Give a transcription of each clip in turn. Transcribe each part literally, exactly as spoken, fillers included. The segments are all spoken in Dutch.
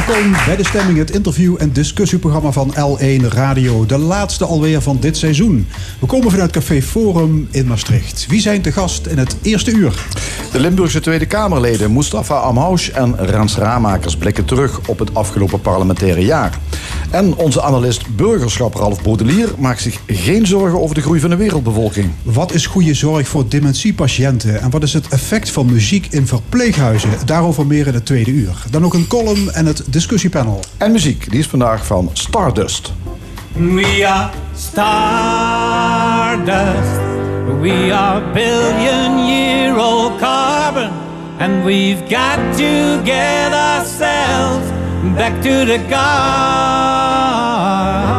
Welkom bij De Stemming, het interview- en discussieprogramma van L één Radio. De laatste alweer van dit seizoen. We komen vanuit Café Forum in Maastricht. Wie zijn te gast in het eerste uur? De Limburgse Tweede Kamerleden Mustafa Amhaush en Rens Ramakers blikken terug op het afgelopen parlementaire jaar. En onze analist burgerschap Ralf Baudelier maakt zich geen zorgen over de groei van de wereldbevolking. Wat is goede zorg voor dementiepatiënten? En wat is het effect van muziek in verpleeghuizen? Daarover meer in het tweede uur. Dan ook een column en het discussiepanel. En muziek, die is vandaag van Stardust. We are stardust. We are billion year old carbon. And we've got to get ourselves back to the garden.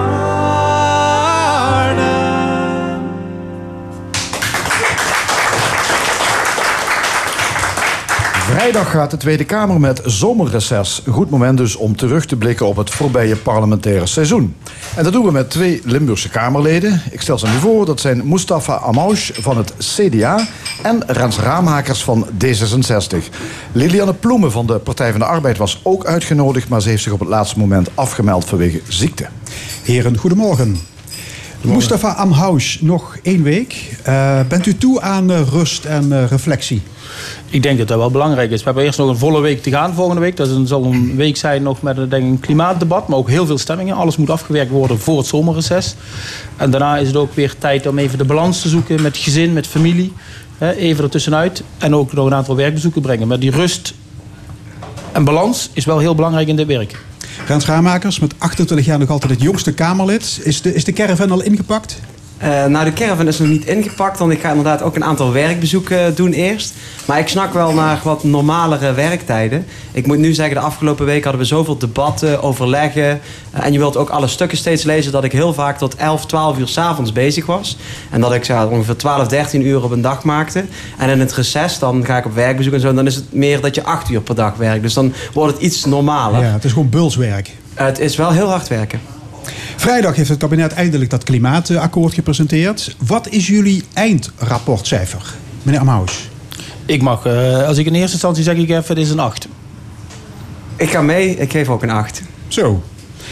Vrijdag gaat de Tweede Kamer met zomerreces. Een goed moment dus om terug te blikken op het voorbije parlementaire seizoen. En dat doen we met twee Limburgse Kamerleden. Ik stel ze nu voor, dat zijn Mustafa Amhaush van het C D A en Rens Ramakers van D zesenzestig. Lilianne Ploemen van de Partij van de Arbeid was ook uitgenodigd, maar ze heeft zich op het laatste moment afgemeld vanwege ziekte. Heren, goedemorgen. Mustafa Amhaush, nog één week. Uh, bent u toe aan uh, rust en uh, reflectie? Ik denk dat dat wel belangrijk is. We hebben eerst nog een volle week te gaan volgende week. Dat is een, zal een week zijn nog met denk ik, een klimaatdebat, maar ook heel veel stemmingen. Alles moet afgewerkt worden voor het zomerreces. En daarna is het ook weer tijd om even de balans te zoeken met gezin, met familie. Even ertussenuit. En ook nog een aantal werkbezoeken brengen. Maar die rust en balans is wel heel belangrijk in dit werk. Rens Ramakers, met achtentwintig jaar nog altijd het jongste Kamerlid. Is de, is de caravan al ingepakt? Uh, nou, de caravan is nog niet ingepakt, want ik ga inderdaad ook een aantal werkbezoeken doen eerst. Maar ik snak wel naar wat normalere werktijden. Ik moet nu zeggen, de afgelopen week hadden we zoveel debatten, overleggen. Uh, en je wilt ook alle stukken steeds lezen, dat ik heel vaak tot elf, twaalf uur 's avonds bezig was. En dat ik ja, ongeveer twaalf, dertien uur op een dag maakte. En in het reces, dan ga ik op werkbezoek en zo. En dan is het meer dat je acht uur per dag werkt. Dus dan wordt het iets normaler. Ja, het is gewoon bulswerk. Uh, het is wel heel hard werken. Vrijdag heeft het kabinet eindelijk dat klimaatakkoord gepresenteerd. Wat is jullie eindrapportcijfer, meneer Amhaush? Ik mag, uh, als ik in eerste instantie zeg, ik even, het is een acht. Ik ga mee, ik geef ook een acht. Zo.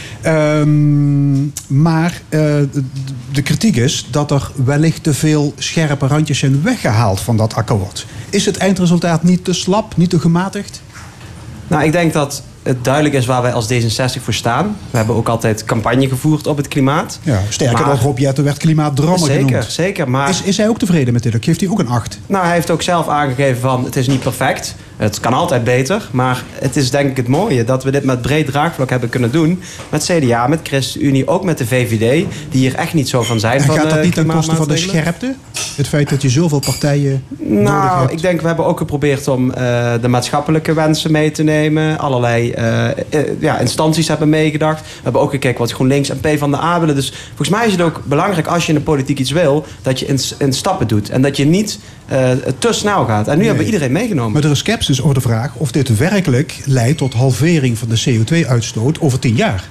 Um, maar uh, de, de kritiek is dat er wellicht te veel scherpe randjes zijn weggehaald van dat akkoord. Is het eindresultaat niet te slap, niet te gematigd? Nou, ik denk dat het duidelijk is waar wij als D zesenzestig voor staan. We hebben ook altijd campagne gevoerd op het klimaat. Ja, sterker nog, Rob Jetten werd klimaatdrammer zeker, genoemd. Zeker, maar Is, is hij ook tevreden met dit? Geeft hij ook een acht? Nou, hij heeft ook zelf aangegeven van het is niet perfect. Het kan altijd beter. Maar het is denk ik het mooie dat we dit met breed draagvlak hebben kunnen doen. Met C D A, met ChristenUnie, ook met de V V D. Die hier echt niet zo van zijn. En van gaat dat niet ten koste van de klimaatmaatregelen? scherpte? Het feit dat je zoveel partijen nodig Nou, hebt? ik denk we hebben ook geprobeerd om uh, de maatschappelijke wensen mee te nemen. Allerlei uh, uh, ja, instanties hebben meegedacht. We hebben ook gekeken wat GroenLinks en PvdA willen. Dus volgens mij is het ook belangrijk als je in de politiek iets wil, dat je in, in stappen doet. En dat je niet uh, te snel gaat. En nu nee. hebben we iedereen meegenomen. Maar er is sceptisch over de vraag of dit werkelijk leidt tot halvering van de C O twee uitstoot over tien jaar.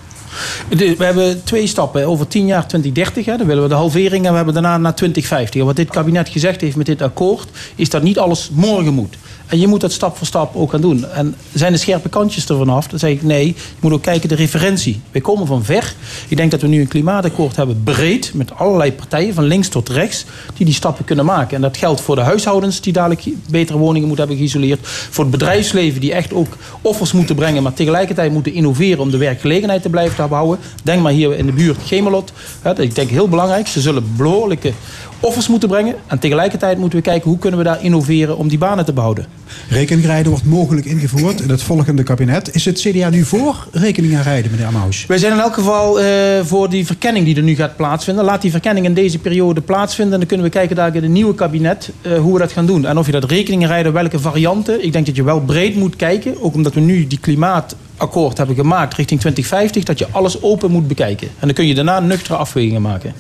We hebben twee stappen. Over tien jaar, twintig dertig, hè, dan willen we de halvering. En we hebben daarna naar twintig vijftig. En wat dit kabinet gezegd heeft met dit akkoord, is dat niet alles morgen moet. En je moet dat stap voor stap ook gaan doen. En zijn de scherpe kantjes er vanaf? Dan zeg ik nee, je moet ook kijken de referentie. We komen van ver. Ik denk dat we nu een klimaatakkoord hebben breed, met allerlei partijen, van links tot rechts, die die stappen kunnen maken. En dat geldt voor de huishoudens die dadelijk betere woningen moeten hebben geïsoleerd. Voor het bedrijfsleven die echt ook offers moeten brengen, maar tegelijkertijd moeten innoveren om de werkgelegenheid te blijven behouden. Denk maar hier in de buurt Gemelot. Ik denk heel belangrijk, ze zullen behoorlijke offers moeten brengen. En tegelijkertijd moeten we kijken hoe kunnen we daar innoveren om die banen te behouden. Rekeningrijden wordt mogelijk ingevoerd in het volgende kabinet. Is het C D A nu voor rekening aan rijden, meneer Amhaush? Wij zijn in elk geval uh, voor die verkenning die er nu gaat plaatsvinden. Laat die verkenning in deze periode plaatsvinden. En dan kunnen we kijken daar in het nieuwe kabinet uh, hoe we dat gaan doen. En of je dat rekeningrijden, welke varianten. Ik denk dat je wel breed moet kijken. Ook omdat we nu die klimaatakkoord hebben gemaakt richting twintig vijftig. Dat je alles open moet bekijken. En dan kun je daarna nuchtere afwegingen maken.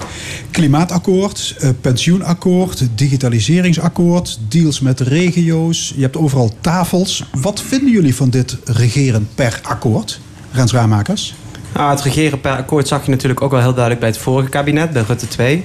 Klimaatakkoord, uh, pensioenakkoord, digitaliseringsakkoord, deals met de regio's. Je hebt overal tafels. Wat vinden jullie van dit regeren per akkoord? Rens Ramakers? Nou, het regeren per akkoord zag je natuurlijk ook wel heel duidelijk bij het vorige kabinet, bij Rutte twee.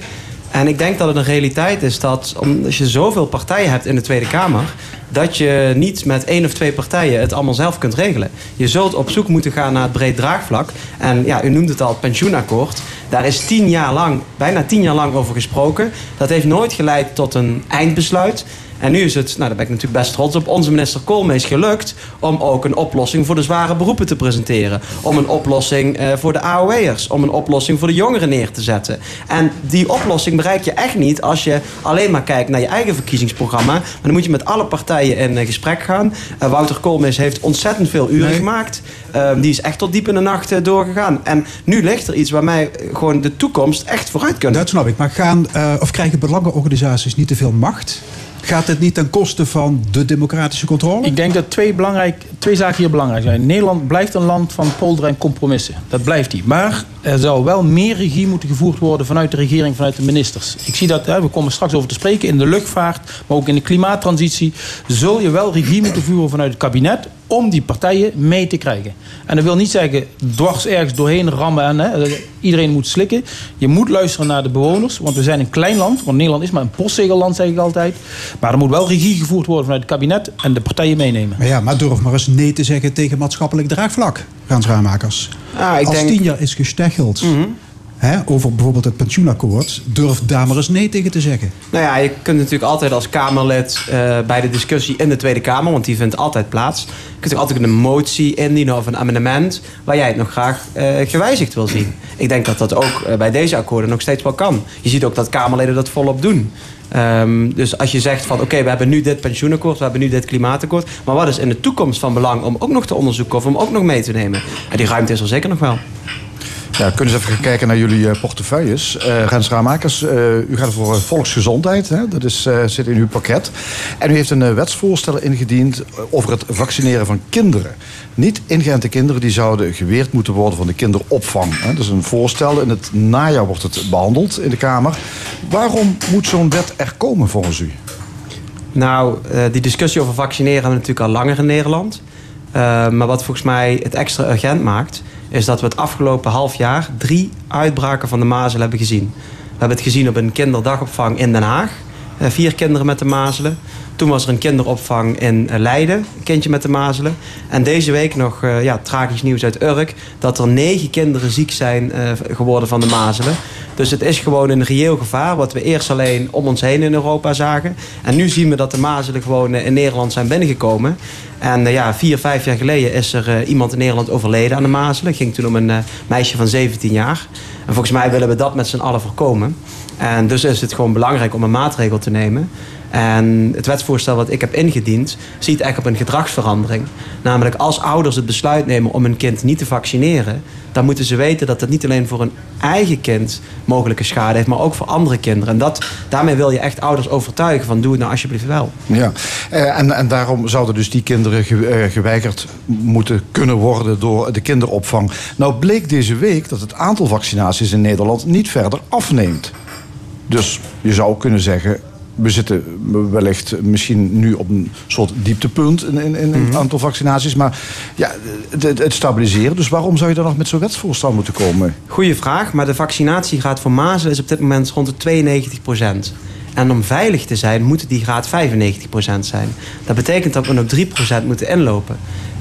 En ik denk dat het een realiteit is dat als je zoveel partijen hebt in de Tweede Kamer, dat je niet met één of twee partijen het allemaal zelf kunt regelen. Je zult op zoek moeten gaan naar het breed draagvlak. En ja, u noemde het al, het pensioenakkoord. Daar is tien jaar lang, bijna tien jaar lang over gesproken. Dat heeft nooit geleid tot een eindbesluit. En nu is het, nou daar ben ik natuurlijk best trots op, onze minister Koolmees gelukt om ook een oplossing voor de zware beroepen te presenteren. Om een oplossing eh, voor de A O W'ers. Om een oplossing voor de jongeren neer te zetten. En die oplossing bereik je echt niet als je alleen maar kijkt naar je eigen verkiezingsprogramma. Maar dan moet je met alle partijen in uh, gesprek gaan. Uh, Wouter Koolmees heeft ontzettend veel uren nee. gemaakt. Uh, die is echt tot diep in de nacht uh, doorgegaan. En nu ligt er iets waarmee gewoon de toekomst echt vooruit kunnen. Dat snap ik. Maar gaan, uh, of krijgen belangenorganisaties niet te veel macht? Gaat het niet ten koste van de democratische controle? Ik denk dat twee, belangrijk, twee zaken hier belangrijk zijn. Nederland blijft een land van polderen en compromissen. Dat blijft die. Maar er zou wel meer regie moeten gevoerd worden vanuit de regering, vanuit de ministers. Ik zie dat, we komen straks over te spreken, in de luchtvaart, maar ook in de klimaattransitie. Zul je wel regie moeten voeren vanuit het kabinet om die partijen mee te krijgen. En dat wil niet zeggen dwars ergens doorheen rammen en hè, iedereen moet slikken. Je moet luisteren naar de bewoners, want we zijn een klein land. Want Nederland is maar een postzegelland, zeg ik altijd. Maar er moet wel regie gevoerd worden vanuit het kabinet en de partijen meenemen. Maar ja, maar durf maar eens nee te zeggen tegen maatschappelijk draagvlak, Frans Ramakers. Ah, ik Als denk... tien jaar is gesteggeld mm-hmm. hè, over bijvoorbeeld het pensioenakkoord, durf daar maar eens nee tegen te zeggen. Nou ja, je kunt natuurlijk altijd als Kamerlid uh, bij de discussie in de Tweede Kamer, want die vindt altijd plaats, je kunt ook altijd een motie indienen of een amendement waar jij het nog graag uh, gewijzigd wil zien. Ik denk dat dat ook uh, bij deze akkoorden nog steeds wel kan. Je ziet ook dat Kamerleden dat volop doen. Um, dus als je zegt van oké, okay, we hebben nu dit pensioenakkoord, we hebben nu dit klimaatakkoord, maar wat is in de toekomst van belang om ook nog te onderzoeken of om ook nog mee te nemen? En die ruimte is er zeker nog wel. Ja, kunnen we eens even kijken naar jullie uh, portefeuilles. Uh, Rens Ramakers, uh, u gaat voor volksgezondheid, hè? Dat is, uh, zit in uw pakket. En u heeft een uh, wetsvoorstel ingediend over het vaccineren van kinderen. Niet ingeënte kinderen die zouden geweerd moeten worden van de kinderopvang. Hè? Dat is een voorstel. In het najaar wordt het behandeld in de Kamer. Waarom moet zo'n wet er komen volgens u? Nou, uh, die discussie over vaccineren hebben we natuurlijk al langer in Nederland. Uh, maar wat volgens mij het extra urgent maakt, is dat we het afgelopen half jaar drie uitbraken van de mazelen hebben gezien. We hebben het gezien op een kinderdagopvang in Den Haag. Uh, vier kinderen met de mazelen. Toen was er een kinderopvang in Leiden, een kindje met de mazelen. En deze week nog uh, ja, tragisch nieuws uit Urk, dat er negen kinderen ziek zijn uh, geworden van de mazelen. Dus het is gewoon een reëel gevaar, wat we eerst alleen om ons heen in Europa zagen. En nu zien we dat de mazelen gewoon uh, in Nederland zijn binnengekomen. En uh, ja, vier, vijf jaar geleden is er uh, iemand in Nederland overleden aan de mazelen. Het ging toen om een uh, meisje van zeventien jaar. En volgens mij willen we dat met z'n allen voorkomen. En dus is het gewoon belangrijk om een maatregel te nemen. En het wetsvoorstel wat ik heb ingediend ziet echt op een gedragsverandering. Namelijk als ouders het besluit nemen om hun kind niet te vaccineren, dan moeten ze weten dat het niet alleen voor hun eigen kind mogelijke schade heeft, maar ook voor andere kinderen. En dat, daarmee wil je echt ouders overtuigen van doe het nou alsjeblieft wel. Ja, en, en daarom zouden dus die kinderen ge, geweigerd moeten kunnen worden door de kinderopvang. Nou bleek deze week dat het aantal vaccinaties in Nederland niet verder afneemt. Dus je zou kunnen zeggen, we zitten wellicht misschien nu op een soort dieptepunt in, in, in het aantal vaccinaties. Maar ja, het, het stabiliseren. Dus waarom zou je dan nog met zo'n wetsvoorstel moeten komen? Goeie vraag, maar de vaccinatiegraad voor mazelen is op dit moment rond de tweeënnegentig procent. En om veilig te zijn moet die graad vijfennegentig procent zijn. Dat betekent dat we nog drie procent moeten inlopen.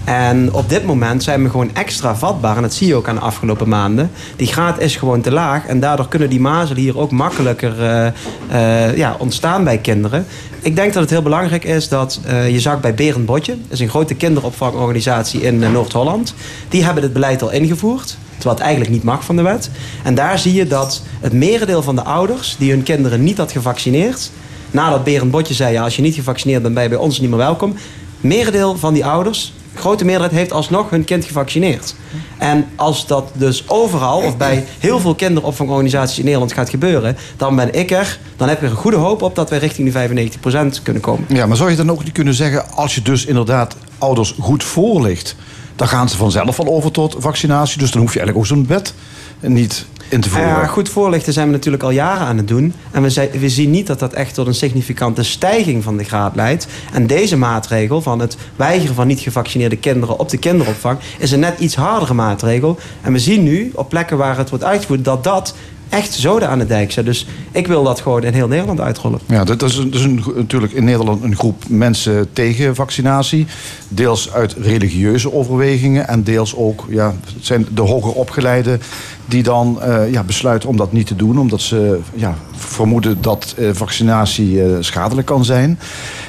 En op dit moment zijn we gewoon extra vatbaar. En dat zie je ook aan de afgelopen maanden. Die graad is gewoon te laag. En daardoor kunnen die mazelen hier ook makkelijker uh, uh, ja, ontstaan bij kinderen. Ik denk dat het heel belangrijk is dat uh, je zag bij Berend Botje. Dat is een grote kinderopvangorganisatie in uh, Noord-Holland. Die hebben dit beleid al ingevoerd. Terwijl het eigenlijk niet mag van de wet. En daar zie je dat het merendeel van de ouders die hun kinderen niet had gevaccineerd, nadat Berend Botje zei, ja, als je niet gevaccineerd bent ben je bij ons niet meer welkom. Merendeel van die ouders, grote meerderheid, heeft alsnog hun kind gevaccineerd. En als dat dus overal of bij heel veel kinderopvangorganisaties in Nederland gaat gebeuren, dan ben ik er, dan heb ik er een goede hoop op dat wij richting die vijfennegentig procent kunnen komen. Ja, maar zou je dan ook niet kunnen zeggen, als je dus inderdaad ouders goed voorlicht, dan gaan ze vanzelf al over tot vaccinatie. Dus dan hoef je eigenlijk ook zo'n wet niet in te voeren. Ja, goed voorlichten zijn we natuurlijk al jaren aan het doen. En we, zijn, we zien niet dat dat echt tot een significante stijging van de graad leidt. En deze maatregel van het weigeren van niet gevaccineerde kinderen op de kinderopvang is een net iets hardere maatregel. En we zien nu op plekken waar het wordt uitgevoerd dat dat echt zoden aan de dijk zet. Dus ik wil dat gewoon in heel Nederland uitrollen. Ja, dat is, een, dat is een, natuurlijk in Nederland een groep mensen tegen vaccinatie. Deels uit religieuze overwegingen en deels ook ja, het zijn de hoger opgeleiden die dan uh, ja, besluiten om dat niet te doen. Omdat ze ja, vermoeden dat uh, vaccinatie uh, schadelijk kan zijn.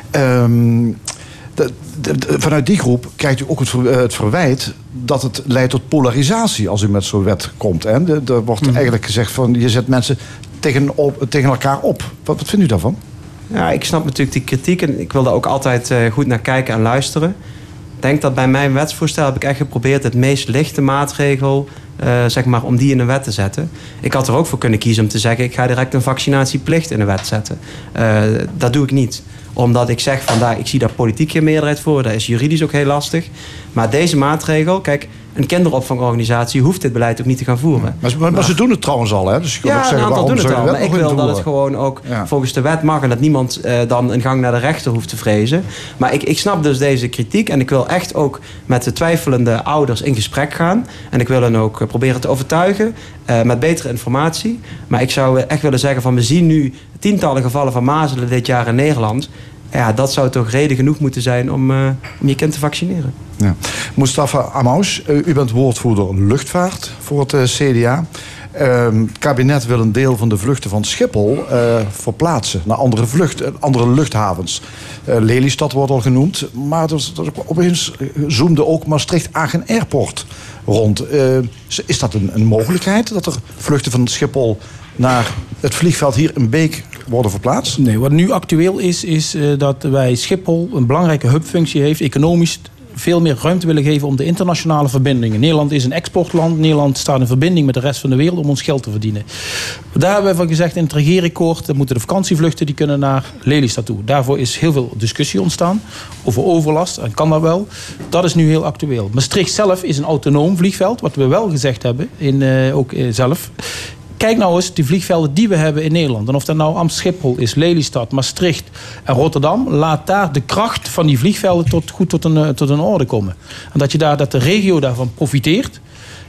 Um, De, de, de, vanuit die groep krijgt u ook het, ver, het verwijt dat het leidt tot polarisatie als u met zo'n wet komt. Hè? De, er wordt mm. eigenlijk gezegd van je zet mensen tegen, op, tegen elkaar op. Wat, wat vindt u daarvan? Ja, ik snap natuurlijk die kritiek en ik wil daar ook altijd uh, goed naar kijken en luisteren. Ik denk dat bij mijn wetsvoorstel heb ik echt geprobeerd het meest lichte maatregel Uh, zeg maar, om die in een wet te zetten. Ik had er ook voor kunnen kiezen om te zeggen ik ga direct een vaccinatieplicht in een wet zetten. Uh, dat doe ik niet. Omdat ik zeg vandaag, ik zie daar politiek geen meerderheid voor. Dat is juridisch ook heel lastig. Maar deze maatregel, kijk, een kinderopvangorganisatie hoeft dit beleid ook niet te gaan voeren. Maar, maar, maar ze doen het trouwens al, hè? Dus je kunt ja, ook zeggen, een aantal doen het al. Maar ik wil dat het gewoon ook ja. volgens de wet mag en dat niemand uh, dan een gang naar de rechter hoeft te vrezen. Maar ik, ik snap dus deze kritiek en ik wil echt ook met de twijfelende ouders in gesprek gaan. En ik wil hen ook proberen te overtuigen uh, met betere informatie. Maar ik zou echt willen zeggen van we zien nu tientallen gevallen van mazelen dit jaar in Nederland. Ja, dat zou toch reden genoeg moeten zijn om, uh, om je kind te vaccineren. Ja. Mustafa Amous, uh, u bent woordvoerder luchtvaart voor het uh, C D A. Uh, het kabinet wil een deel van de vluchten van Schiphol uh, verplaatsen naar andere, vlucht, uh, andere luchthavens. Uh, Lelystad wordt al genoemd, maar er, er, opeens zoomde ook Maastricht-Agen Airport rond. Uh, is dat een, een mogelijkheid dat er vluchten van Schiphol naar het vliegveld hier in Beek worden verplaatst? Nee, wat nu actueel is, is uh, dat wij Schiphol een belangrijke hubfunctie heeft, economisch veel meer ruimte willen geven om de internationale verbindingen. Nederland is een exportland. Nederland staat in verbinding met de rest van de wereld om ons geld te verdienen. Daar hebben we van gezegd in het regeerakkoord, dat moeten de vakantievluchten die kunnen naar Lelystad toe. Daarvoor is heel veel discussie ontstaan over overlast. En kan dat wel? Dat is nu heel actueel. Maastricht zelf is een autonoom vliegveld, wat we wel gezegd hebben, in, uh, ook uh, zelf. Kijk nou eens die vliegvelden die we hebben in Nederland. En of dat nou Amsterdam Schiphol is, Lelystad, Maastricht en Rotterdam. Laat daar de kracht van die vliegvelden tot, goed tot een, tot een orde komen. En dat, je daar, dat de regio daarvan profiteert.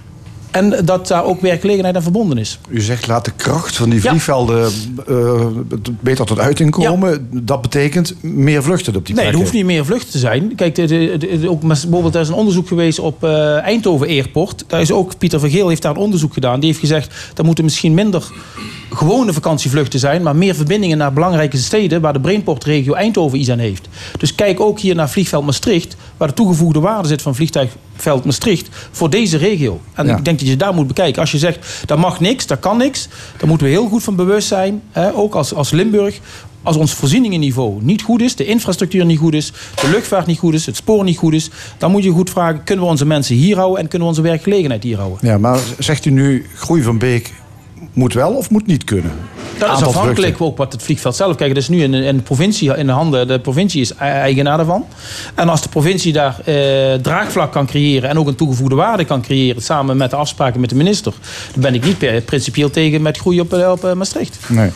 En dat daar ook werkgelegenheid aan verbonden is. U zegt laat de kracht van die vliegvelden ja. uh, beter tot uiting komen. Ja. Dat betekent meer vluchten op die plek. Nee, er hoeft niet meer vluchten te zijn. Kijk, de, de, de, ook bijvoorbeeld er is een onderzoek geweest op uh, Eindhoven Airport. Daar is ook Pieter Vergeel heeft daar een onderzoek gedaan. Die heeft gezegd dat moeten misschien minder gewone vakantievluchten zijn, maar meer verbindingen naar belangrijke steden waar de Brainport-regio Eindhoven iets aan heeft. Dus kijk ook hier naar vliegveld Maastricht, waar de toegevoegde waarde zit van vliegtuigveld Maastricht voor deze regio. En ja. ik denk dat je daar moet bekijken. Als je zegt, dat mag niks, dat kan niks, dan moeten we heel goed van bewust zijn, hè, ook als, als Limburg. Als ons voorzieningenniveau niet goed is, de infrastructuur niet goed is, de luchtvaart niet goed is, het spoor niet goed is, dan moet je goed vragen, kunnen we onze mensen hier houden en kunnen we onze werkgelegenheid hier houden? Ja, maar zegt u nu, Groei van Beek moet wel of moet niet kunnen? Dat is afhankelijk ook wat het vliegveld zelf. Kijk, dat is nu in, in de provincie in de handen. De provincie is eigenaar daarvan. En als de provincie daar eh, draagvlak kan creëren en ook een toegevoegde waarde kan creëren, samen met de afspraken met de minister, dan ben ik niet per, principieel tegen met groei op, op uh, Maastricht. Nee.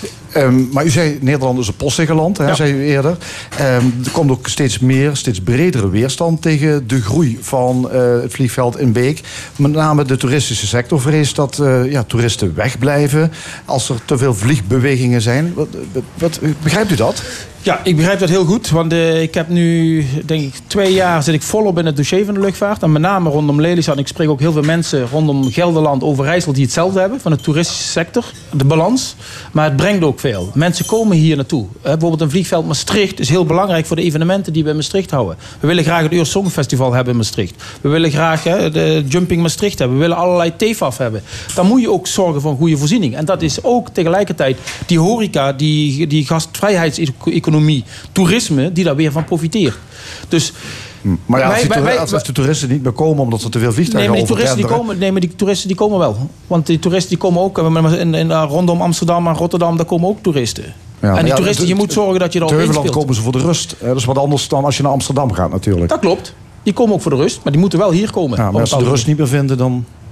Um, maar u zei, Nederland is een postzegelland, hè, ja. zei u eerder. Um, er komt ook steeds meer, steeds bredere weerstand tegen de groei van uh, het vliegveld in Beek. Met name de toeristische sector vreest dat uh, ja, toeristen wegblijven als er te veel vliegbewegingen zijn. Wat, wat, wat, begrijpt u dat? Ja, ik begrijp dat heel goed. Want uh, ik heb nu, denk ik, twee jaar zit ik volop in het dossier van de luchtvaart. En met name rondom Lelystad. Ik spreek ook heel veel mensen rondom Gelderland, Overijssel die hetzelfde hebben. Van de toeristische sector, de balans. Maar het brengt ook veel. Mensen komen hier naartoe. Uh, bijvoorbeeld een vliegveld Maastricht is heel belangrijk voor de evenementen die we in Maastricht houden. We willen graag het Euro Songfestival hebben in Maastricht. We willen graag uh, de Jumping Maastricht hebben. We willen allerlei T F A F hebben. Dan moet je ook zorgen voor een goede voorziening. En dat is ook tegelijkertijd die horeca, die, die gastvrijheidseconomie, toerisme, die daar weer van profiteert. Dus, maar ja, als, wij, wij, wij, als de toeristen niet meer komen omdat er te veel vliegtuigen nee, maar die toeristen die komen, nee, maar die toeristen die komen wel. Want die toeristen die komen ook in, in, rondom Amsterdam en Rotterdam, daar komen ook toeristen. Ja, en die ja, toeristen, je moet zorgen dat je er al inspeelt. Komen ze voor de rust. Dat is wat anders dan als je naar Amsterdam gaat natuurlijk. Dat klopt. Die komen ook voor de rust, maar die moeten wel hier komen. Ja, maar als ze de rust niet meer vinden, dan...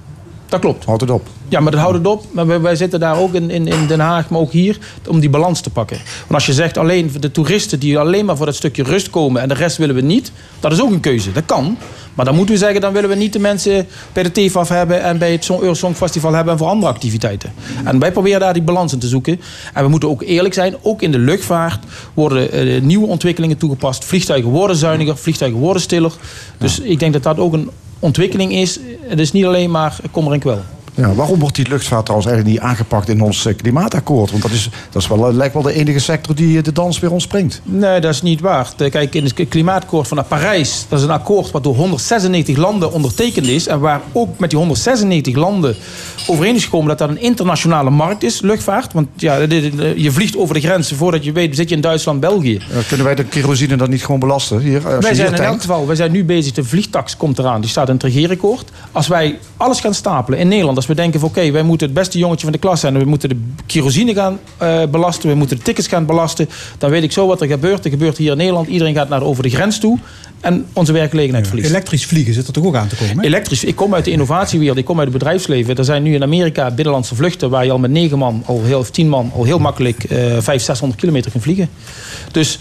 Dat klopt. Houdt het op. Ja, maar dat houdt het op. Maar wij, wij zitten daar ook in, in, in Den Haag, maar ook hier, om die balans te pakken. Want als je zegt alleen de toeristen die alleen maar voor dat stukje rust komen en de rest willen we niet, dat is ook een keuze. Dat kan. Maar dan moeten we zeggen, dan willen we niet de mensen bij de T V A F hebben en bij het Eurosong Festival hebben en voor andere activiteiten. En wij proberen daar die balans in te zoeken. En we moeten ook eerlijk zijn, ook in de luchtvaart worden uh, nieuwe ontwikkelingen toegepast. Vliegtuigen worden zuiniger, vliegtuigen worden stiller. Dus ja. Ik denk dat dat ook een ontwikkeling is. Het is niet alleen maar kommer en kwel. Ja, waarom wordt die luchtvaart trouwens eigenlijk niet aangepakt in ons klimaatakkoord? Want dat, is, dat is wel, lijkt wel de enige sector die de dans weer ontspringt. Nee, dat is niet waar. Kijk, in het klimaatakkoord van Parijs, dat is een akkoord wat door honderdzesennegentig landen ondertekend is. En waar ook met die honderdzesennegentig landen overeen is gekomen dat dat een internationale markt is, luchtvaart. Want ja, je vliegt over de grenzen. Voordat je weet, zit je in Duitsland, België. Ja, kunnen wij de kerosine dan niet gewoon belasten? Hier, als wij je zijn hier in elk geval, wij zijn nu bezig, de vliegtax komt eraan. Die staat in het regeerakkoord. Als wij alles gaan stapelen in Nederland, als we denken van oké, okay, wij moeten het beste jongetje van de klas zijn. We moeten de kerosine gaan uh, belasten. We moeten de tickets gaan belasten. Dan weet ik zo wat er gebeurt. Er gebeurt hier in Nederland. Iedereen gaat naar over de grens toe. En onze werkgelegenheid verliest. Elektrisch vliegen zit er toch ook aan te komen? Elektrisch. Ik kom uit de innovatiewereld. Ik kom uit het bedrijfsleven. Er zijn nu in Amerika binnenlandse vluchten waar je al met negen man, al heel, of tien man, al heel makkelijk uh, vijfhonderd, zeshonderd kilometer kan vliegen. Dus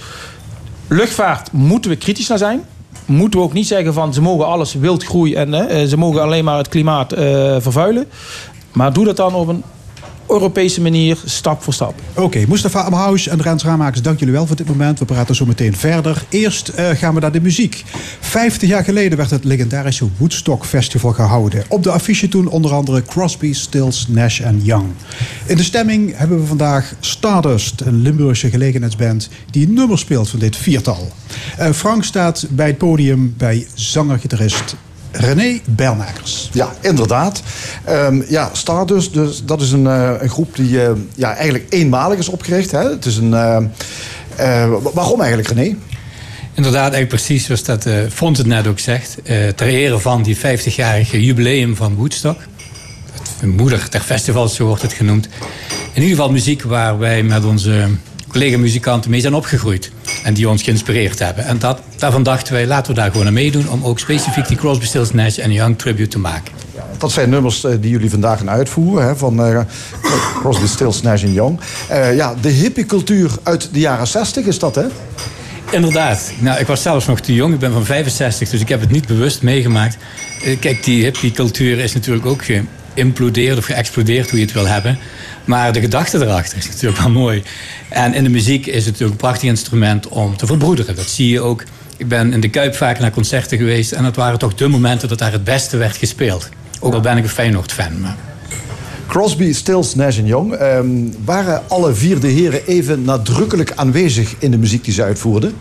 luchtvaart moeten we kritisch naar zijn. Moeten we ook niet zeggen van ze mogen alles wild groeien en uh, ze mogen alleen maar het klimaat uh, vervuilen. Maar doe dat dan op een Europese manier, stap voor stap. Oké, okay, Mustafa Amhaus en Rens Ramakers, dank jullie wel voor dit moment. We praten zo meteen verder. Eerst uh, gaan we naar de muziek. Vijftig jaar geleden werd het legendarische Woodstock Festival gehouden. Op de affiche toen onder andere Crosby, Stills, Nash en Young. In de stemming hebben we vandaag Stardust, een Limburgse gelegenheidsband die een nummer speelt van dit viertal. Uh, Frank staat bij het podium bij zanger-gitarist René Bernakers. Ja, inderdaad. Um, ja, Stardust, dus, dat is een, uh, een groep die uh, ja, eigenlijk eenmalig is opgericht. Hè? Het is een, uh, uh, waarom eigenlijk, René? Inderdaad, eigenlijk precies zoals dat uh, Fons het net ook zegt. Uh, ter ere van die vijftigjarige jubileum van Woodstock. De moeder der festivals, zo wordt het genoemd. In ieder geval muziek waar wij met onze collega-muzikanten mee zijn opgegroeid. En die ons geïnspireerd hebben. En dat, daarvan dachten wij, laten we daar gewoon aan meedoen. Om ook specifiek die Crosby, Stills, Nash en Young tribute te maken. Ja, dat zijn nummers uh, die jullie vandaag gaan uitvoeren. Hè, van uh, Crosby, Stills, Nash en Young. Uh, ja, de hippiecultuur uit de jaren zestig is dat, hè? Inderdaad. Nou, ik was zelfs nog te jong. Ik ben van vijfenzestig, dus ik heb het niet bewust meegemaakt. Uh, kijk, die hippiecultuur is natuurlijk ook geïmplodeerd of geëxplodeerd, hoe je het wil hebben. Maar de gedachte erachter is natuurlijk wel mooi. En in de muziek is het natuurlijk een prachtig instrument om te verbroederen. Dat zie je ook. Ik ben in de Kuip vaak naar concerten geweest. En dat waren toch de momenten dat daar het beste werd gespeeld. Ook al ben ik een Feyenoord-fan. Maar... Crosby, Stills, Nash en Young. Um, waren alle vier de heren even nadrukkelijk aanwezig in de muziek die ze uitvoerden?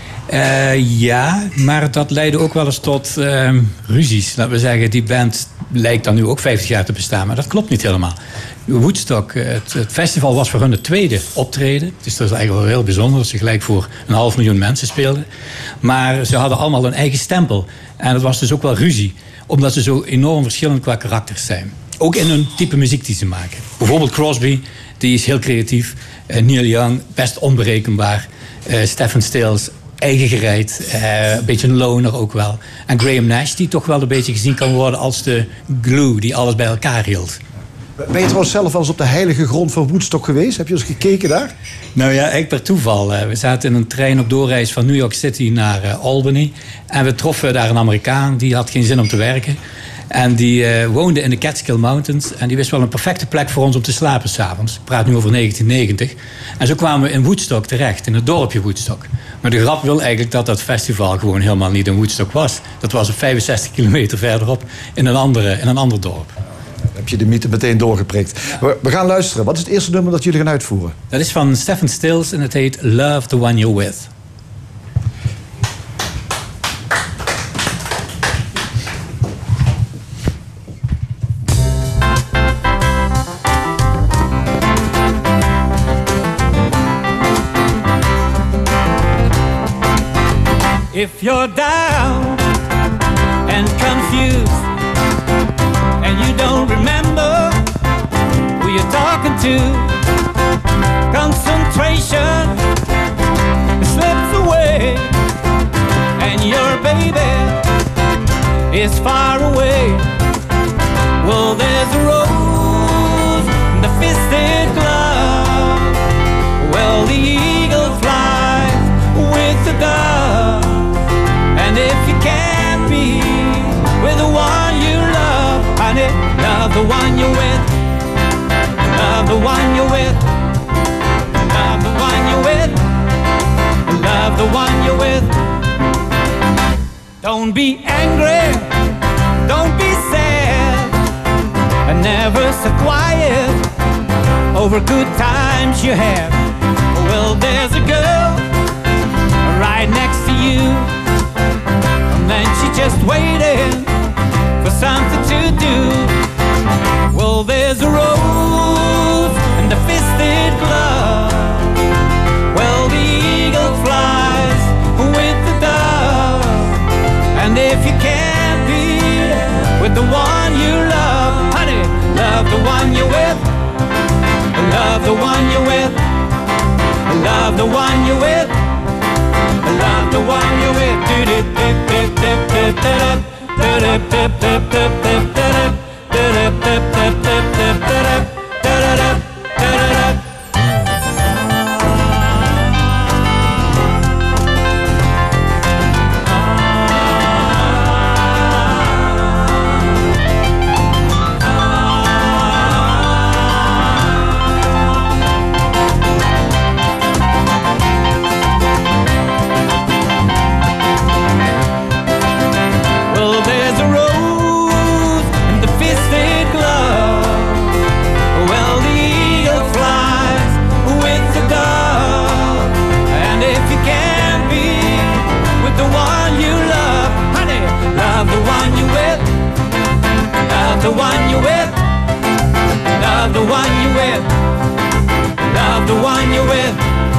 Uh, ja, maar dat leidde ook wel eens tot uh, ruzies. Laten we zeggen, die band lijkt dan nu ook vijftig jaar te bestaan. Maar dat klopt niet helemaal. Woodstock, het, het festival was voor hun het tweede optreden. Dus dat is eigenlijk wel heel bijzonder. Dat ze gelijk voor een half miljoen mensen speelden. Maar ze hadden allemaal hun eigen stempel. En dat was dus ook wel ruzie. Omdat ze zo enorm verschillend qua karakters zijn. Ook in hun type muziek die ze maken. Bijvoorbeeld Crosby, die is heel creatief. Uh, Neil Young, best onberekenbaar. Uh, Stephen Stills, eigen gereid. Uh, een beetje een loner ook wel. En Graham Nash, die toch wel een beetje gezien kan worden als de glue die alles bij elkaar hield. Ben je trouwens zelf wel eens op de heilige grond van Woodstock geweest? Heb je eens gekeken daar? Nou ja, eigenlijk per toeval. We zaten in een trein op doorreis van New York City naar uh, Albany. En we troffen daar een Amerikaan, die had geen zin om te werken. En die uh, woonde in de Catskill Mountains. En die wist wel een perfecte plek voor ons om te slapen s'avonds. Ik praat nu over negentien negentig. En zo kwamen we in Woodstock terecht, in het dorpje Woodstock. Maar de grap wil eigenlijk dat dat festival gewoon helemaal niet in Woodstock was. Dat was op vijfenzestig kilometer verderop in een, andere, in een ander dorp. Heb je de mythe meteen doorgeprikt. We, we gaan luisteren. Wat is het eerste nummer dat jullie gaan uitvoeren? Dat is van Stephen Stills en het heet Love the One You're With. If you're down and confused and you don't remember who you're talking to, concentration slips away and your baby is far away. Well, Well, there's a rose and a fisted glove. Well, the eagle flies with the dove. And if you can't be with the one you love, honey, love the one you're with. Love the one you're with. Love the one you're with. Love the one you're with. Don't be angry. Don't be sad. And never so quiet over good times you have. Well, there's a girl right next to you, and then she just waiting for something to do. Well, there's a rose and a fisted glove. Well, the eagle flies with the dove. And if you can't be with the one you love, honey, love the one you're with. Love the one you're with. Love the one you're with. Love the one you're with. Do do do do do do do do do do do do. The one you're with, love the one you're with, love the one you're with.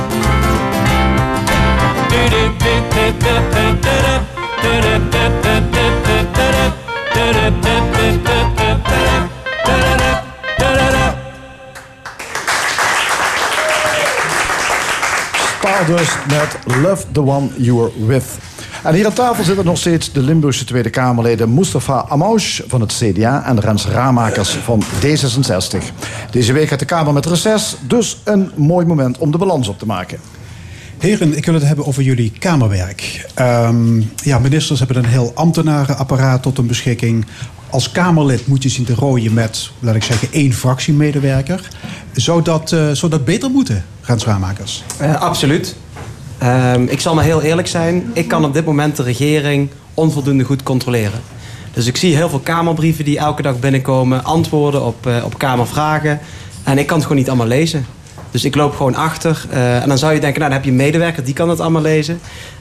Stardust met Love the One You're With. En hier aan tafel zitten nog steeds de Limburgse Tweede Kamerleden Mustafa Amouche van het C D A en Rens Ramakers van D zesenzestig. Deze week gaat de Kamer met reces, dus een mooi moment om de balans op te maken. Heren, ik wil het hebben over jullie Kamerwerk. Um, ja, ministers hebben een heel ambtenarenapparaat tot hun beschikking. Als Kamerlid moet je zien te rooien met, laat ik zeggen, één fractiemedewerker. Zou dat, uh, zou dat beter moeten, Rens Ramakers? Uh, absoluut. Um, ik zal maar heel eerlijk zijn. Ik kan op dit moment de regering onvoldoende goed controleren. Dus ik zie heel veel Kamerbrieven die elke dag binnenkomen. Antwoorden op, uh, op Kamervragen. En ik kan het gewoon niet allemaal lezen. Dus ik loop gewoon achter. Uh, en dan zou je denken, nou dan heb je een medewerker, die kan het allemaal lezen.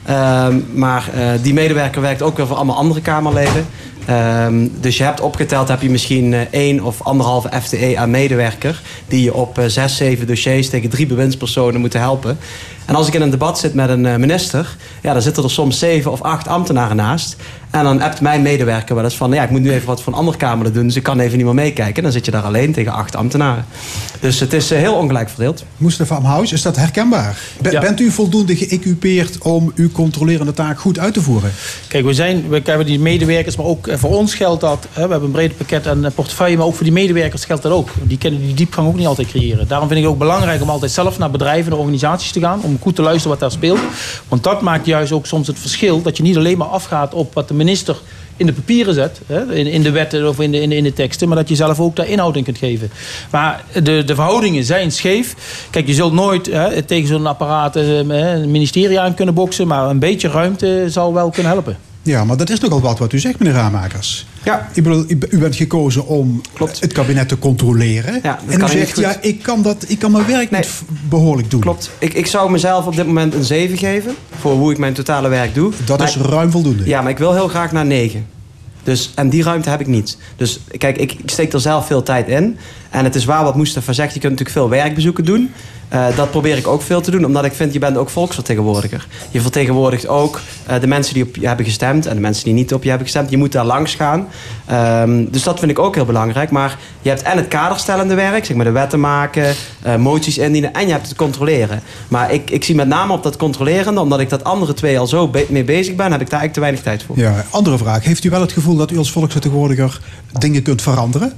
Um, maar uh, die medewerker werkt ook weer voor allemaal andere Kamerleden. Um, dus je hebt opgeteld, heb je misschien uh, één of anderhalve F T E aan medewerker die je op uh, zes, zeven dossiers tegen drie bewindspersonen moet helpen. En als ik in een debat zit met een uh, minister, ja, dan zitten er soms zeven of acht ambtenaren naast. En dan appt mijn medewerker wel eens van, ja, ik moet nu even wat voor een andere Kamer doen, dus ik kan even niet meer meekijken. En dan zit je daar alleen tegen acht ambtenaren. Dus het is uh, heel ongelijk verdeeld. Mustafa Amouche, is dat herkenbaar? Ben, ja. Bent u voldoende geëquipeerd om uw controlerende taak goed uit te voeren? Kijk, we, zijn, we hebben die medewerkers, maar ook voor ons geldt dat. Hè, we hebben een breed pakket aan portefeuille, maar ook voor die medewerkers geldt dat ook. Die kunnen die diepgang ook niet altijd creëren. Daarom vind ik het ook belangrijk om altijd zelf naar bedrijven en organisaties te gaan, om goed te luisteren wat daar speelt. Want dat maakt juist ook soms het verschil, dat je niet alleen maar afgaat op wat de minister in de papieren zet, hè, in, in de wetten of in de, in, de, in de teksten, maar dat je zelf ook daar inhoud in kunt geven. Maar de, de verhoudingen zijn scheef. Kijk, je zult nooit hè, tegen zo'n apparaat hè, een ministerie aan kunnen boksen, maar een beetje ruimte zal wel kunnen helpen. Ja, maar dat is nogal wat wat u zegt, meneer Ramakers. Ja. Ik bedoel, u bent gekozen om Klopt. het kabinet te controleren. Ja, en u zegt, ja, ik kan, dat, ik kan mijn werk nee. niet behoorlijk doen. Klopt. Ik, ik zou mezelf op dit moment een zeven geven voor hoe ik mijn totale werk doe. Dat maar is ruim voldoende. Ja, maar ik wil heel graag naar negen. Dus, en die ruimte heb ik niet. Dus kijk, ik, ik steek er zelf veel tijd in. En het is waar wat Mustafa zegt, je kunt natuurlijk veel werkbezoeken doen. Uh, dat probeer ik ook veel te doen, omdat ik vind, je bent ook volksvertegenwoordiger. Je vertegenwoordigt ook uh, de mensen die op je hebben gestemd en de mensen die niet op je hebben gestemd. Je moet daar langs gaan. Um, dus dat vind ik ook heel belangrijk. Maar je hebt en het kaderstellende werk, zeg maar de wetten maken, uh, moties indienen en je hebt het controleren. Maar ik, ik zie met name op dat controlerende, omdat ik dat andere twee al zo be- mee bezig ben, heb ik daar eigenlijk te weinig tijd voor. Ja, andere vraag. Heeft u wel het gevoel dat u als volksvertegenwoordiger dingen kunt veranderen?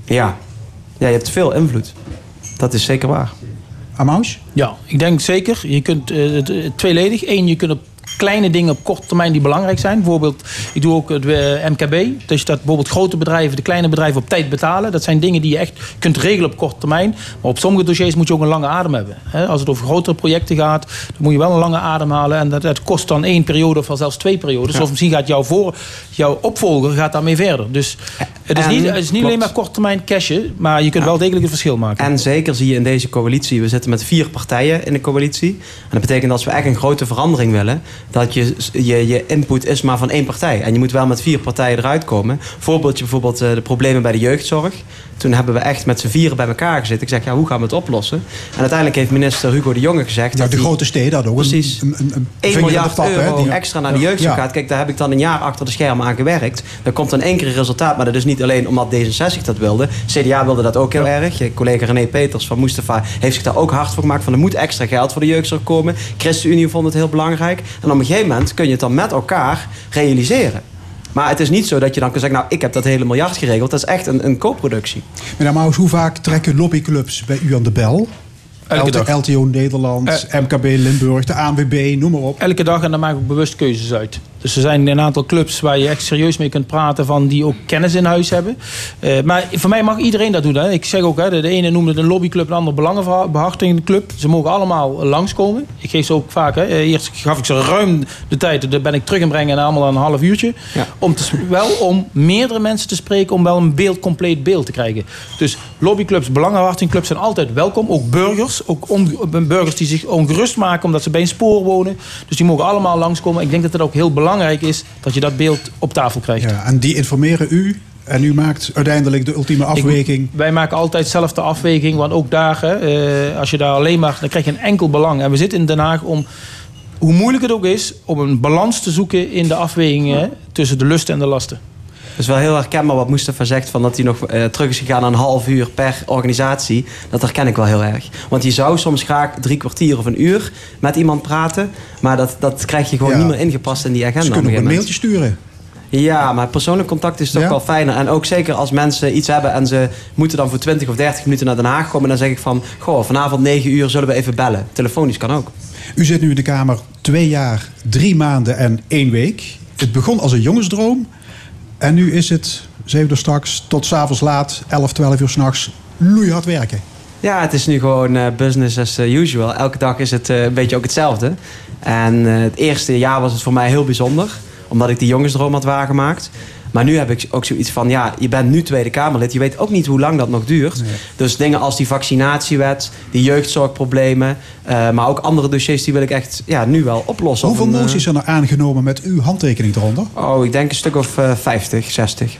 Ja. Ja, je hebt veel invloed. Dat is zeker waar. Amous? Ja, ik denk zeker. Je kunt uh, het, het tweeledig. Eén, je kunt op kleine dingen op korte termijn die belangrijk zijn. Bijvoorbeeld, ik doe ook het uh, M K B. Dus dat bijvoorbeeld grote bedrijven, de kleine bedrijven op tijd betalen. Dat zijn dingen die je echt kunt regelen op korte termijn. Maar op sommige dossiers moet je ook een lange adem hebben. He, als het over grotere projecten gaat, dan moet je wel een lange adem halen. En dat, dat kost dan één periode of wel zelfs twee periodes. Ja. Of misschien gaat jouw, voor, jouw opvolger gaat daarmee verder. Dus het is, en, niet, het is niet alleen maar korte termijn cashen, maar je kunt ja. wel degelijk een verschil maken. En zeker zie je in deze coalitie, we zitten met vier partijen in de coalitie. En dat betekent dat als we echt een grote verandering willen, dat je, je, je input is maar van één partij. En je moet wel met vier partijen eruit komen. Voorbeeldje bijvoorbeeld de problemen bij de jeugdzorg. Toen hebben we echt met z'n vieren bij elkaar gezeten. Ik zeg, ja, hoe gaan we het oplossen? En uiteindelijk heeft minister Hugo de Jonge gezegd... Ja, dat de die, grote steden hadden ook precies, een, een, een één miljard stap, euro hè, die, extra naar de jeugdzorg ja. gaat. Kijk, daar heb ik dan een jaar achter de schermen aan gewerkt. Er komt dan één keer een resultaat. Maar dat is niet alleen omdat D zesenzestig dat wilde. C D A wilde dat ook heel ja. erg. Je collega René Peters van Mustafa heeft zich daar ook hard voor gemaakt. Van er moet extra geld voor de jeugdzorg komen. ChristenUnie vond het heel belangrijk. En op een gegeven moment kun je het dan met elkaar realiseren. Maar het is niet zo dat je dan kan zeggen, nou, ik heb dat hele miljard geregeld. Dat is echt een, een co-productie. Meneer Maus, hoe vaak trekken lobbyclubs bij u aan de bel? Elke dag. L T O Nederland, uh, M K B Limburg, de A N W B, noem maar op. Elke dag, en daar maak ik bewust keuzes uit. Dus er zijn een aantal clubs waar je echt serieus mee kunt praten, van die ook kennis in huis hebben. Uh, maar voor mij mag iedereen dat doen. Hè. Ik zeg ook, hè, de ene noemde het een lobbyclub, de andere belangenbehartigende club. Ze mogen allemaal langskomen. Ik geef ze ook vaak, hè. Eerst gaf ik ze ruim de tijd, daar ben ik terug inbrengen en allemaal een half uurtje. Ja. Om te, wel om meerdere mensen te spreken, om wel een beeld, compleet beeld te krijgen. Dus lobbyclubs, belangenbehartigende clubs zijn altijd welkom. Ook burgers, ook on, burgers die zich ongerust maken omdat ze bij een spoor wonen. Dus die mogen allemaal langskomen. Ik denk dat het ook heel belangrijk belangrijk is dat je dat beeld op tafel krijgt. Ja, en die informeren u en u maakt uiteindelijk de ultieme afweging. Ik, wij maken altijd zelf de afweging, want ook daar, hè, als je daar alleen maar, dan krijg je een enkel belang. En we zitten in Den Haag om, hoe moeilijk het ook is, om een balans te zoeken in de afwegingen, hè, tussen de lusten en de lasten. Het is wel heel herkenbaar wat Mustafa zegt, van dat hij nog uh, terug is gegaan aan een half uur per organisatie. Dat herken ik wel heel erg. Want je zou soms graag drie kwartier of een uur met iemand praten. Maar dat, dat krijg je gewoon ja. niet meer ingepast in die agenda. Ze kunnen ook een mailtje sturen. Ja, maar persoonlijk contact is toch ja. wel fijner. En ook zeker als mensen iets hebben en ze moeten dan voor twintig of dertig minuten naar Den Haag komen. Dan zeg ik van, goh, vanavond negen uur zullen we even bellen. Telefonisch kan ook. U zit nu in de Kamer twee jaar, drie maanden en één week. Het begon als een jongensdroom. En nu is het, zeven uur straks, tot 's avonds laat, elf, twaalf uur 's nachts, loeihard werken. Ja, het is nu gewoon uh, business as usual. Elke dag is het uh, een beetje ook hetzelfde. En uh, het eerste jaar was het voor mij heel bijzonder. Omdat ik die jongensdroom had waargemaakt. Maar nu heb ik ook zoiets van, ja, je bent nu Tweede Kamerlid. Je weet ook niet hoe lang dat nog duurt. Nee. Dus dingen als die vaccinatiewet, die jeugdzorgproblemen. Uh, maar ook andere dossiers, die wil ik echt ja, nu wel oplossen. Hoeveel een, moties zijn er aangenomen met uw handtekening eronder? Oh, ik denk een stuk of uh, vijftig, zestig.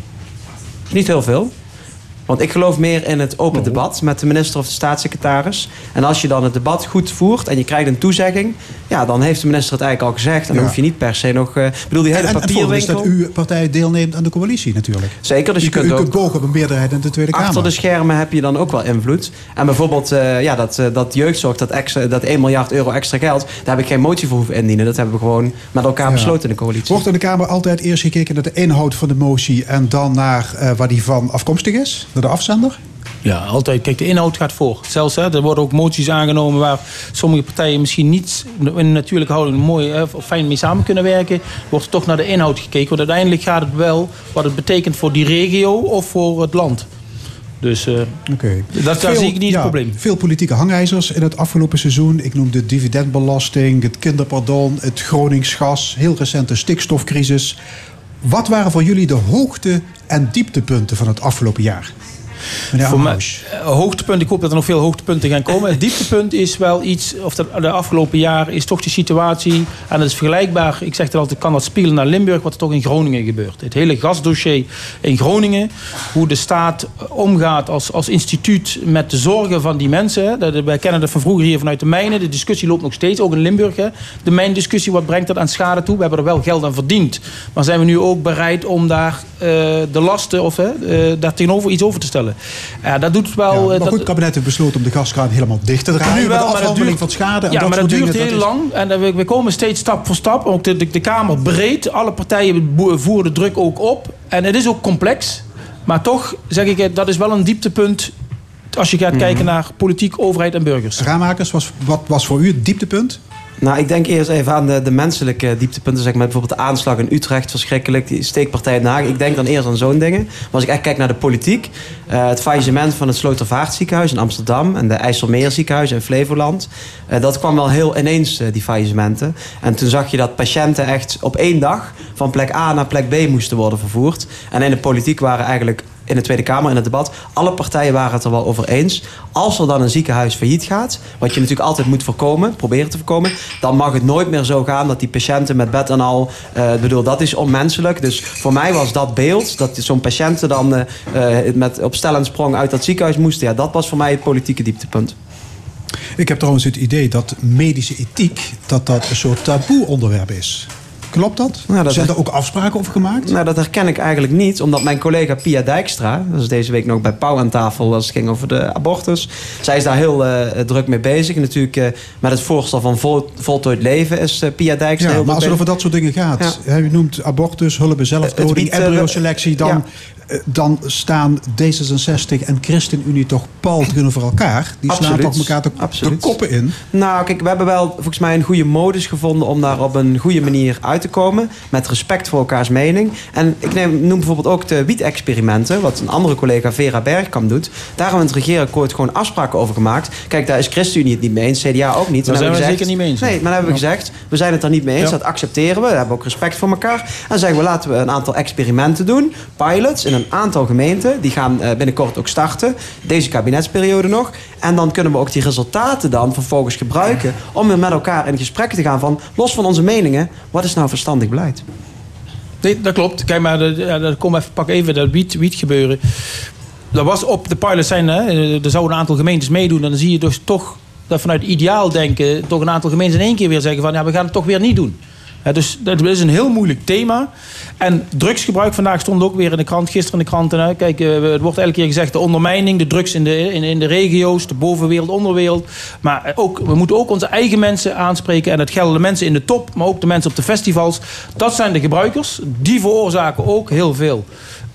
Niet heel veel. Want ik geloof meer in het open debat met de minister of de staatssecretaris. En als je dan het debat goed voert en je krijgt een toezegging, ja, dan heeft de minister het eigenlijk al gezegd. En dan ja. hoef je niet per se nog... Uh, bedoel, die hele en, papierwinkel... En het voordeel is dat uw partij deelneemt aan de coalitie natuurlijk. Zeker, dus je, je kunt u ook... kunt bogen op een meerderheid in de Tweede Kamer. Achter de schermen heb je dan ook wel invloed. En bijvoorbeeld uh, ja, dat, uh, dat jeugdzorg, dat, extra, dat één miljard euro extra geld, daar heb ik geen motie voor hoeven indienen. Dat hebben we gewoon met elkaar ja. besloten in de coalitie. Wordt in de Kamer altijd eerst gekeken naar de inhoud van de motie en dan naar uh, waar die van afkomstig is? Naar de afzender? Ja, altijd. Kijk, de inhoud gaat voor. Zelfs, hè, er worden ook moties aangenomen waar sommige partijen misschien niet in een natuurlijke houding mooi hè, of fijn mee samen kunnen werken. Wordt toch naar de inhoud gekeken. Want uiteindelijk gaat het wel wat het betekent voor die regio of voor het land. Dus uh, okay. dat, daar veel, zie ik niet ja, het probleem. Veel politieke hangijzers in het afgelopen seizoen. Ik noem de dividendbelasting, het kinderpardon, het Gronings gas, heel recente stikstofcrisis. Wat waren voor jullie de hoogte- en dieptepunten van het afgelopen jaar? Voor mij, uh, hoogtepunt, ik hoop dat er nog veel hoogtepunten gaan komen. Het dieptepunt is wel iets, of de, de afgelopen jaar is toch de situatie, en dat is vergelijkbaar, ik zeg het altijd, kan dat spelen naar Limburg, wat er toch in Groningen gebeurt. Het hele gasdossier in Groningen, hoe de staat omgaat als, als instituut met de zorgen van die mensen. Hè. Wij kennen dat van vroeger hier vanuit de mijnen, de discussie loopt nog steeds, ook in Limburg. Hè. De mijndiscussie, wat brengt dat aan schade toe? We hebben er wel geld aan verdiend, maar zijn we nu ook bereid om daar uh, de lasten, of uh, daar tegenover iets over te stellen? Ja, dat doet wel. Ja, maar dat, goed, het kabinet heeft besloten om de gaskraan helemaal dicht te draaien. Nu wel, met de maar dat duurt, van schade. En ja, dat maar dat duurt dingen, heel dat lang. En we, we komen steeds stap voor stap. Ook de, de, de Kamer breed. Alle partijen voeren de druk ook op. En het is ook complex. Maar toch zeg ik, dat is wel een dieptepunt als je gaat mm-hmm. kijken naar politiek, overheid en burgers. Ramakers, was, wat was voor u het dieptepunt? Nou, ik denk eerst even aan de, de menselijke dieptepunten. Zeg maar bijvoorbeeld de aanslag in Utrecht, verschrikkelijk. Die steekpartij in Den Haag. Ik denk dan eerst aan zo'n dingen. Maar als ik echt kijk naar de politiek. Uh, het faillissement van het Slotervaartziekenhuis in Amsterdam. En de IJsselmeerziekenhuis in Flevoland. Uh, dat kwam wel heel ineens, uh, die faillissementen. En toen zag je dat patiënten echt op één dag van plek A naar plek B moesten worden vervoerd. En in de politiek waren eigenlijk in de Tweede Kamer, in het debat, alle partijen waren het er wel over eens. Als er dan een ziekenhuis failliet gaat, wat je natuurlijk altijd moet voorkomen, proberen te voorkomen, dan mag het nooit meer zo gaan dat die patiënten met bed en al, uh, bedoel, dat is onmenselijk. Dus voor mij was dat beeld, dat zo'n patiënten dan uh, met, op stel en sprong uit dat ziekenhuis moesten, ja, dat was voor mij het politieke dieptepunt. Ik heb trouwens het idee dat medische ethiek, dat dat een soort taboe onderwerp is. Klopt dat? Nou, dat Zijn er ook afspraken over gemaakt? Nou, dat herken ik eigenlijk niet. Omdat mijn collega Pia Dijkstra, dat is deze week nog bij Pauw aan tafel als het ging over de abortus. Zij is daar heel uh, druk mee bezig. En natuurlijk uh, met het voorstel van vol, voltooid leven is uh, Pia Dijkstra ja, heel maar als het over dat soort dingen gaat. Ja. Je noemt abortus, hulp bij zelfdoding, uh, embryoselectie. Dan, ja. uh, dan staan D zesenzestig en ChristenUnie toch pal tegenover elkaar. Die Absoluut. slaan toch elkaar de, de koppen in. Nou, kijk, we hebben wel volgens mij een goede modus gevonden om daar op een goede manier uit te komen. Met respect voor elkaars mening. En ik neem, noem bijvoorbeeld ook de wiet-experimenten. Wat een andere collega Vera Bergkamp doet. Daar hebben we in het regeerakkoord gewoon afspraken over gemaakt. Kijk, daar is ChristenUnie het niet mee eens. C D A ook niet. Daar zijn we gezegd, zeker niet mee eens. Nee, maar dan hebben we ja. gezegd, we zijn het er niet mee eens. Ja. Dat accepteren we. We hebben ook respect voor elkaar. En dan zeggen we, laten we een aantal experimenten doen. Pilots in een aantal gemeenten. Die gaan uh, binnenkort ook starten. Deze kabinetsperiode nog. En dan kunnen we ook die resultaten dan vervolgens gebruiken. Om weer met elkaar in gesprek te gaan van, los van onze meningen, wat is nou verstandig beleid? Nee, dat klopt. Kijk maar, ja, dat kom even, pak even dat wiet, wiet gebeuren. Dat was op de pilot zijn, hè, er zouden een aantal gemeentes meedoen. En dan zie je dus toch dat vanuit ideaal denken toch een aantal gemeentes in één keer weer zeggen van, ja, we gaan het toch weer niet doen. Ja, dus dat is een heel moeilijk thema. En drugsgebruik, vandaag stond ook weer in de krant, gisteren in de kranten. Hè. Kijk, het wordt elke keer gezegd, de ondermijning, de drugs in de, in, in de regio's, de bovenwereld, onderwereld. Maar ook, we moeten ook onze eigen mensen aanspreken. En dat gelden de mensen in de top, maar ook de mensen op de festivals. Dat zijn de gebruikers. Die veroorzaken ook heel veel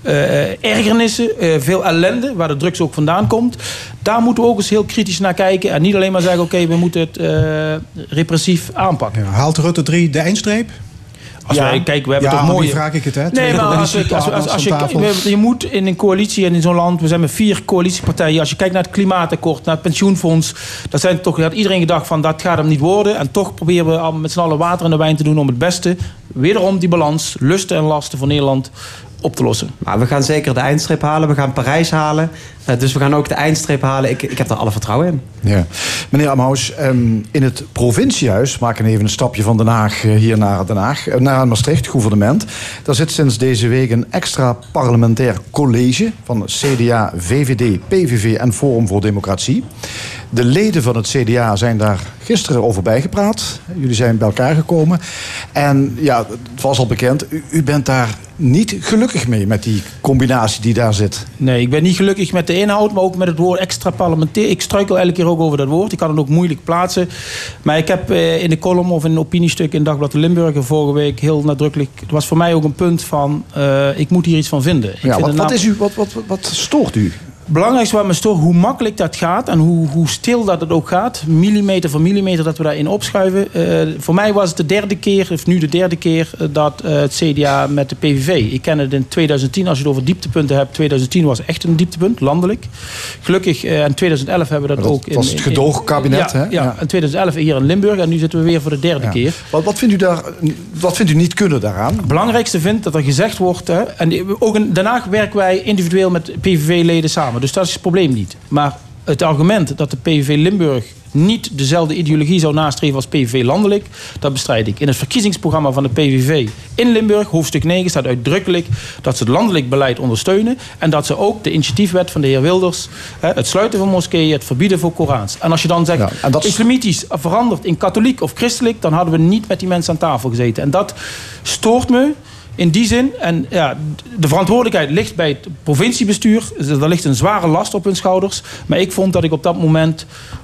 Uh, ergernissen, uh, veel ellende, waar de drugs ook vandaan komt. Daar moeten we ook eens heel kritisch naar kijken. En niet alleen maar zeggen, oké, okay, we moeten het uh, repressief aanpakken. Ja, haalt Rutte drie de eindstreep? Als ja. wij, kijk, we hebben ja, toch mooie... vraag ik het, hè? Nee, maar als, ik, als, als, als je, je moet in een coalitie en in zo'n land, we zijn met vier coalitiepartijen. Als je kijkt naar het klimaatakkoord, naar het pensioenfonds, daar zijn toch, had iedereen gedacht van, dat gaat hem niet worden. En toch proberen we met z'n allen water in de wijn te doen om het beste, wederom die balans, lusten en lasten voor Nederland op te lossen. Maar we gaan zeker de eindstreep halen. We gaan Parijs halen. Uh, dus we gaan ook de eindstreep halen. Ik, ik heb er alle vertrouwen in. Ja. Meneer Amhaus, um, in het provinciehuis, we maken even een stapje van Den Haag uh, hier naar Den Haag, uh, naar Maastricht, gouvernement. Daar zit sinds deze week een extra parlementair college van C D A, V V D, P V V en Forum voor Democratie. De leden van het C D A zijn daar gisteren over bijgepraat. Jullie zijn bij elkaar gekomen. En ja, het was al bekend, u, u bent daar niet gelukkig mee met die combinatie die daar zit. Nee, ik ben niet gelukkig met de inhoud, maar ook met het woord extra parlementair. Ik struikel elke keer ook over dat woord. Ik kan het ook moeilijk plaatsen. Maar ik heb eh, in de column of in een opiniestuk in Dagblad de Limburger vorige week heel nadrukkelijk... Het was voor mij ook een punt van, uh, ik moet hier iets van vinden. Ik ja, vind wat, wat, is u, wat, wat, wat stoort u? Het belangrijkste wat me stoort, hoe makkelijk dat gaat en hoe, hoe stil dat het ook gaat. Millimeter voor millimeter dat we daarin opschuiven. Uh, voor mij was het de derde keer, of nu de derde keer, uh, dat uh, het C D A met de P V V. Ik ken het in twintig tien, als je het over dieptepunten hebt. twintig tien was echt een dieptepunt, landelijk. Gelukkig, uh, in twintig elf hebben we dat, dat ook... Dat was in, het gedoogkabinet, ja, hè? Ja, ja, in twintig elf hier in Limburg en nu zitten we weer voor de derde ja. keer. Wat, wat, vindt u daar, wat vindt u niet kunnen daaraan? Het belangrijkste vindt dat er gezegd wordt... Hè, en ook in, daarna werken wij individueel met P V V-leden samen. Dus dat is het probleem niet. Maar het argument dat de P V V Limburg niet dezelfde ideologie zou nastreven als P V V landelijk, dat bestrijd ik. In het verkiezingsprogramma van de P V V in Limburg, hoofdstuk negen, staat uitdrukkelijk dat ze het landelijk beleid ondersteunen en dat ze ook de initiatiefwet van de heer Wilders, het sluiten van moskeeën, het verbieden van Korans. En als je dan zegt, ja, en dat islamitisch verandert in katholiek of christelijk, dan hadden we niet met die mensen aan tafel gezeten. En dat stoort me. In die zin, en ja, de verantwoordelijkheid ligt bij het provinciebestuur. Er ligt een zware last op hun schouders. Maar ik vond dat ik op dat moment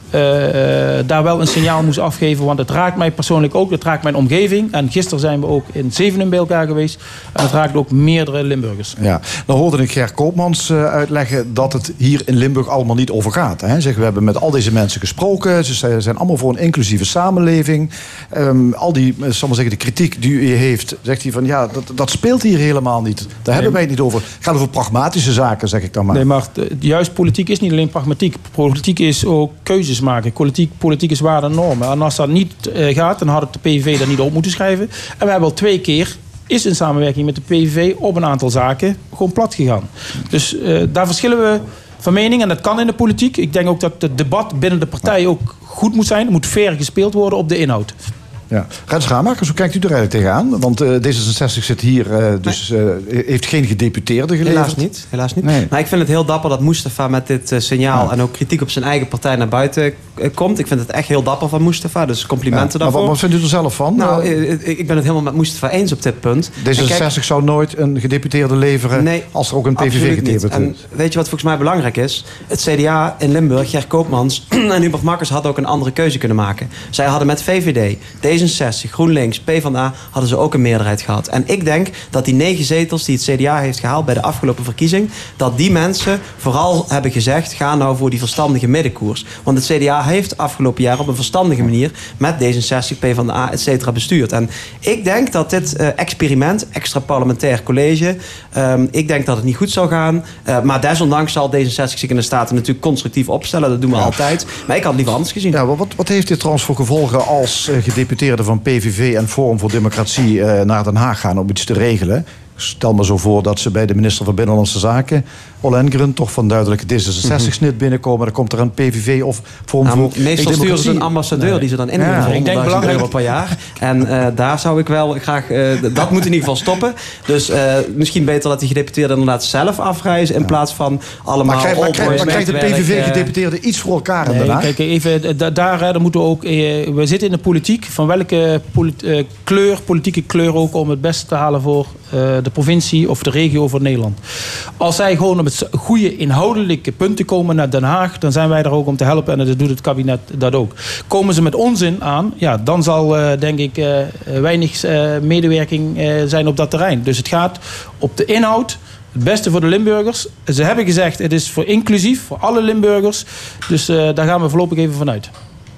uh, daar wel een signaal moest afgeven. Want het raakt mij persoonlijk ook, het raakt mijn omgeving. En gisteren zijn we ook in Zevenum bij elkaar geweest. En het raakt ook meerdere Limburgers. Ja, dan hoorde ik Ger Koopmans uh, uitleggen dat het hier in Limburg allemaal niet over gaat. Hè? Zeg, we hebben met al deze mensen gesproken. Ze zijn allemaal voor een inclusieve samenleving. Um, al die, uh, zal maar zeggen, de kritiek die u heeft, zegt hij van ja, dat, dat speelt hier helemaal niet. Daar nee. hebben wij het niet over. Het gaat over pragmatische zaken, zeg ik dan maar. Nee, maar juist politiek is niet alleen pragmatiek. Politiek is ook keuzes maken. Politiek, politiek is waarden en normen. En als dat niet uh, gaat, dan had het de P V V dat niet op moeten schrijven. En we hebben al twee keer, is in samenwerking met de P V V op een aantal zaken gewoon plat gegaan. Dus uh, daar verschillen we van mening. En dat kan in de politiek. Ik denk ook dat het debat binnen de partij ook goed moet zijn. Er moet fair gespeeld worden op de inhoud. Ja. Rens Schaamakers, hoe kijkt u er eigenlijk tegenaan? Want uh, D zesenzestig zit hier, uh, dus uh, heeft geen gedeputeerde geleverd. Helaas niet. Helaas niet. Nee. Maar ik vind het heel dapper dat Mustafa met dit uh, signaal ja. en ook kritiek op zijn eigen partij naar buiten uh, komt. Ik vind het echt heel dapper van Mustafa, dus complimenten ja. daarvoor. Maar wat, wat vindt u er zelf van? Nou, uh, ik ben het helemaal met Mustafa eens op dit punt. D zesenzestig kijk, zou nooit een gedeputeerde leveren nee, als er ook een P V V-gedeputeerde is. En weet je wat volgens mij belangrijk is? Het C D A in Limburg, Ger Koopmans en Hubert Makkers hadden ook een andere keuze kunnen maken. Zij hadden met V V D, D zesenzestig, GroenLinks, Links, PvdA hadden ze ook een meerderheid gehad. En ik denk dat die negen zetels die het C D A heeft gehaald bij de afgelopen verkiezing, dat die mensen vooral hebben gezegd, ga nou voor die verstandige middenkoers. Want het C D A heeft afgelopen jaar op een verstandige manier met D zesenzestig, PvdA, et cetera bestuurd. En ik denk dat dit uh, experiment, extra parlementair college, um, ik denk dat het niet goed zal gaan. Uh, maar desondanks zal D zesenzestig zich in de Staten natuurlijk constructief opstellen. Dat doen we ja. altijd. Maar ik had het liever anders gezien. Ja, wat, wat heeft dit trouwens voor gevolgen als uh, gedeputeerde van P V V en Forum voor Democratie uh, naar Den Haag gaan om iets te regelen? Stel me zo voor dat ze bij de minister van Binnenlandse Zaken, Ollengren, toch van duidelijke D zesenzestig-snit binnenkomen. Dan komt er een P V V of Forum nou, voor meestal sturen ze een ambassadeur nee. die ze dan in ja. Ik denk belangrijk euro per jaar. En uh, daar zou ik wel graag... Uh, dat moet in ieder geval stoppen. Dus uh, misschien beter dat die gedeputeerden inderdaad zelf afreizen in ja. plaats van allemaal... Maar krijgt, maar krijgt, maar krijgt de P V V-gedeputeerden iets voor elkaar nee, in Den Haag? Kijk, even, da, daar daar moeten we ook... Uh, we zitten in de politiek. Van welke polit, uh, kleur, politieke kleur ook, om het beste te halen voor uh, de provincie of de regio voor Nederland. Als zij gewoon met goede inhoudelijke punten komen naar Den Haag, dan zijn wij er ook om te helpen en dat doet het kabinet dat ook. Komen ze met onzin aan, ja, dan zal uh, denk ik uh, weinig uh, medewerking uh, zijn op dat terrein. Dus het gaat op de inhoud. Het beste voor de Limburgers. Ze hebben gezegd, het is voor inclusief, voor alle Limburgers. Dus uh, daar gaan we voorlopig even vanuit.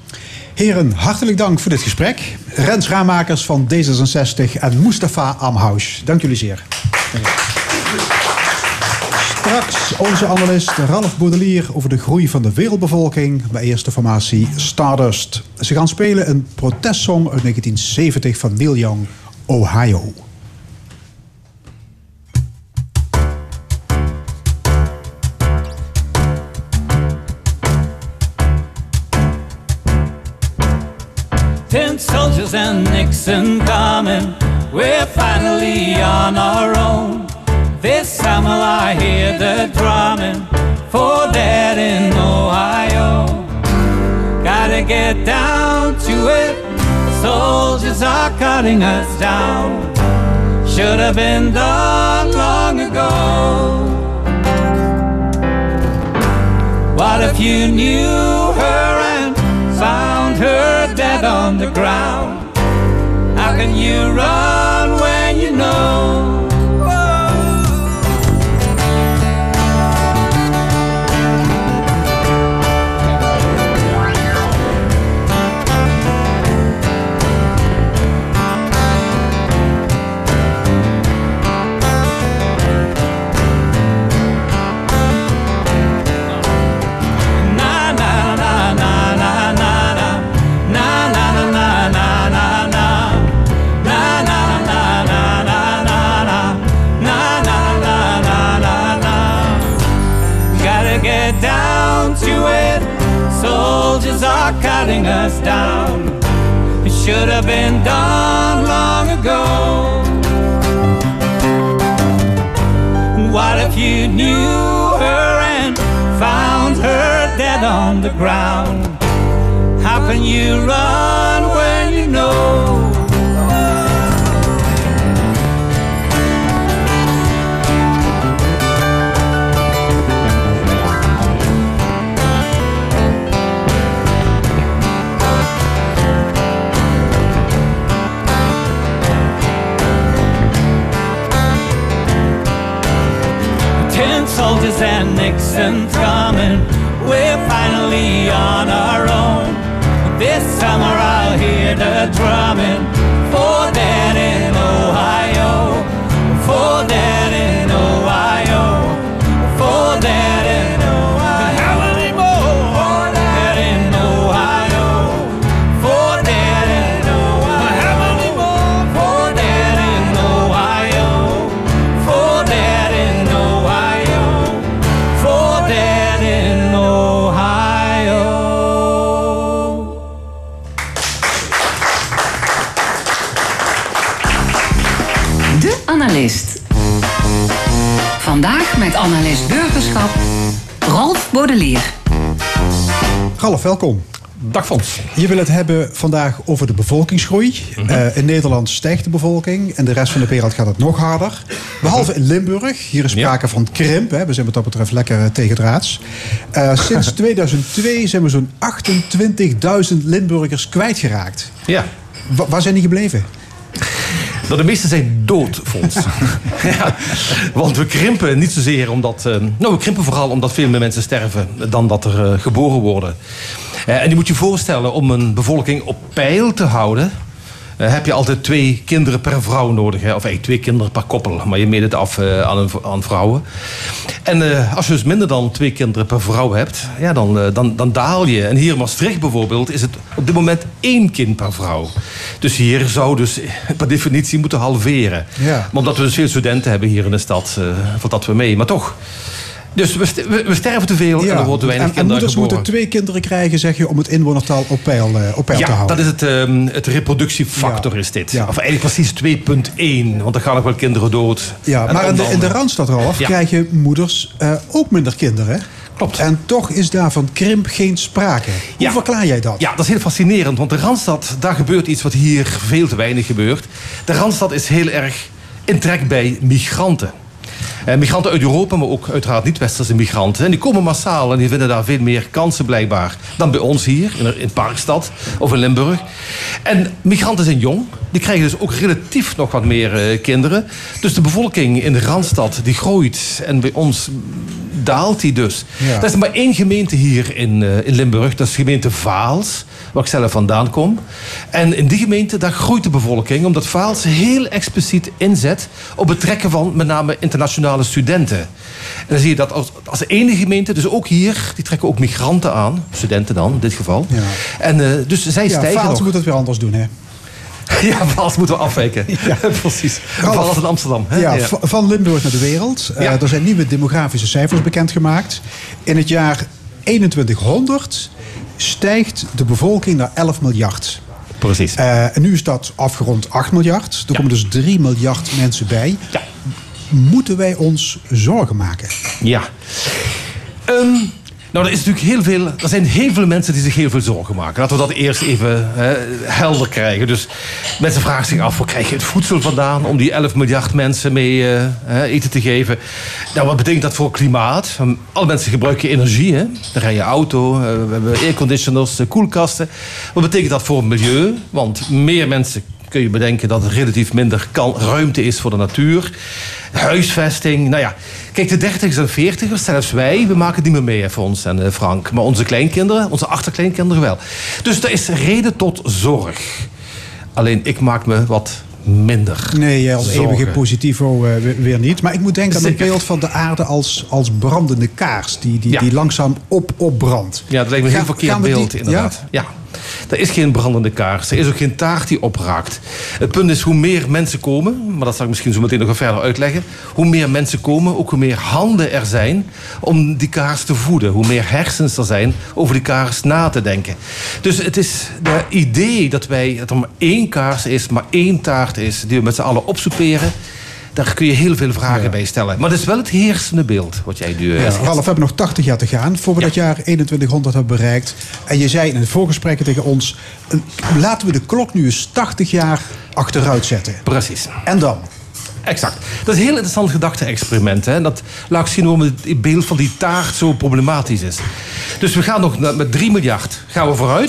Heren, hartelijk dank voor dit gesprek. Rens Schaamakers van D zesenzestig en Mustafa Amhaush. Dank jullie zeer. Straks onze analist Ralf Baudelier over de groei van de wereldbevolking bij eerste formatie Stardust. Ze gaan spelen een protestsong uit negentien zeventig van Neil Young, Ohio. Ten soldiers and Nixon coming, we're finally on our own. This summer I hear the drumming for that in Ohio. Gotta get down to it, the soldiers are cutting us down. Should have been done long ago. What if you knew her and found her dead on the ground? How can you run when you know? Soldiers are cutting us down. It should have been done long ago. What if you knew her and found her dead on the ground? How can you run when you know? and Nixon's coming. We're finally on our own. This summer I'll hear the drumming. For that in Ohio. For that in Ohio. For that in Ohio. How many more? For that in Ohio. For that in Ohio. How many more? For that in Ohio. For that in Ohio. For that in Ohio. De Analist. Vandaag met analist burgerschap Rolf Baudelier. Ralf, welkom. Dag Fons. Je wil het hebben vandaag over de bevolkingsgroei. Mm-hmm. Uh, in Nederland stijgt de bevolking. In de rest van de wereld gaat het nog harder. Behalve in Limburg. Hier is sprake ja. van krimp. Hè. We zijn wat dat betreft lekker uh, tegendraads. Uh, sinds tweeduizend twee zijn we zo'n achtentwintigduizend Limburgers kwijtgeraakt. Ja. Wa- waar zijn die gebleven? Nou, de meeste zijn dood, Fons. Ja, want we krimpen niet zozeer omdat... Uh, nou, we krimpen vooral omdat veel meer mensen sterven dan dat er uh, geboren worden. Uh, en je moet je voorstellen, om een bevolking op peil te houden... Uh, heb je altijd twee kinderen per vrouw nodig. Hè? Of eigenlijk twee kinderen per koppel. Maar je meet het af uh, aan, een, aan vrouwen. En uh, als je dus minder dan twee kinderen per vrouw hebt... Ja, dan, uh, dan, dan daal je. En hier in Maastricht bijvoorbeeld is het op dit moment één kind per vrouw. Dus hier zou dus per definitie moeten halveren. Ja. Maar omdat we dus veel studenten hebben hier in de stad... Uh, valt dat weer mee. Maar toch... Dus we, st- we sterven te veel Ja. en er worden weinig en, kinderen en moeders geboren. moeten twee kinderen krijgen, zeg je, om het inwonertal op peil, uh, op peil Ja, te houden. dat is het, um, het reproductiefactor Ja. is dit. Ja. Of eigenlijk precies twee punt één. Want er gaan ook wel kinderen dood. Ja, En maar in de, dan- in de Randstad, Ralf, Ja. krijgen moeders uh, ook minder kinderen. Klopt. En toch is daar van krimp geen sprake. Hoe Ja. verklaar jij dat? Ja, dat is heel fascinerend. Want de Randstad, daar gebeurt iets wat hier veel te weinig gebeurt. De Randstad is heel erg in trek bij migranten. Eh, migranten uit Europa, maar ook uiteraard niet-westerse migranten. En die komen massaal en die vinden daar veel meer kansen blijkbaar dan bij ons hier in, in Parkstad of in Limburg. En migranten zijn jong. Die krijgen dus ook relatief nog wat meer eh, kinderen. Dus de bevolking in de Randstad die groeit en bij ons daalt die dus. Ja. Er is maar één gemeente hier in, uh, in Limburg. Dat is de gemeente Vaals, waar ik zelf vandaan kom. En in die gemeente, daar groeit de bevolking... omdat Vaals heel expliciet inzet... op het trekken van met name internationale studenten. En dan zie je dat als, als de enige gemeente... dus ook hier, die trekken ook migranten aan. Studenten dan, in dit geval. Ja. En uh, dus zij Ja, stijgen Vaals nog. moet het weer anders doen, hè? Ja, Vaals moeten we afwijken. Ja. Precies. Ralf. Vaals in Amsterdam. Hè? Ja, Ja. v- van Limburg naar de wereld. Uh, Ja. er zijn nieuwe demografische cijfers bekendgemaakt. In het jaar eenentwintighonderd stijgt de bevolking naar elf miljard. Precies. Uh, en nu is dat afgerond acht miljard. Er Ja. komen dus drie miljard mensen bij. Ja. Moeten wij ons zorgen maken? Ja. Um, nou, er, is natuurlijk heel veel, er zijn heel veel mensen die zich heel veel zorgen maken. Laten we dat eerst even hè, helder krijgen. Dus mensen vragen zich af, waar krijg je het voedsel vandaan... om die elf miljard mensen mee uh, eten te geven? Nou, wat betekent dat voor het klimaat? Alle mensen gebruiken energie. Hè? Dan rij je auto, uh, we hebben airconditioners, uh, koelkasten. Wat betekent dat voor het milieu? Want meer mensen... kun je bedenken dat er relatief minder kan, ruimte is voor de natuur. Huisvesting, nou ja. Kijk, de dertigers en veertigers, zelfs wij, we maken het niet meer mee, hè, Fons en uh, Frank. Maar onze kleinkinderen, onze achterkleinkinderen wel. Dus er is reden tot zorg. Alleen, ik maak me wat minder Nee, jij als zorgen. eeuwige positivo uh, weer, weer niet. Maar ik moet denken aan het Zeker. beeld van de aarde als, als brandende kaars. Die, die, Ja. die langzaam op, opbrandt. Ja, dat lijkt me een heel Gaan- verkeerd gaan we beeld, die- inderdaad. Ja. Er is geen brandende kaars. Er is ook geen taart die opraakt. Het punt is, hoe meer mensen komen... maar dat zal ik misschien zo meteen nog verder uitleggen... hoe meer mensen komen, ook hoe meer handen er zijn... om die kaars te voeden. Hoe meer hersens er zijn over die kaars na te denken. Dus het is het idee dat, wij, dat er maar één kaars is... maar één taart is, die we met z'n allen opsoeperen... daar kun je heel veel vragen Ja. bij stellen. Maar dat is wel het heersende beeld, wat jij nu... eh, Ja, zegt. Ralf, we hebben nog tachtig jaar te gaan voor we Ja. dat jaar eenentwintighonderd hebben bereikt. En je zei in het voorgesprek tegen ons... eh, laten we de klok nu eens tachtig jaar achteruit zetten. Precies. En dan? Exact. Dat is een heel interessant gedachte-experiment. Hè? Dat laat ik zien waarom het beeld van die taart zo problematisch is. Dus we gaan nog met drie miljard gaan we vooruit.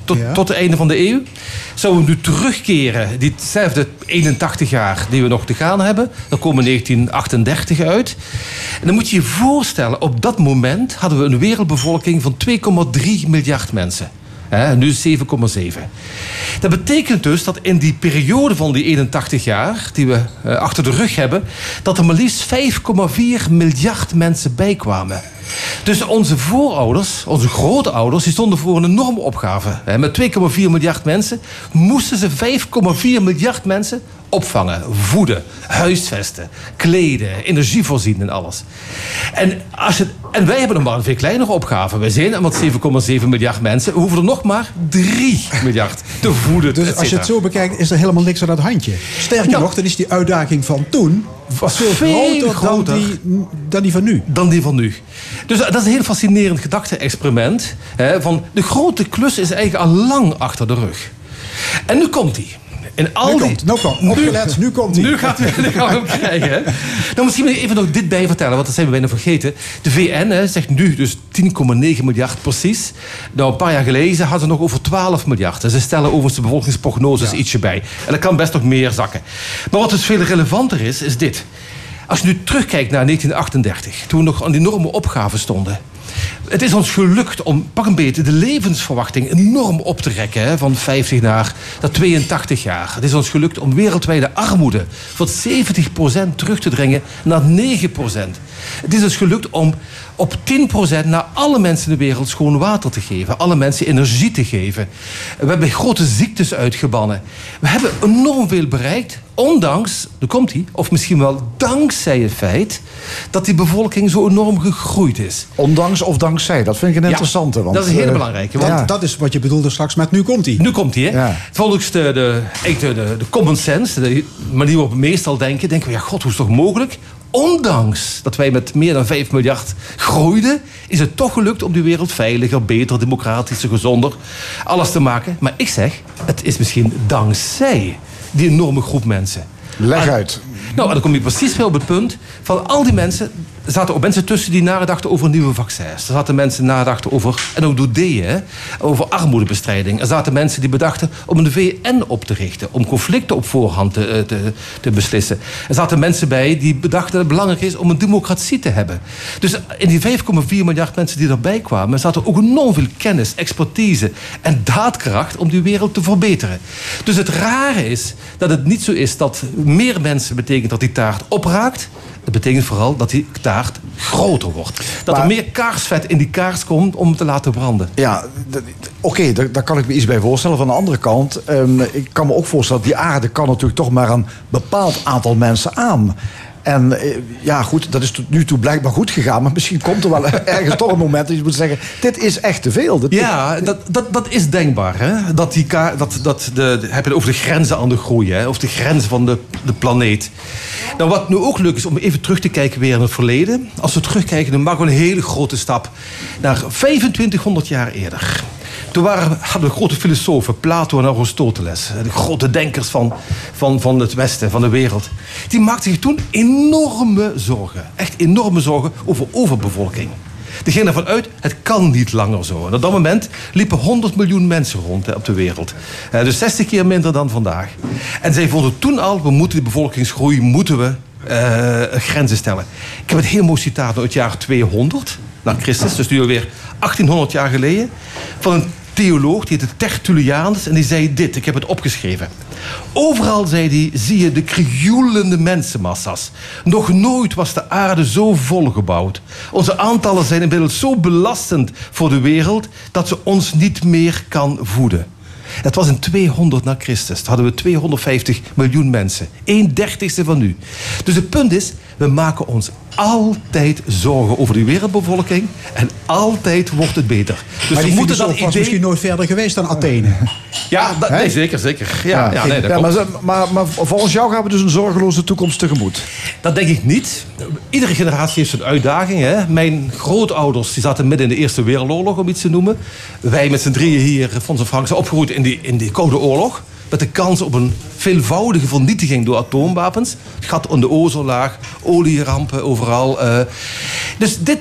tot, Ja. tot het einde van de eeuw. Zouden we nu terugkeren, diezelfde eenentachtig jaar die we nog te gaan hebben, dan komen we negentien achtendertig uit. En dan moet je je voorstellen, op dat moment hadden we een wereldbevolking van twee komma drie miljard mensen. He, nu zeven komma zeven. Dat betekent dus dat in die periode van die eenentachtig jaar, die we uh, achter de rug hebben, dat er maar liefst vijf komma vier miljard mensen bijkwamen. Dus onze voorouders, onze grootouders, die stonden voor een enorme opgave. He, met twee komma vier miljard mensen moesten ze vijf komma vier miljard mensen opvangen, voeden, huisvesten, kleden, energie voorzien en alles. En, als je, en wij hebben nog maar een veel kleinere opgave. Wij zijn met zeven komma zeven miljard mensen. We hoeven er nog maar drie miljard te voeden. Dus als je het zo bekijkt, is er helemaal niks aan dat handje. Sterker Ja. nog, dan is die uitdaging van toen Was veel, veel groter, groter. Dan, die, dan die van nu. Dan die van nu. Dus dat is een heel fascinerend gedachte-experiment. Hè, van de grote klus is eigenlijk al lang achter de rug. En nu komt die. En al Nu die, komt, nou komt, opgelet, nu komt hij. Nu gaat hij, nu gaan we hem krijgen. Hè. Nou, misschien moet ik even nog dit bij vertellen, want dat zijn we bijna vergeten. De V N hè, zegt nu dus tien komma negen miljard precies. Nou, een paar jaar geleden hadden ze nog over twaalf miljard. En ze stellen overigens de bevolkingsprognoses ja. ietsje bij. En dat kan best nog meer zakken. Maar wat dus veel relevanter is, is dit. Als je nu terugkijkt naar negentien achtendertig, toen we nog aan die enorme opgave stonden. Het is ons gelukt om pak een beetje de levensverwachting enorm op te rekken. Hè, van vijftig naar, naar tweeëntachtig jaar. Het is ons gelukt om wereldwijde armoede van zeventig procent terug te dringen naar negen procent. Het is ons gelukt om op tien procent naar alle mensen in de wereld schoon water te geven. Alle mensen energie te geven. We hebben grote ziektes uitgebannen. We hebben enorm veel bereikt. Ondanks, daar komt hij, of misschien wel dankzij het feit dat die bevolking zo enorm gegroeid is. Ondanks of dankzij, dat vind ik een interessante. Want, dat is een hele uh, belangrijke. Want ja. dat is wat je bedoelde straks met nu komt hij. Nu komt hij, hè? Ja. Volgens de, de, de, de, de common sense, de manier waarop we meestal denken, denken we, ja god, hoe is het toch mogelijk? Ondanks dat wij met meer dan vijf miljard groeiden, is het toch gelukt om die wereld veiliger, beter, democratischer, gezonder, alles te maken. Maar ik zeg, het is misschien dankzij die enorme groep mensen. Leg uit. Nou, dan kom je precies weer op het punt van al die mensen. Er zaten ook mensen tussen die nadachten over nieuwe vaccins. Er zaten mensen die nadachten over, en ook door D, hè, over armoedebestrijding. Er zaten mensen die bedachten om een V N op te richten. Om conflicten op voorhand te, te, te beslissen. Er zaten mensen bij die bedachten dat het belangrijk is om een democratie te hebben. Dus in die vijf komma vier miljard mensen die erbij kwamen, zaten ook enorm veel kennis, expertise en daadkracht om die wereld te verbeteren. Dus het rare is dat het niet zo is dat meer mensen betekent dat die taart opraakt. Dat betekent vooral dat die taart groter wordt. Dat Maar- er meer kaarsvet in die kaars komt om te laten branden. Ja, d- d- oké, daar, daar kan ik me iets bij voorstellen. Van de andere kant, um, ik kan me ook voorstellen... die aarde kan natuurlijk toch maar een bepaald aantal mensen aan. En eh, ja, goed, dat is tot nu toe blijkbaar goed gegaan. Maar misschien komt er wel ergens toch een moment dat je moet zeggen... dit is echt te veel. Dit, Ja, dat, dat, dat is denkbaar. Hè? Dat die ka- dat, dat de, de- heb je het over de grenzen aan de groei. Hè? Of de grenzen van de, de planeet. Nou, wat nu ook leuk is om even terug te kijken weer in het verleden. Als we terugkijken, dan maken we een hele grote stap naar vijfentwintighonderd jaar eerder. Toen waren, hadden we grote filosofen, Plato en Aristoteles. De grote denkers van, van, van het Westen, van de wereld. Die maakten zich toen enorme zorgen. Echt enorme zorgen over overbevolking. Die gingen ervan uit, het kan niet langer zo. En op dat moment liepen honderd miljoen mensen rond hè, op de wereld. Eh, dus zestig keer minder dan vandaag. En zij vonden toen al, we moeten die bevolkingsgroei, moeten we uh, grenzen stellen. Ik heb een heel mooi citaat uit het jaar tweehonderd na Christus. Dus nu alweer achttienhonderd jaar geleden. Van een theoloog, die heette Tertullianus. En die zei dit, ik heb het opgeschreven. Overal, zei hij, zie je de krioelende mensenmassa's. Nog nooit was de aarde zo volgebouwd. Onze aantallen zijn inmiddels zo belastend voor de wereld... dat ze ons niet meer kan voeden. Het was in tweehonderd na Christus. Toen hadden we tweehonderdvijftig miljoen mensen. Een dertigste van nu. Dus het punt is, we maken ons altijd zorgen over die wereldbevolking. En altijd wordt het beter. Dus Maar we die moeten filosoof dat was idee... misschien nooit verder geweest dan Athene. Ja, dat, nee, zeker, zeker. Ja, ja, nee, dat, Ja, klopt. maar, maar, maar volgens jou gaan we dus een zorgeloze toekomst tegemoet. Dat denk ik niet. Iedere generatie heeft zijn uitdaging. Hè? Mijn grootouders die zaten midden in de Eerste Wereldoorlog, om iets te noemen. Wij met z'n drieën hier, Frans en Frank, zijn opgegroeid in die, in die Koude Oorlog. Met de kans op een veelvoudige vernietiging door atoomwapens. Het gat onder de ozonlaag, olierampen overal. Uh, dus dit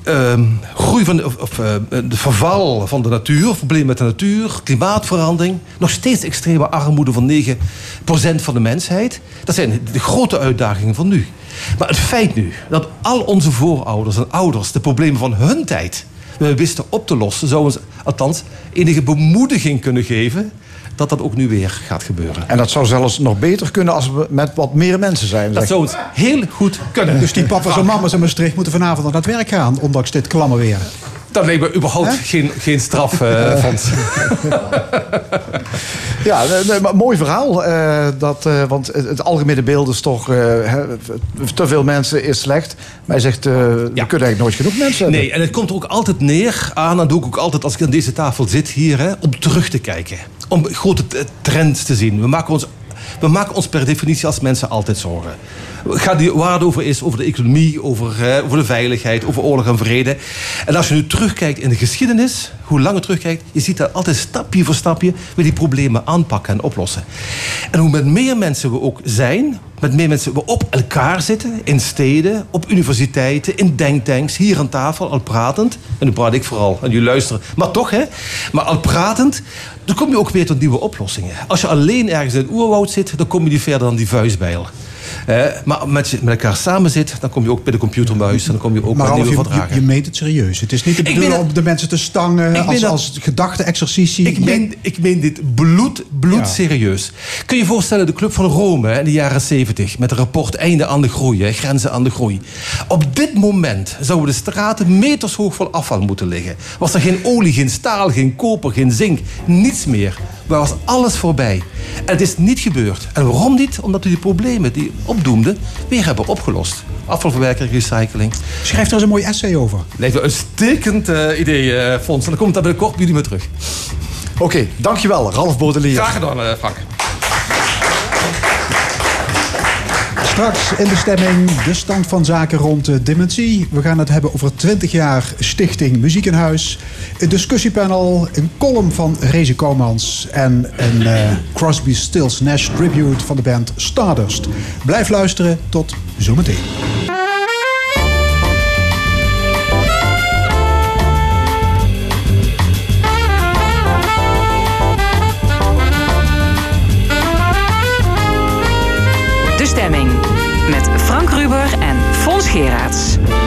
uh, groei van de, of, of, uh, de verval van de natuur, problemen met de natuur, klimaatverandering, nog steeds extreme armoede van negen procent van de mensheid. Dat zijn de grote uitdagingen van nu. Maar het feit nu dat al onze voorouders en ouders de problemen van hun tijd we wisten op te lossen, zou ons althans enige bemoediging kunnen geven dat dat ook nu weer gaat gebeuren. En dat zou zelfs nog beter kunnen als we met wat meer mensen zijn. Dat zou het heel goed kunnen. Dus die papa's en mama's in Maastricht moeten vanavond aan het werk gaan, ondanks dit klamme weer. Dat leek me überhaupt geen, geen straf, uh, Fons. Ja, nee, maar mooi verhaal. Uh, dat, uh, want het, het algemene beeld is toch... Uh, te veel mensen is slecht. Maar hij zegt, uh, ja. we kunnen eigenlijk nooit genoeg mensen hebben. Nee, en het komt er ook altijd neer aan... en dat doe ik ook altijd als ik aan deze tafel zit hier... Hè, om terug te kijken. Om grote trends te zien. We maken ons, we maken ons per definitie als mensen altijd zorgen. Waar het over is, over de economie, over, uh, over de veiligheid, over oorlog en vrede. En als je nu terugkijkt in de geschiedenis, hoe lang je terugkijkt, je ziet dat altijd stapje voor stapje we die problemen aanpakken en oplossen. En hoe met meer mensen we ook zijn, met meer mensen we op elkaar zitten, in steden, op universiteiten, in denktanks, hier aan tafel, al pratend. En nu praat ik vooral en jullie luisteren, maar toch hè, maar al pratend, dan kom je ook weer tot nieuwe oplossingen. Als je alleen ergens in het oerwoud zit, dan kom je niet verder dan die vuistbijl. Uh, maar met je met elkaar samen zit, dan kom je ook bij de computermuis en dan kom je ook maar met nieuwe je, verdragen. Je, je meent het serieus. Het is niet de bedoeling om de mensen te stangen als, dat, als gedachte-exercitie. Ik meen, ik meen dit bloed, bloed ja. serieus. Kun je je voorstellen, de Club van Rome in de jaren zeventig... met het rapport Einde aan de groei, hè, grenzen aan de groei. Op dit moment zouden de straten meters hoog vol afval moeten liggen. Was er geen olie, geen staal, geen koper, geen zink, niets meer. Maar was alles voorbij. En het is niet gebeurd. En waarom niet? Omdat we die problemen die opdoemden weer hebben opgelost. Afvalverwerking, recycling. Schrijf er eens een mooi essay over. Lijkt wel een uitstekend uh, idee, uh, Fons. En dan komt dat binnenkort bij jullie mee terug. Oké, okay, dankjewel, Ralf Baudelier. Graag gedaan, uh, Frank. Straks in de stemming de stand van zaken rond de dementie. We gaan het hebben over twintig jaar Stichting Muziek in Huis. Een discussiepanel, een column van Rezi Koumans... en een uh, Crosby, Stills, Nash tribute van de band Stardust. Blijf luisteren, tot zometeen. De Stemming met Frank Ruber en Fons Geraerts.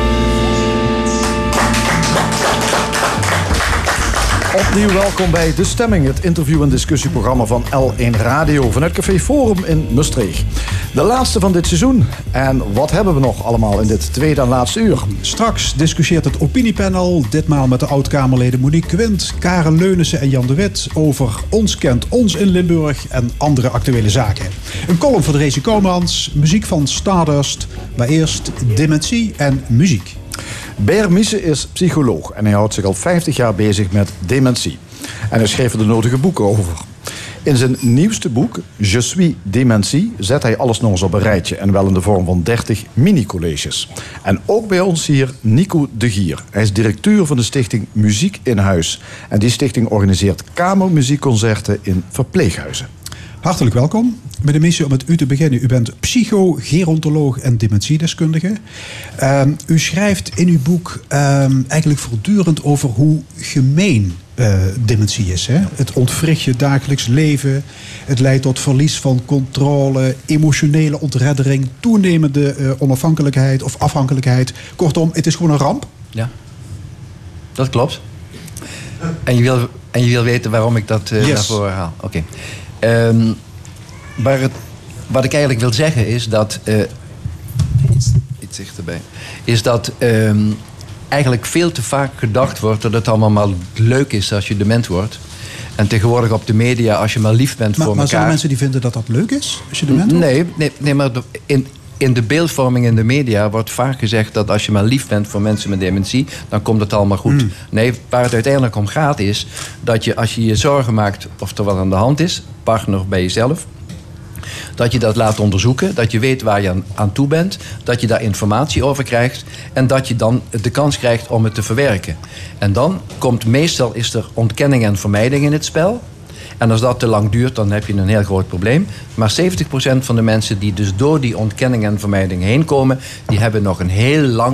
Opnieuw welkom bij De Stemming, het interview- en discussieprogramma van L één Radio vanuit Café Forum in Maastricht. De laatste van dit seizoen. En wat hebben we nog allemaal in dit tweede en laatste uur? Straks discussieert het opiniepanel, ditmaal met de oud-Kamerleden Monique Quint, Karen Leunissen en Jan de Wit, over Ons kent ons in Limburg en andere actuele zaken. Een column van Rezi Koumans, muziek van Stardust, maar eerst dementie en muziek. Ber Miesse is psycholoog en hij houdt zich al vijftig jaar bezig met dementie. En hij schreef er de nodige boeken over. In zijn nieuwste boek, Je suis dementie, zet hij alles nog eens op een rijtje. En wel in de vorm van dertig mini-colleges. En ook bij ons hier Nico de Gier. Hij is directeur van de stichting Muziek in Huis. En die stichting organiseert kamermuziekconcerten in verpleeghuizen. Hartelijk welkom. Meneer Miesse, om met u te beginnen. U bent psychogerontoloog en dementiedeskundige. Um, u schrijft in uw boek um, eigenlijk voortdurend over hoe gemeen uh, dementie is. Hè? Het ontwricht je dagelijks leven. Het leidt tot verlies van controle, emotionele ontreddering, toenemende uh, onafhankelijkheid of afhankelijkheid. Kortom, het is gewoon een ramp. Ja, dat klopt. En je wil, en je wil weten waarom ik dat uh, yes. naar voren haal. Oké. Okay. Um, maar het, wat ik eigenlijk wil zeggen is dat... Uh, iets, iets dichterbij. Is dat um, eigenlijk veel te vaak gedacht wordt dat het allemaal maar leuk is als je dement wordt. En tegenwoordig op de media, als je maar lief bent maar, voor maar elkaar... Maar zijn er mensen die vinden dat dat leuk is als je dement wordt? Nee, nee, nee maar in, in de beeldvorming in de media wordt vaak gezegd dat als je maar lief bent voor mensen met dementie, dan komt het allemaal goed. Mm. Nee, waar het uiteindelijk om gaat is dat je, als je je zorgen maakt of er wat aan de hand is, partner of bij jezelf, dat je dat laat onderzoeken, dat je weet waar je aan, aan toe bent, dat je daar informatie over krijgt en dat je dan de kans krijgt om het te verwerken. En dan komt meestal is er ontkenning en vermijding in het spel. En als dat te lang duurt, dan heb je een heel groot probleem. Maar zeventig procent van de mensen die dus door die ontkenning en vermijding heen komen, die hebben nog een heel lang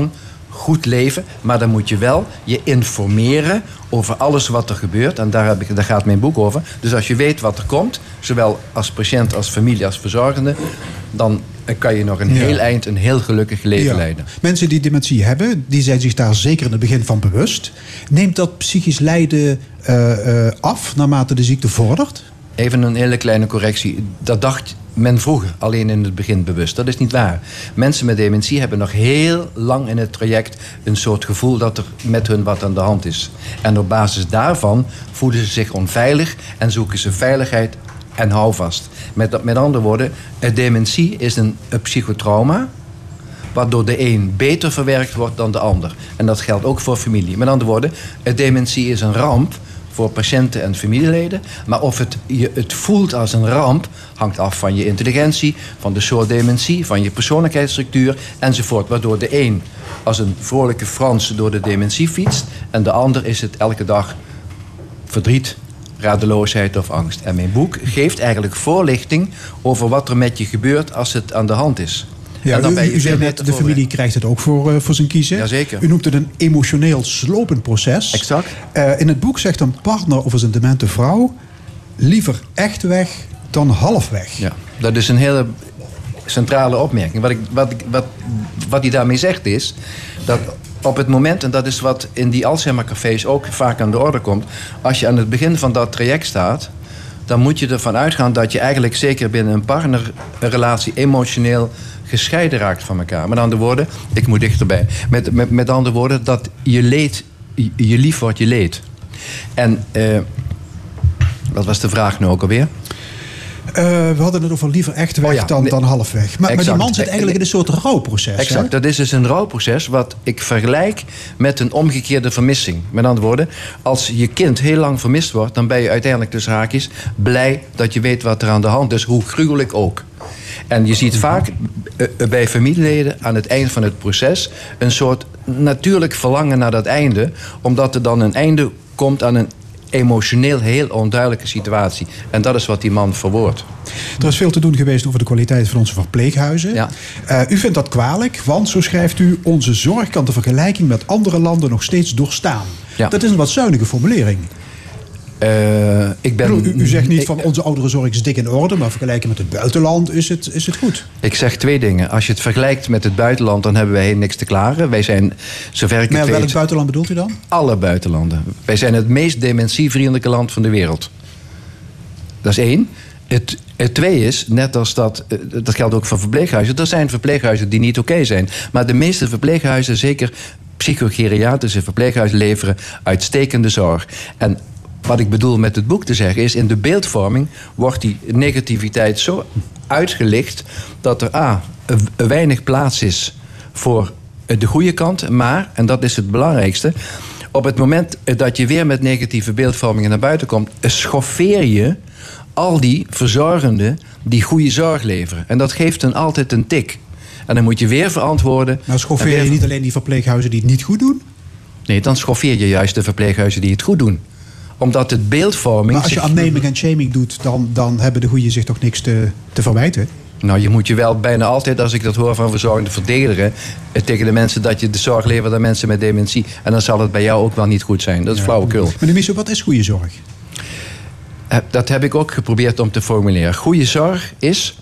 goed leven, maar dan moet je wel je informeren over alles wat er gebeurt. En daar, heb ik, daar gaat mijn boek over. Dus als je weet wat er komt, zowel als patiënt, als familie, als verzorgende, dan kan je nog een Ja. heel eind een heel gelukkig leven Ja. leiden. Mensen die dementie hebben, die zijn zich daar zeker in het begin van bewust. Neemt dat psychisch lijden uh, uh, af naarmate de ziekte vordert? Even een hele kleine correctie. Dat dacht men vroeger alleen in het begin bewust. Dat is niet waar. Mensen met dementie hebben nog heel lang in het traject een soort gevoel dat er met hun wat aan de hand is. En op basis daarvan voelen ze zich onveilig en zoeken ze veiligheid en houvast. Met, met andere woorden, dementie is een, een psychotrauma waardoor de een beter verwerkt wordt dan de ander. En dat geldt ook voor familie. Met andere woorden, dementie is een ramp voor patiënten en familieleden. Maar of het, je het voelt als een ramp hangt af van je intelligentie, van de soort dementie, van je persoonlijkheidsstructuur enzovoort. Waardoor de een als een vrolijke Frans door de dementie fietst en de ander is het elke dag verdriet, radeloosheid of angst. En mijn boek geeft eigenlijk voorlichting over wat er met je gebeurt als het aan de hand is. Ja, en dan u, ben je u zei veel net, beter de familie voorbereid. krijgt het ook voor, uh, voor zijn kiezen. Jazeker. U noemt het een emotioneel slopend proces. Exact. Uh, in het boek zegt een partner over zijn demente vrouw: liever echt weg dan half weg. Ja, dat is een hele centrale opmerking. Wat, ik, wat, ik, wat, wat hij daarmee zegt is dat op het moment, en dat is wat in die Alzheimer-cafés ook vaak aan de orde komt, als je aan het begin van dat traject staat, dan moet je ervan uitgaan dat je eigenlijk zeker binnen een partnerrelatie emotioneel gescheiden raakt van elkaar. Met andere woorden, ik moet dichterbij. Met, met, met andere woorden, dat je leed, je, je lief wordt je leed. En uh, wat was de vraag nu ook alweer? Uh, we hadden het over liever echt weg Oh ja, dan, nee. dan half weg. Maar, maar die man zit eigenlijk in een soort rouwproces. Exact, Hè? dat is dus een rouwproces wat ik vergelijk met een omgekeerde vermissing. Met andere woorden, als je kind heel lang vermist wordt, dan ben je uiteindelijk tussen haakjes blij dat je weet wat er aan de hand is, hoe gruwelijk ook. En je ziet vaak uh, bij familieleden aan het eind van het proces een soort natuurlijk verlangen naar dat einde, omdat er dan een einde komt aan een emotioneel heel onduidelijke situatie. En dat is wat die man verwoordt. Er is veel te doen geweest over de kwaliteit van onze verpleeghuizen. Ja. Uh, u vindt dat kwalijk, want zo schrijft u: onze zorg kan de vergelijking met andere landen nog steeds doorstaan. Ja. Dat is een wat zuinige formulering. Uh, ik ben, U, u zegt niet ik, van onze ouderenzorg is dik in orde, maar vergelijken met het buitenland is het, is het goed. Ik zeg twee dingen. Als je het vergelijkt met het buitenland, dan hebben wij niks te klagen. Wij zijn, zover ik Maar het welk weet, buitenland bedoelt u dan? alle buitenlanden. Wij zijn het meest dementievriendelijke land van de wereld. Dat is één. Het, het twee is, net als dat, dat geldt ook voor verpleeghuizen. Er zijn verpleeghuizen die niet oké zijn. Maar de meeste verpleeghuizen, zeker psychogeriatrische verpleeghuizen, leveren uitstekende zorg. En wat ik bedoel met het boek te zeggen is, in de beeldvorming wordt die negativiteit zo uitgelicht dat er a, weinig plaats is voor de goede kant. Maar, en dat is het belangrijkste, op het moment dat je weer met negatieve beeldvormingen naar buiten komt, schoffeer je al die verzorgenden die goede zorg leveren. En dat geeft dan altijd een tik. En dan moet je weer verantwoorden. Nou, schoffeer je weer... niet alleen die verpleeghuizen die het niet goed doen? Nee, dan schoffeer je juist de verpleeghuizen die het goed doen. Omdat het beeldvorming... Maar als je aan naming en shaming doet, dan, dan hebben de goeie zich toch niks te, te verwijten? Nou, je moet je wel bijna altijd, als ik dat hoor van verzorgenden, verdedigen eh, tegen de mensen dat je de zorg levert aan mensen met dementie. En dan zal het bij jou ook wel niet goed zijn. Dat is Ja. flauwekul. Meneer Miesel, wat is goede zorg? Eh, Dat heb ik ook geprobeerd om te formuleren. Goede zorg is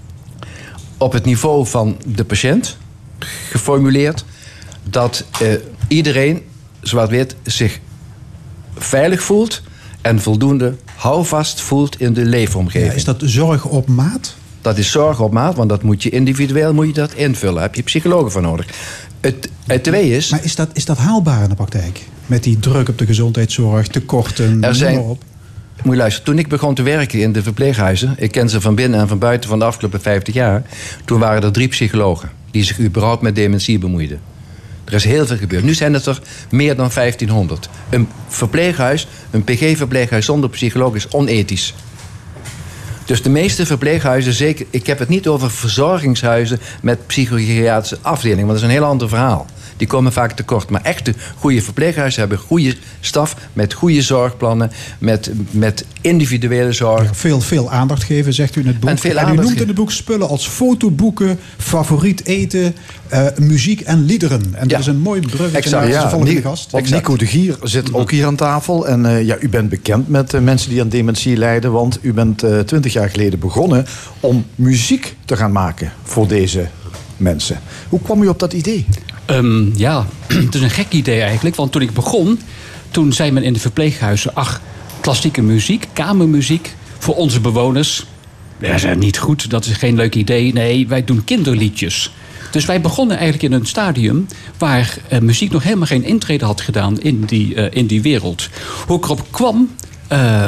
op het niveau van de patiënt geformuleerd dat eh, iedereen, zoals het weet, zich veilig voelt en voldoende houvast voelt in de leefomgeving. Ja, is dat zorg op maat? Dat is zorg op maat, want dat moet je individueel moet je dat invullen. Daar heb je psychologen voor nodig. Het, het twee is... Maar is dat, is dat haalbaar in de praktijk? Met die druk op de gezondheidszorg, tekorten, Er zijn- noem maar op. Moet je luisteren, toen ik begon te werken in de verpleeghuizen, ik ken ze van binnen en van buiten van de afgelopen vijftig jaar, toen waren er drie psychologen die zich überhaupt met dementie bemoeiden. Er is heel veel gebeurd. Nu zijn het er meer dan vijftienhonderd. Een verpleeghuis, een P G-verpleeghuis zonder psycholoog is onethisch. Dus de meeste verpleeghuizen, zeker, ik heb het niet over verzorgingshuizen met psychogeriatrische afdelingen, want dat is een heel ander verhaal. Die komen vaak tekort. Maar echte goede verpleeghuizen hebben goede staf met goede zorgplannen, met, met individuele zorg. Ja, veel, veel aandacht geven, zegt u in het boek. En, veel en u aandacht noemt in het boek spullen als fotoboeken, favoriet eten, uh, muziek en liederen. En dat Ja. is een mooi bruggetje Exact, naar Ja, de volgende Ni- gast. want Nico de Gier zit ook hier aan tafel. En uh, ja, u bent bekend met uh, mensen die aan dementie lijden. Want u bent uh, twintig jaar geleden begonnen om muziek te gaan maken voor deze mensen. Hoe kwam u op dat idee? Um, ja, het is een gek idee eigenlijk. Want toen ik begon, toen zei men in de verpleeghuizen... ach, klassieke muziek, kamermuziek voor onze bewoners... dat is niet goed, dat is geen leuk idee. Nee, wij doen kinderliedjes. Dus wij begonnen eigenlijk in een stadium... waar uh, muziek nog helemaal geen intrede had gedaan in die, uh, in die wereld. Hoe ik erop kwam... Uh,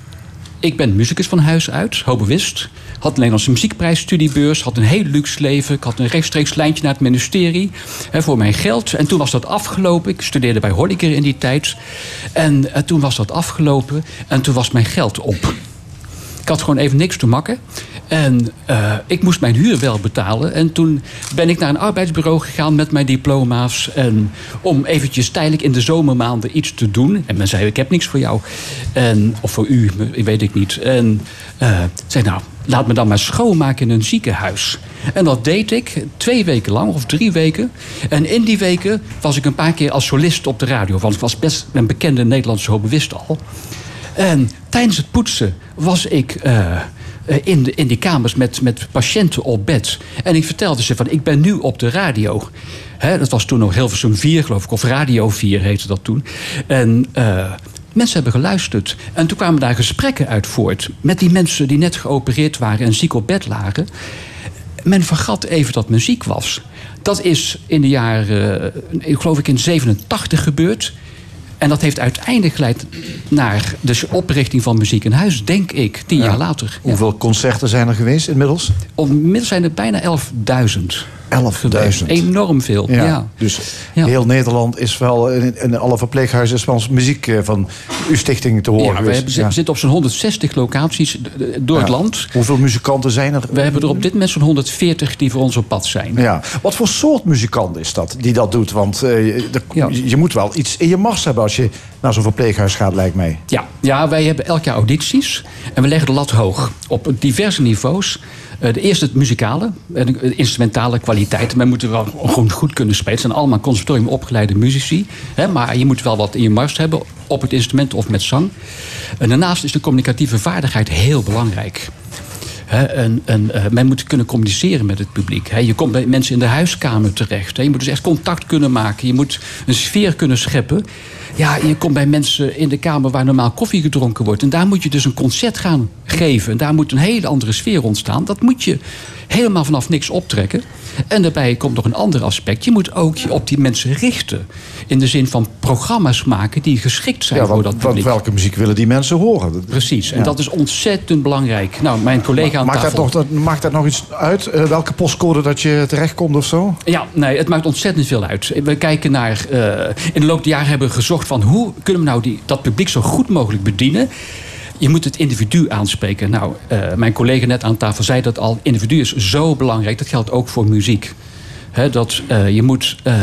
ik ben muzikus van huis uit, hobbyist. Had een Nederlandse muziekprijsstudiebeurs. Had een heel luxe leven. Ik had een rechtstreeks lijntje naar het ministerie. Hè, voor mijn geld. En toen was dat afgelopen. Ik studeerde bij Holleder in die tijd. En uh, toen was dat afgelopen. En toen was mijn geld op. Ik had gewoon even niks te makken. En uh, ik moest mijn huur wel betalen. En toen ben ik naar een arbeidsbureau gegaan met mijn diploma's. En om eventjes tijdelijk in de zomermaanden iets te doen. En men zei, ik heb niks voor jou. En, of voor u, weet ik niet. En uh, zei, nou, laat me dan maar schoonmaken in een ziekenhuis. En dat deed ik twee weken lang, of drie weken. En in die weken was ik een paar keer als solist op de radio. Want ik was best een bekende Nederlandse hobbyist al. En tijdens het poetsen was ik uh, in, de, in die kamers met, met patiënten op bed. En ik vertelde ze van, ik ben nu op de radio. Hè, dat was toen nog Hilversum vier, geloof ik. Of Radio vier heette dat toen. En uh, mensen hebben geluisterd. En toen kwamen daar gesprekken uit voort. Met die mensen die net geopereerd waren en ziek op bed lagen. Men vergat even dat muziek was. Dat is in de jaren, uh, geloof ik in zevenentachtig gebeurd. En dat heeft uiteindelijk geleid naar de oprichting van Muziek in Huis, denk ik, tien Ja. jaar later. Hoeveel ja. concerten zijn er geweest inmiddels? Inmiddels zijn er bijna elfduizend. elfduizend. Enorm veel, ja. ja. Dus ja. heel Nederland is wel, in, in alle verpleeghuizen is wel muziek van uw stichting te horen Ja, we geweest. hebben, Ja. zitten op zo'n honderdzestig locaties door het Ja. land. Hoeveel muzikanten zijn er? We hebben er op dit moment zo'n honderdveertig die voor ons op pad zijn. Ja. Wat voor soort muzikant is dat die dat doet? Want uh, de, Ja. je moet wel iets in je mars hebben als je naar zo'n verpleeghuis gaat, lijkt mij. Ja, ja, wij hebben elk jaar audities. En we leggen de lat hoog. Op diverse niveaus. Uh, de eerste het muzikale. En de instrumentale kwaliteit. Men moet er wel gewoon goed kunnen spelen. Het zijn allemaal conservatorium opgeleide muzici. Hè, maar je moet wel wat in je mars hebben. Op het instrument of met zang. En daarnaast is de communicatieve vaardigheid heel belangrijk. He, en, en uh, men moet kunnen communiceren met het publiek. He, je komt bij mensen in de huiskamer terecht. He, je moet dus echt contact kunnen maken. Je moet een sfeer kunnen scheppen. Ja, je komt bij mensen in de kamer waar normaal koffie gedronken wordt. En daar moet je dus een concert gaan geven. En daar moet een hele andere sfeer ontstaan. Dat moet je helemaal vanaf niks optrekken. En daarbij komt nog een ander aspect. Je moet ook je op die mensen richten. In de zin van programma's maken die geschikt zijn Ja, voor want, dat publiek. want welke muziek willen die mensen horen? Precies, en Ja. dat is ontzettend belangrijk. Nou, mijn collega aan Maakt dat, tafel... nog, dat, maakt dat nog iets uit? Uh, welke postcode dat je terechtkomt of zo? Ja, nee, het maakt ontzettend veel uit. We kijken naar... Uh, in de loop der jaren hebben we gezocht van... hoe kunnen we nou die, dat publiek zo goed mogelijk bedienen? Je moet het individu aanspreken. Nou, uh, mijn collega net aan tafel zei dat al. Individu is zo belangrijk. Dat geldt ook voor muziek. He, dat uh, je moet uh,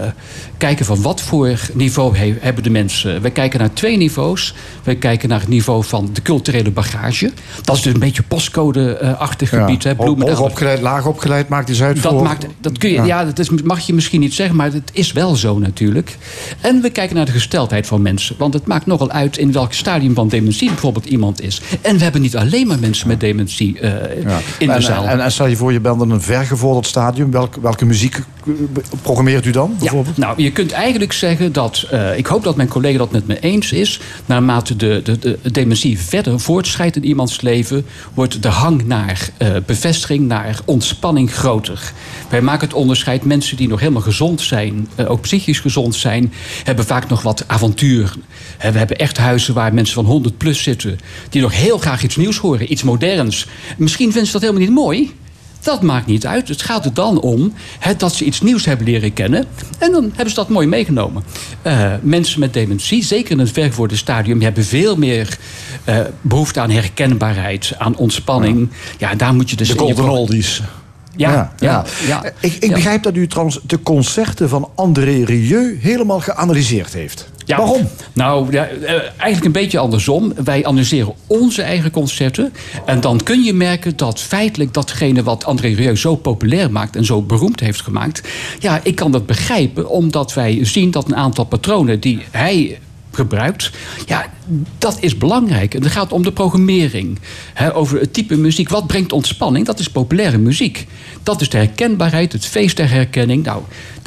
kijken van wat voor niveau he, hebben de mensen. We kijken naar twee niveaus. We kijken naar het niveau van de culturele bagage. Dat is dus een beetje postcode-achtig Ja. gebied. He, Hoog opgeleid, laag opgeleid, maakt die uit dat voor... maakt, dat kun je, ja, ja dat is, mag je misschien niet zeggen, maar het is wel zo natuurlijk. En we kijken naar de gesteldheid van mensen. Want het maakt nogal uit in welk stadium van dementie bijvoorbeeld iemand is. En we hebben niet alleen maar mensen met dementie uh, Ja. in de en, zaal. En, en stel je voor, je bent in een vergevorderd stadium. Welke, welke muziek programmeert u dan, bijvoorbeeld? Ja, nou, je kunt eigenlijk zeggen dat... Uh, ik hoop dat mijn collega dat met me eens is. Naarmate de, de, de dementie verder voortschrijdt in iemands leven... wordt de hang naar uh, bevestiging, naar ontspanning groter. Wij maken het onderscheid. Mensen die nog helemaal gezond zijn, uh, ook psychisch gezond zijn... hebben vaak nog wat avontuur. Uh, we hebben echt huizen waar mensen van honderd plus zitten... die nog heel graag iets nieuws horen, iets moderns. Misschien vinden ze dat helemaal niet mooi... Dat maakt niet uit. Het gaat er dan om he, dat ze iets nieuws hebben leren kennen. En dan hebben ze dat mooi meegenomen. Uh, mensen met dementie, zeker in het vergevorderde stadium... hebben veel meer uh, behoefte aan herkenbaarheid, aan ontspanning. Ja, ja daar moet je dus... De golden oldies. Ja, ja, ja. ja. Ik, ik Ja. begrijp dat u trouwens de concerten van André Rieu helemaal geanalyseerd heeft. Ja. Waarom? Nou, ja, eh, eigenlijk een beetje andersom. Wij analyseren onze eigen concerten. En dan kun je merken dat feitelijk datgene wat André Rieu zo populair maakt en zo beroemd heeft gemaakt. Ja, ik kan dat begrijpen, omdat wij zien dat een aantal patronen die hij gebruikt, ja, dat is belangrijk. En het gaat om de programmering. Hè, over het type muziek. Wat brengt ontspanning? Dat is populaire muziek. Dat is de herkenbaarheid, het feest der herkenning. Nou,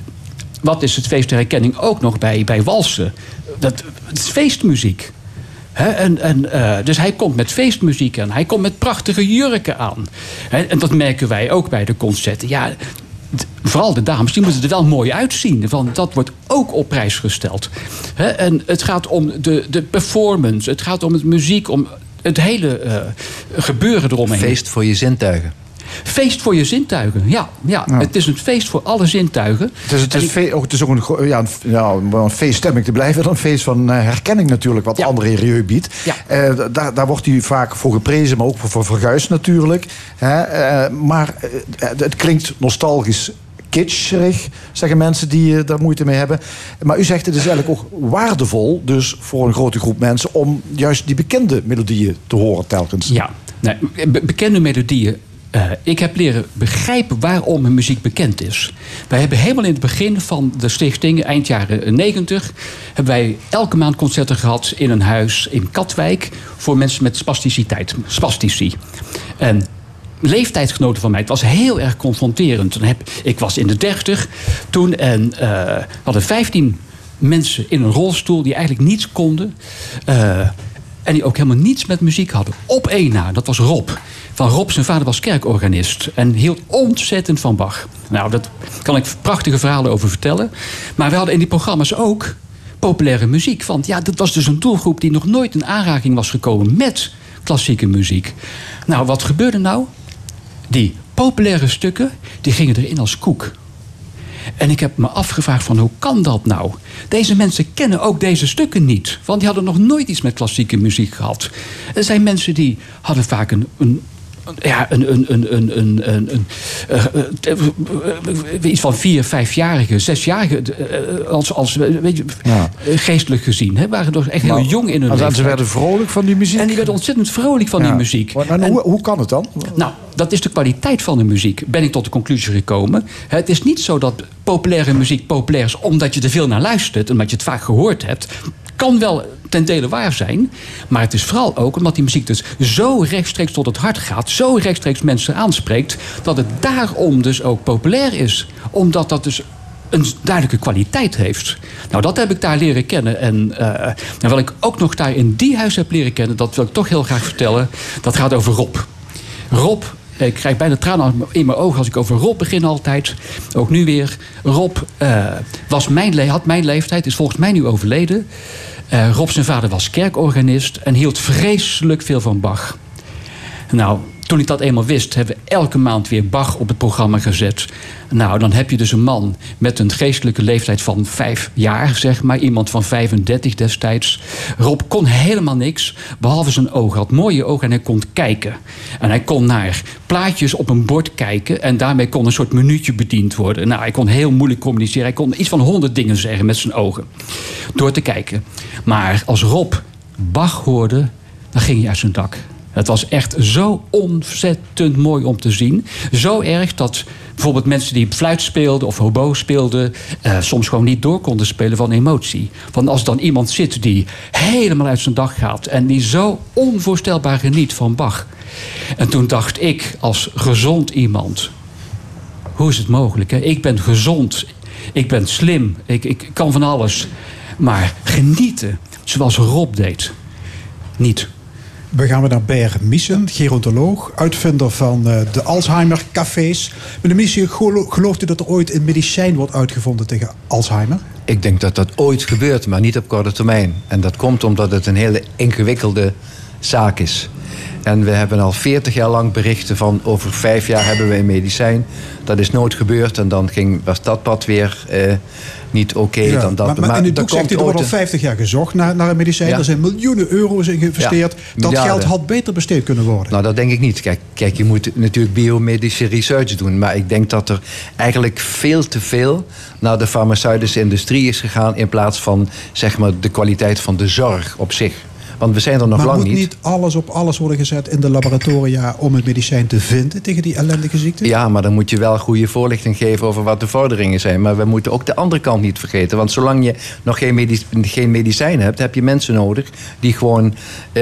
wat is het feest der herkenning ook nog bij, bij walsen? Dat, het is feestmuziek. He, en, en, uh, dus hij komt met feestmuziek aan. Hij komt met prachtige jurken aan. He, en dat merken wij ook bij de concerten. Ja, d- vooral de dames, die moeten er wel mooi uitzien. Want dat wordt ook op prijs gesteld. He, en het gaat om de, de performance. Het gaat om het muziek, om het hele uh, gebeuren eromheen. Feest voor je zintuigen. Feest voor je zintuigen, ja, ja. Ja. Het is een feest voor alle zintuigen. Het is, het is, En ik- fe- ook, het is ook een, go- ja, een, ja, om een feeststemming te blijven. Een feest van uh, herkenning natuurlijk, wat Ja. André Rieu biedt. Ja. Eh, daar, daar wordt hij vaak voor geprezen, maar ook voor, voor verguisd natuurlijk. Hè? Eh, maar eh, het klinkt nostalgisch kitscherig, zeggen mensen die uh, daar moeite mee hebben. Maar u zegt het is eigenlijk ook waardevol, dus voor een grote groep mensen, om juist die bekende melodieën te horen telkens. Ja, nee, be- bekende melodieën. Uh, ik heb leren begrijpen waarom een muziek bekend is. Wij hebben helemaal in het begin van de stichting, eind jaren negentig, hebben wij elke maand concerten gehad in een huis in Katwijk voor mensen met spasticiteit, spastici. En leeftijdsgenoten van mij, het was heel erg confronterend. Dan heb, ik was in de dertig toen en uh, we hadden vijftien mensen in een rolstoel die eigenlijk niets konden. Uh, En die ook helemaal niets met muziek hadden. Op één na, dat was Rob. Van Rob, zijn vader was kerkorganist. En hield ontzettend van Bach. Nou, daar kan ik prachtige verhalen over vertellen. Maar we hadden in die programma's ook populaire muziek. Want ja, dat was dus een doelgroep die nog nooit in aanraking was gekomen met klassieke muziek. Nou, wat gebeurde nou? Die populaire stukken, die gingen erin als koek. En ik heb me afgevraagd van hoe kan dat nou? Deze mensen kennen ook deze stukken niet. Want die hadden nog nooit iets met klassieke muziek gehad. Er zijn mensen die hadden vaak een... een ja, een, een, een, een, een, een, een uh, uh, iets van vier, vijfjarige, zesjarige, uh, als, als weet je, Ja. geestelijk gezien. Hè, waren toch echt heel Maar- jong in hun maar leeftijd. ze werden vrolijk van die muziek. En die werden ontzettend vrolijk van Ja. die muziek. Maar, maar En- hoe, hoe kan het dan? nou, dat is de kwaliteit van de muziek. Ben ik tot de conclusie gekomen. Het is niet zo dat populaire muziek populair is omdat je er veel naar luistert en omdat je het vaak gehoord hebt. Kan wel ten dele waar zijn. Maar het is vooral ook omdat die muziek dus zo rechtstreeks tot het hart gaat, zo rechtstreeks mensen aanspreekt, dat het daarom dus ook populair is. Omdat dat dus een duidelijke kwaliteit heeft. Nou, dat heb ik daar leren kennen. En uh, en wat ik ook nog daar in die huis heb leren kennen, dat wil ik toch heel graag vertellen. Dat gaat over Rob. Rob, ik krijg bijna tranen in mijn ogen als ik over Rob begin altijd. Ook nu weer. Rob uh, was mijn le- had mijn leeftijd, is volgens mij nu overleden. Uh, Rob zijn vader was kerkorganist en hield vreselijk veel van Bach. Nou, toen ik dat eenmaal wist, hebben we elke maand weer Bach op het programma gezet. Nou, dan heb je dus een man met een geestelijke leeftijd van vijf jaar, zeg maar. Iemand van vijfendertig destijds. Rob kon helemaal niks, behalve zijn ogen. Had mooie ogen en hij kon kijken. En hij kon naar plaatjes op een bord kijken en daarmee kon een soort minuutje bediend worden. Nou, hij kon heel moeilijk communiceren. Hij kon iets van honderd dingen zeggen met zijn ogen. Door te kijken. Maar als Rob Bach hoorde, dan ging hij uit zijn dak. Het was echt zo ontzettend mooi om te zien. Zo erg dat bijvoorbeeld mensen die fluit speelden of hobo speelden, Uh, soms gewoon niet door konden spelen van emotie. Want als dan iemand zit die helemaal uit zijn dak gaat en die zo onvoorstelbaar geniet van Bach. En toen dacht ik als gezond iemand, hoe is het mogelijk? Hè? Ik ben gezond, ik ben slim, ik, ik kan van alles. Maar genieten, zoals Rob deed, niet. We gaan weer naar Ber Miesen, gerontoloog, uitvinder van uh, de Alzheimer-cafés. Meneer Miesen, gelo- gelooft u dat er ooit een medicijn wordt uitgevonden tegen Alzheimer? Ik denk dat dat ooit gebeurt, maar niet op korte termijn. En dat komt omdat het een hele ingewikkelde zaak is. En we hebben al veertig jaar lang berichten van over vijf jaar hebben we een medicijn. Dat is nooit gebeurd en dan ging, was dat pad weer uh, niet oké. Okay, ja, dan dat. Maar, maar, maar in het boek zegt hij, er wordt al een... vijftig jaar gezocht naar, naar een medicijn. Ja. Er zijn miljoenen euro's in geïnvesteerd. Ja, dat geld had beter besteed kunnen worden. Nou, dat denk ik niet. Kijk, kijk, je moet natuurlijk biomedische research doen. Maar ik denk dat er eigenlijk veel te veel naar de farmaceutische industrie is gegaan in plaats van, zeg maar, de kwaliteit van de zorg op zich. Want we zijn er nog maar lang niet. Maar moet niet alles op alles worden gezet in de laboratoria om het medicijn te vinden tegen die ellendige ziekte? Ja, maar dan moet je wel goede voorlichting geven over wat de vorderingen zijn. Maar we moeten ook de andere kant niet vergeten. Want zolang je nog geen, medic- geen medicijn hebt, heb je mensen nodig die gewoon uh,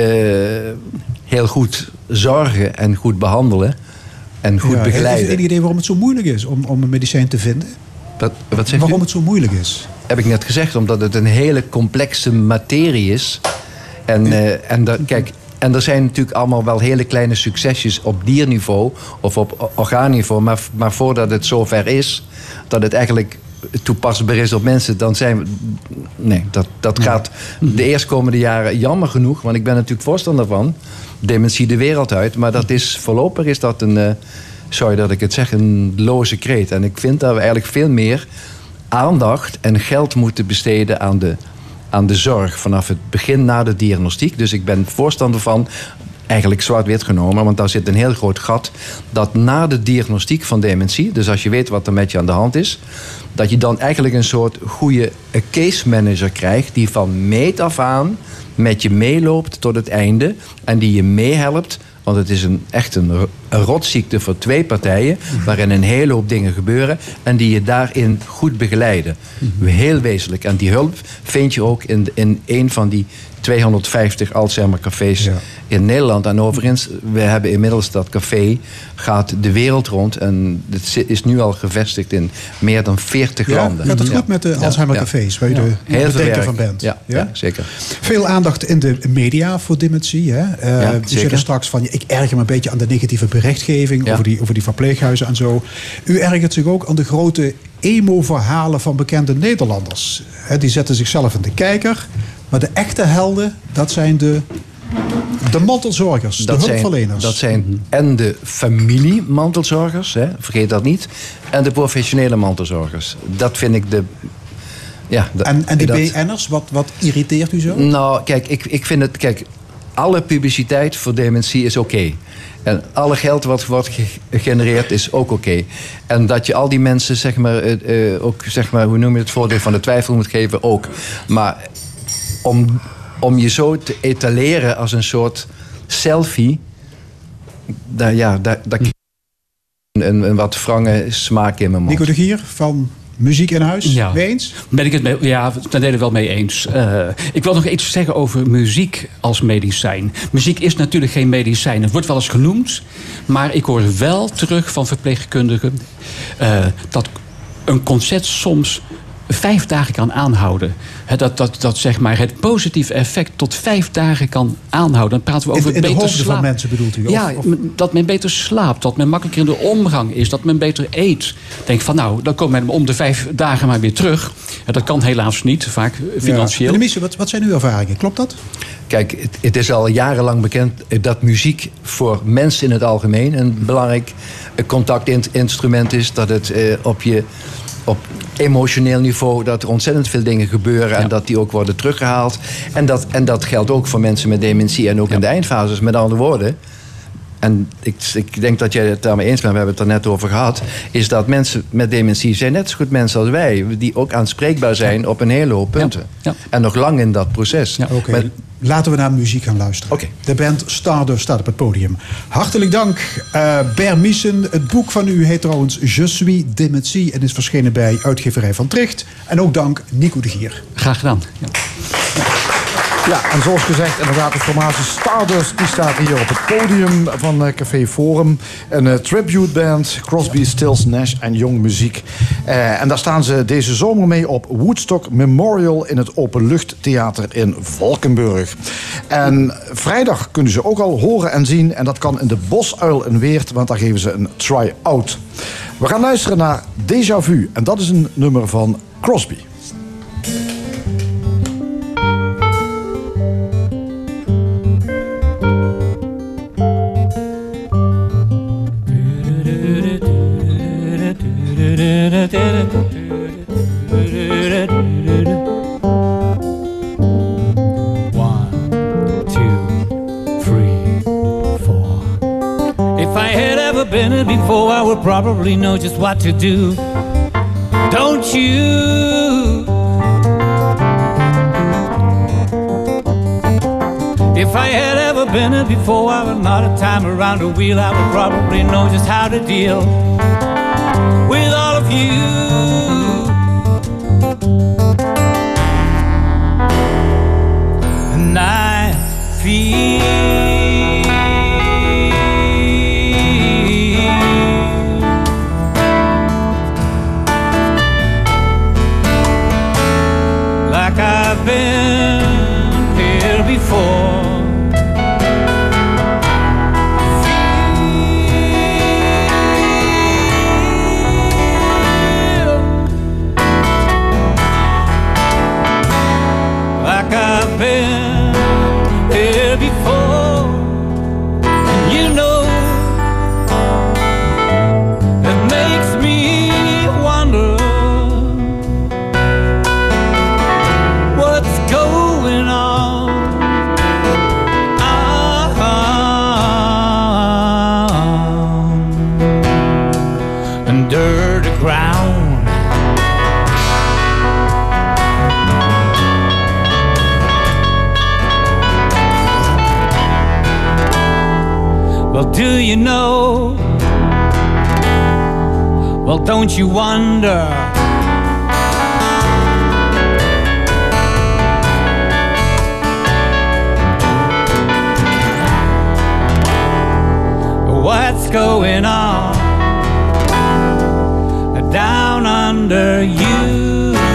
heel goed zorgen en goed behandelen en goed ja, begeleiden. Heeft u enig idee waarom het zo moeilijk is om, om een medicijn te vinden? Wat, wat zegt waarom u? het zo moeilijk is? Heb ik net gezegd, omdat het een hele complexe materie is. En, uh, en, de, kijk, en er zijn natuurlijk allemaal wel hele kleine succesjes op dierniveau of op orgaanniveau. Maar, maar voordat het zover is, dat het eigenlijk toepasbaar is op mensen, dan zijn we... Nee, dat, dat gaat de eerstkomende jaren jammer genoeg. Want ik ben natuurlijk voorstander van dementie de wereld uit. Maar dat is, voorlopig is dat een... Uh, sorry dat ik het zeg, een loze kreet. En ik vind dat we eigenlijk veel meer aandacht en geld moeten besteden aan de... aan de zorg vanaf het begin na de diagnostiek. Dus ik ben voorstander van, eigenlijk zwart-wit genomen, want daar zit een heel groot gat, dat na de diagnostiek van dementie, dus als je weet wat er met je aan de hand is, dat je dan eigenlijk een soort goede case manager krijgt die van meet af aan met je meeloopt tot het einde en die je meehelpt. Want het is een, echt een, een rotziekte voor twee partijen, waarin een hele hoop dingen gebeuren en die je daarin goed begeleiden. Heel wezenlijk. En die hulp vind je ook in, in een van die tweehonderdvijftig Alzheimer-cafés ja. in Nederland. En overigens, we hebben inmiddels dat café, gaat de wereld rond en het is nu al gevestigd in meer dan veertig ja, landen. Gaat het goed ja. met de Alzheimer-cafés, waar je ja. de Heel bedenker van bent? Ja, ja? ja, zeker. Veel aandacht in de media voor dementie. Hè? Uh, ja, u zei er straks van, ik erger me een beetje aan de negatieve berichtgeving ja. over, die, over die verpleeghuizen en zo. U ergert zich ook aan de grote emo-verhalen van bekende Nederlanders. He, die zetten zichzelf in de kijker. Maar de echte helden, dat zijn de, de mantelzorgers, dat de hulpverleners. Zijn, dat zijn en de familiemantelzorgers, hè, vergeet dat niet. En de professionele mantelzorgers. Dat vind ik de... Ja, de, en, en die dat, B N'ers, wat, wat irriteert u zo? Nou, kijk, ik, ik vind het... Kijk, alle publiciteit voor dementie is oké. Okay. En alle geld wat wordt gegenereerd is ook oké. Okay. En dat je al die mensen, zeg maar, uh, uh, ook, zeg maar, hoe noem je het, voordeel van de twijfel moet geven, ook. Maar om, om je zo te etaleren als een soort selfie, daar, ja, daar, daar een, een wat wrange smaak in mijn mond. Nico de Gier van Muziek in Huis, ja. mee eens? Ben ik het mee, ja, ten dele wel mee eens. Uh, ik wil nog iets zeggen over muziek als medicijn. Muziek is natuurlijk geen medicijn. Het wordt wel eens genoemd. Maar ik hoor wel terug van verpleegkundigen Uh, dat een concert soms vijf dagen kan aanhouden. He, dat, dat, dat zeg maar het positieve effect tot vijf dagen kan aanhouden. Dan praten we over in, in beter de hoofden slaap. van mensen bedoelt u? Of, ja, of? dat men beter slaapt. Dat men makkelijker in de omgang is. Dat men beter eet. Denk van nou, dan komt men om de vijf dagen maar weer terug. En dat kan helaas niet, vaak financieel. Ja. Mies, wat, wat zijn uw ervaringen? Klopt dat? Kijk, het, het is al jarenlang bekend dat muziek voor mensen in het algemeen een belangrijk contactinstrument is. Dat het eh, op je... op emotioneel niveau, dat er ontzettend veel dingen gebeuren ja. en dat die ook worden teruggehaald. En dat, en dat geldt ook voor mensen met dementie en ook ja. in de eindfases. Met andere woorden, en ik, ik denk dat jij het daarmee eens bent, we hebben het er net over gehad, is dat mensen met dementie zijn net zo goed mensen als wij, die ook aanspreekbaar zijn ja. op een hele hoop punten. Ja. Ja. En nog lang in dat proces. Ja, okay. Met, Laten we naar muziek gaan luisteren. Okay. De band Stardust staat op het podium. Hartelijk dank, uh, Ber Miesen. Het boek van u heet trouwens Je suis Dementie en is verschenen bij uitgeverij Van Tricht. En ook dank Nico de Gier. Graag gedaan. Ja. Ja, en zoals gezegd, inderdaad, de formatie Stardust die staat hier op het podium van uh, Café Forum. Een uh, tribute band, Crosby, Stills, Nash en Young Muziek. Uh, en daar staan ze deze zomer mee op Woodstock Memorial in het Openluchttheater in Valkenburg. En vrijdag kunnen ze ook al horen en zien. En dat kan in de Bosuil in Weert, want daar geven ze een try-out. We gaan luisteren naar Déjà Vu. En dat is een nummer van Crosby. One, two, three, four. If I had ever been it before, I would probably know just what to do. Don't you? If I had ever been it before, I would not have time around the wheel. I would probably know just how to deal with all of you. And I feel like I've been here before. I've been here before, and you know, it makes me wonder what's going on under the ground. Well, do you know? Well, don't you wonder? What's going on down under you?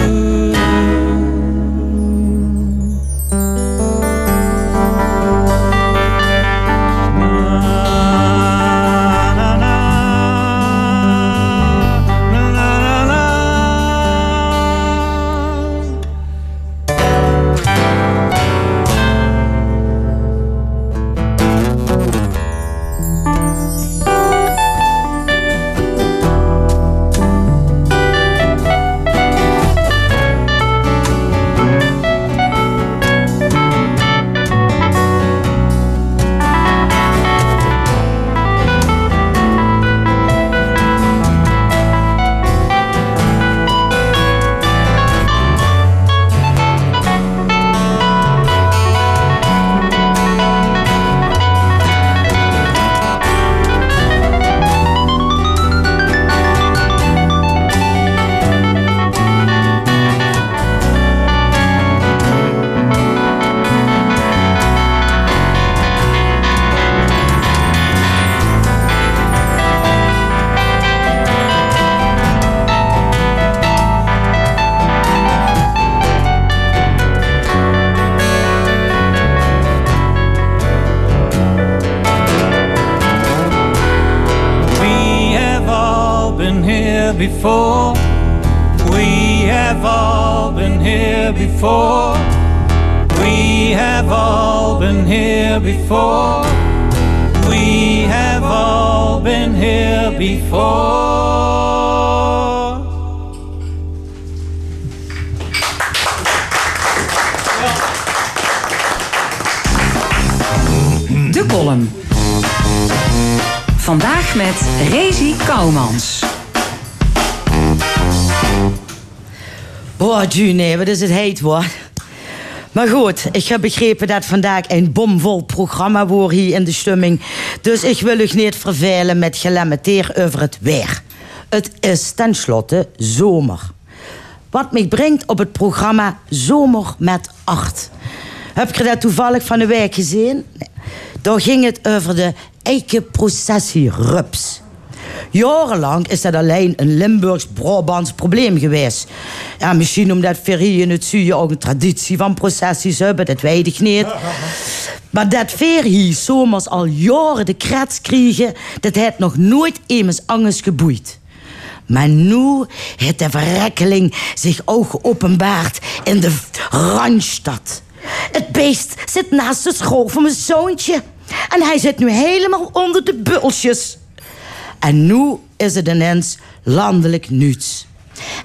Before, we have all been here before. We have all been here before. We have all been here before. De column. Vandaag met Rezi Kouwmans. Oh, Ju, nee, wat is het heet, hoor. Maar goed, ik heb begrepen dat vandaag een bomvol programma wordt hier in de stemming. Dus ik wil u niet vervelen met gelamenteer over het weer. Het is tenslotte zomer. Wat mij brengt op het programma Zomer met Art. Heb je dat toevallig van de week gezien? Nee. Daar ging het over de eikenprocessierups. Jarenlang is dat alleen een Limburgs-Brabants probleem geweest. Ja, misschien omdat we hier in het zuiden ook een traditie van processies hebben, dat weet ik niet. Maar dat we hier zomers al jaren de krets kregen, dat heeft nog nooit immers anders geboeid. Maar nu heeft de verrekkeling zich ook geopenbaard in de Randstad. Het beest zit naast de school van mijn zoontje. En hij zit nu helemaal onder de bultjes. En nu is het ineens landelijk nieuws.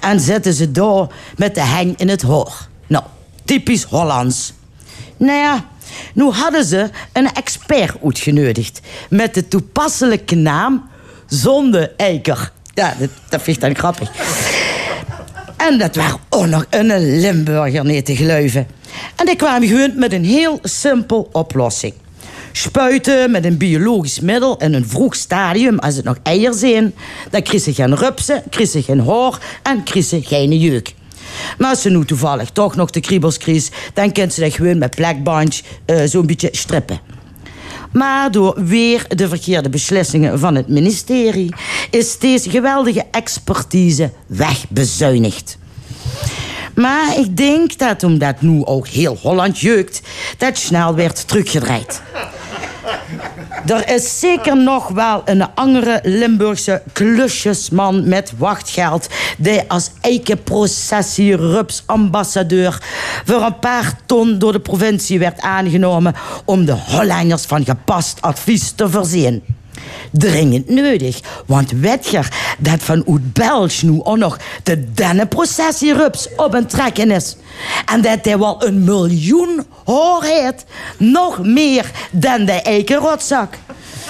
En zitten ze daar met de heng in het hoor. Nou, typisch Hollands. Nou ja, nu hadden ze een expert uitgenodigd. Met de toepasselijke naam Zonde-Eiker. Ja, dat, dat vind ik dan grappig. En dat was ook nog een Limburger niet te geloven. En die kwamen gewoon met een heel simpel oplossing. Spuiten met een biologisch middel in een vroeg stadium, als het nog eieren zijn, dan krijg ze geen rupsen, krijg ze geen hoor en krijg ze geen jeuk. Maar als ze nu toevallig toch nog de kriebels krijgt, dan kunt ze dat gewoon met plakbandje uh, zo'n beetje strippen. Maar door weer de verkeerde beslissingen van het ministerie is deze geweldige expertise wegbezuinigd. Maar ik denk dat omdat nu ook heel Holland jeukt, dat snel werd teruggedraaid. Er is zeker nog wel een andere Limburgse klusjesman met wachtgeld die als eikenprocessie-rups-ambassadeur voor een paar ton door de provincie werd aangenomen om de Hollanders van gepast advies te voorzien. Dringend nodig, want weet je dat van uit België nu ook nog de dennenprocessierups op een trekken is. En dat hij wel een miljoen hoor heeft, nog meer dan de eikenrotzak.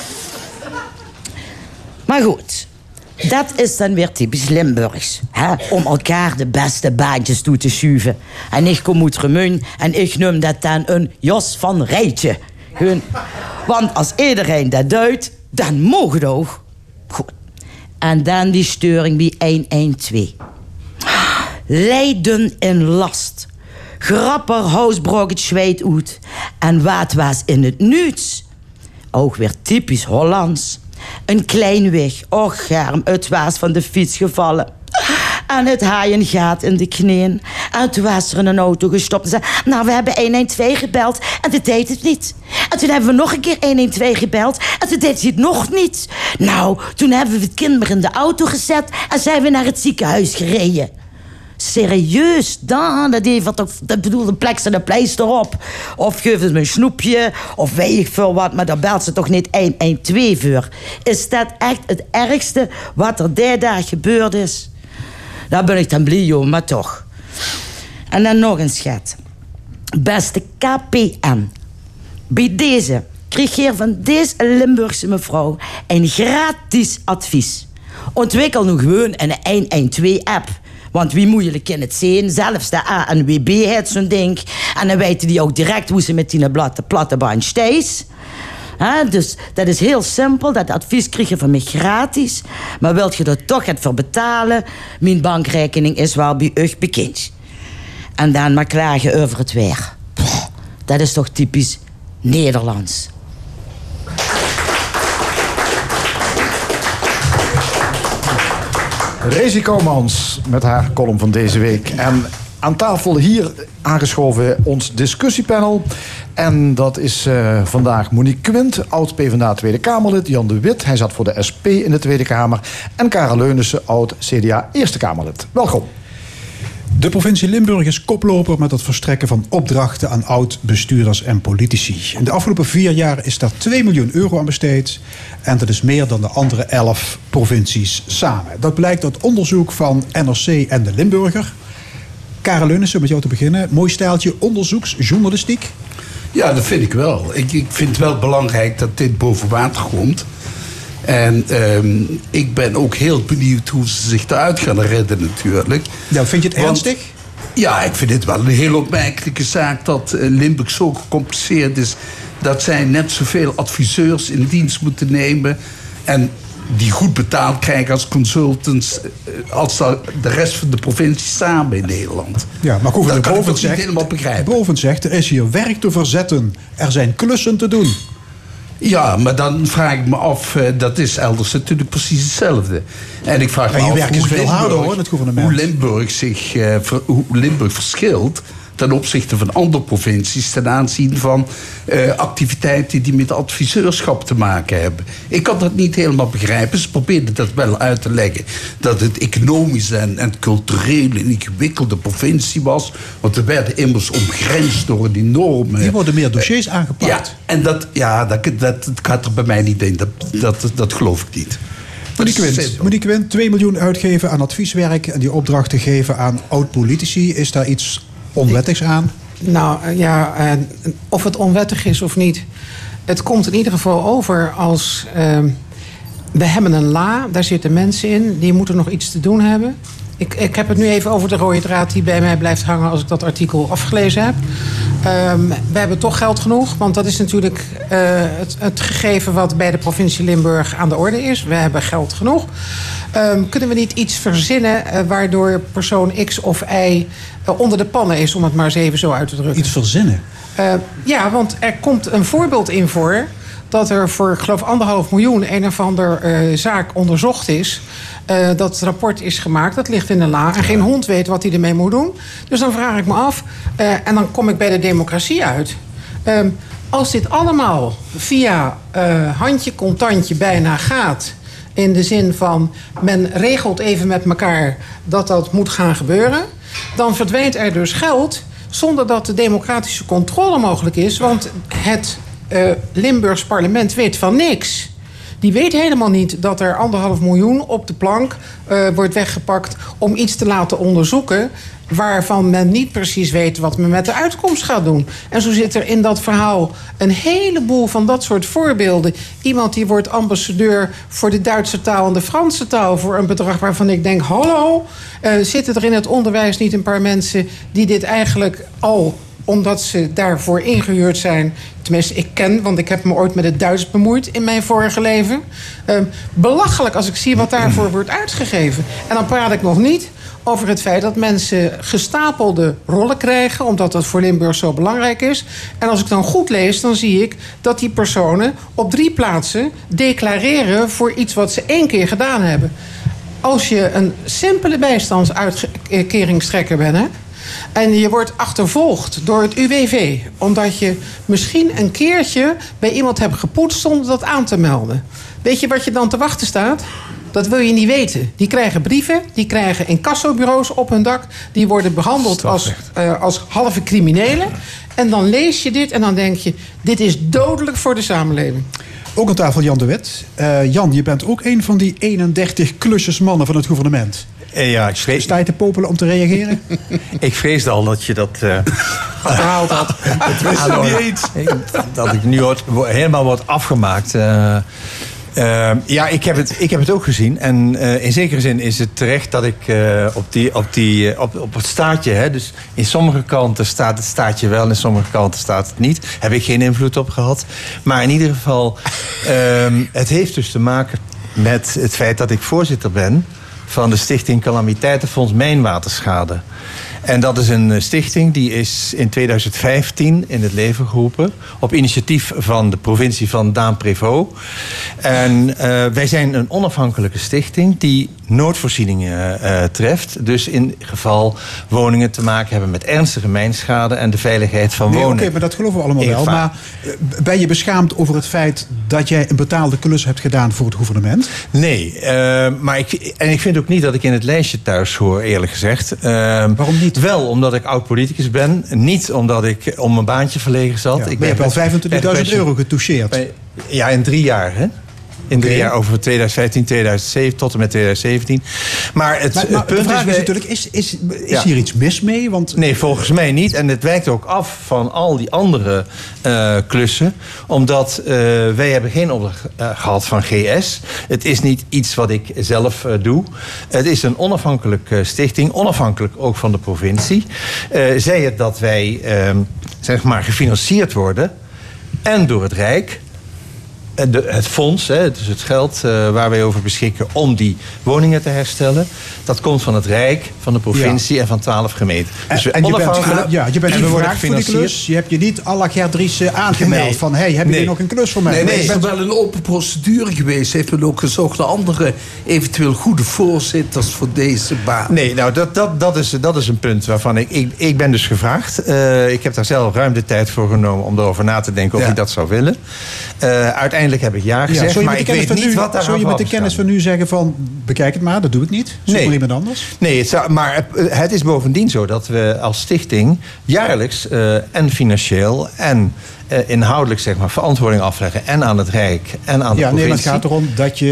Maar goed, dat is dan weer typisch Limburgs. Hè? Om elkaar de beste baantjes toe te schuiven. En ik kom uit Remun en ik noem dat dan een Jos van Rijtje. Hun. Want als iedereen dat duidt, dan mogen het ook. Goed. En dan die steuring bij honderdtwaalf. Lijden in last. Grapperhaus brak het zweet uit. En wat was in het nuts? Ook weer typisch Hollands. Een klein weg. Och, germ, het was van de fiets gevallen. En het haaien gaat in de knieën. En toen was er een auto gestopt en zei... Nou, we hebben honderdtwaalf gebeld en dat deed het niet. En toen hebben we nog een keer honderdtwaalf gebeld en toen deed het nog niet. Nou, toen hebben we het kind maar in de auto gezet en zijn we naar het ziekenhuis gereden. Serieus, dan, dat heeft toch, dat bedoelde plek ze de pleister op. Of geef het me een snoepje, of weet ik veel wat, maar daar belt ze toch niet honderdtwaalf voor. Is dat echt het ergste wat er die dag gebeurd is? Daar ben ik dan blij, joh, maar toch. En dan nog een schat. Beste K P N. Bij deze kreeg je van deze Limburgse mevrouw een gratis advies. Ontwikkel nu gewoon een honderdtwaalf-app. Want wie moeilijk in het zien, zelfs de A N W B heeft zo'n ding. En dan weten die ook direct hoe ze met die platte, platte band steeds. Ha, dus dat is heel simpel. Dat advies krijg je van mij gratis. Maar wilt je er toch het voor betalen? Mijn bankrekening is wel bij u bekend. En dan maar klagen over het weer. Poh, dat is toch typisch Nederlands. Rezi Koumans met haar column van deze week. En aan tafel hier aangeschoven ons discussiepanel. En dat is uh, vandaag Monique Quint, oud-P v d A Tweede Kamerlid. Jan de Wit, hij zat voor de S P in de Tweede Kamer. En Karel Leunissen, oud-C D A Eerste Kamerlid. Welkom. De provincie Limburg is koploper met het verstrekken van opdrachten aan oud-bestuurders en politici. In de afgelopen vier jaar is daar twee miljoen euro aan besteed. En dat is meer dan de andere elf provincies samen. Dat blijkt uit onderzoek van N R C en de Limburger. Karel Leunissen, met jou te beginnen. Mooi stijltje onderzoeksjournalistiek. Ja, dat vind ik wel. Ik, ik vind het wel belangrijk dat dit boven water komt. En um, ik ben ook heel benieuwd hoe ze zich eruit gaan redden natuurlijk. Ja, vind je het Want, ernstig? Ja, ik vind het wel een heel opmerkelijke zaak dat uh, Limburg zo gecompliceerd is dat zij net zoveel adviseurs in dienst moeten nemen en die goed betaald krijgen als consultants als de rest van de provincie samen in Nederland. Ja, maar dat kan ik boven toch niet helemaal begrijpen. Boven zegt, er is hier werk te verzetten. Er zijn klussen te doen. Ja, maar dan vraag ik me af, uh, dat is elders natuurlijk precies hetzelfde. En ik vraag ja, me je af werk is hoe veel Limburg, harder hoor, in het gouvernement. Hoe Limburg, zich, uh, ver, hoe Limburg verschilt ten opzichte van andere provincies ten aanzien van uh, activiteiten die met adviseurschap te maken hebben. Ik kan dat niet helemaal begrijpen. Ze probeerden dat wel uit te leggen. Dat het economisch en, en cultureel een ingewikkelde provincie was. Want we werden immers omgrensd door een enorme... Hier worden meer dossiers uh, aangepakt. Ja, en dat, ja, dat, dat, dat gaat er bij mij niet in. Dat, dat, dat geloof ik niet. Monique Wind, Monique Wind, twee miljoen uitgeven aan advieswerk en die opdrachten geven aan oud-politici. Is daar iets onwettigs aan? Nou ja, uh, of het onwettig is of niet. Het komt in ieder geval over als... Uh, we hebben een la, daar zitten mensen in, die moeten nog iets te doen hebben. Ik, ik heb het nu even over de rode draad die bij mij blijft hangen als ik dat artikel afgelezen heb. Um, we hebben toch geld genoeg, want dat is natuurlijk uh, het, het gegeven wat bij de provincie Limburg aan de orde is. We hebben geld genoeg. Um, kunnen we niet iets verzinnen uh, waardoor persoon X of Y uh, onder de pannen is, om het maar eens even zo uit te drukken? Iets verzinnen? Uh, ja, want er komt een voorbeeld in voor dat er voor, ik geloof, anderhalf miljoen een of ander uh, zaak onderzocht is. Uh, dat rapport is gemaakt, dat ligt in de la. En geen hond weet wat hij ermee moet doen. Dus dan vraag ik me af, uh, en dan kom ik bij de democratie uit. Uh, als dit allemaal via uh, handje contantje bijna gaat, in de zin van men regelt even met elkaar dat dat moet gaan gebeuren, dan verdwijnt er dus geld zonder dat de democratische controle mogelijk is. Want het uh, Limburgs parlement weet van niks. Die weet helemaal niet dat er anderhalf miljoen op de plank uh, wordt weggepakt om iets te laten onderzoeken waarvan men niet precies weet wat men met de uitkomst gaat doen. En zo zit er in dat verhaal een heleboel van dat soort voorbeelden. Iemand die wordt ambassadeur voor de Duitse taal en de Franse taal voor een bedrag waarvan ik denk, hallo, uh, zitten er in het onderwijs niet een paar mensen die dit eigenlijk al, omdat ze daarvoor ingehuurd zijn, tenminste ik ken, want ik heb me ooit met het Duits bemoeid in mijn vorige leven. Uh, belachelijk als ik zie wat daarvoor wordt uitgegeven. En dan praat ik nog niet over het feit dat mensen gestapelde rollen krijgen, omdat dat voor Limburg zo belangrijk is. En als ik dan goed lees, dan zie ik dat die personen op drie plaatsen declareren voor iets wat ze één keer gedaan hebben. Als je een simpele bijstandsuitkeringstrekker bent, hè, en je wordt achtervolgd door het U W V, omdat je misschien een keertje bij iemand hebt gepoetst zonder dat aan te melden. Weet je wat je dan te wachten staat? Dat wil je niet weten. Die krijgen brieven, die krijgen incassobureaus op hun dak. Die worden behandeld als, uh, als halve criminelen. En dan lees je dit en dan denk je, dit is dodelijk voor de samenleving. Ook aan tafel Jan de Wit. Uh, Jan, je bent ook een van die eenendertig klusjesmannen van het gouvernement. Ja, ik vrees... Sta je te popelen om te reageren? Ik vreesde al dat je dat uh, gehaald had. Dat wist je niet eens. Dat ik nu word, helemaal word afgemaakt. Uh, Uh, ja, ik heb, het, ik heb het ook gezien. En uh, in zekere zin is het terecht dat ik uh, op, die, op, die, uh, op, op het staartje... Hè, dus in sommige kanten staat het staartje wel... en in sommige kanten staat het niet. Heb ik geen invloed op gehad. Maar in ieder geval, uh, het heeft dus te maken met het feit dat ik voorzitter ben van de Stichting Calamiteitenfonds Mijnwaterschade. En dat is een stichting die is in tweeduizend vijftien in het leven geroepen op initiatief van de provincie van Daan Prévost. En uh, wij zijn een onafhankelijke stichting die noodvoorzieningen uh, treft. Dus in geval woningen te maken hebben met ernstige mijnschade en de veiligheid van nee, wonen. Oké, okay, maar dat geloven we allemaal wel. Maar uh, ben je beschaamd over het feit dat jij een betaalde klus hebt gedaan voor het gouvernement? Nee, uh, maar ik, en ik vind ook niet dat ik in het lijstje thuis hoor, eerlijk gezegd. Uh, Waarom niet? Wel omdat ik oud-politicus ben. Niet omdat ik om mijn baantje verlegen zat. Ja, ik ben je hebt wel vijfentwintigduizend euro getoucheerd. Ja, in drie jaar, hè? In drie okay. jaar over tweeduizend vijftien, tweeduizend zeven tot en met tweeduizend zeventien. Maar het, maar, maar het punt de vraag is, is natuurlijk, is, is, is ja. hier iets mis mee? Want... Nee, volgens mij niet. En het wijkt ook af van al die andere uh, klussen. Omdat uh, wij hebben geen opdracht uh, gehad van G S. Het is niet iets wat ik zelf uh, doe. Het is een onafhankelijke stichting. Onafhankelijk ook van de provincie. Uh, zij het dat wij uh, zeg maar gefinancierd worden. En door het Rijk. De, het fonds, hè, dus het geld uh, waar wij over beschikken om die woningen te herstellen, dat komt van het Rijk, van de provincie ja. en van twaalf gemeenten. Dus en, en je bent, ja, je bent niet gevraagd voor die klus. Je hebt je niet à la Gerdries uh, aangemeld nee. van, hey, heb je nee. hier nog een klus voor mij? Nee, nee, nee. Het is wel een open procedure geweest. Heeft men ook gezocht naar andere eventueel goede voorzitters voor deze baan? Nee, nou dat, dat, dat, is, dat is een punt waarvan ik, ik, ik ben dus gevraagd. Uh, ik heb daar zelf ruim de tijd voor genomen om erover na te denken of ja. ik dat zou willen. Uh, uiteindelijk heb ik ja gezegd, ja, maar ik weet niet nu, wat daar zou je met de kennis van nu zeggen van, bekijk het maar, dat doe ik niet. Zoek nee. maar iemand anders. Nee, het zou, maar het, het is bovendien zo dat we als stichting jaarlijks uh, en financieel en uh, inhoudelijk zeg maar verantwoording afleggen en aan het Rijk en aan de ja, provincie. Nee, maar het gaat erom dat je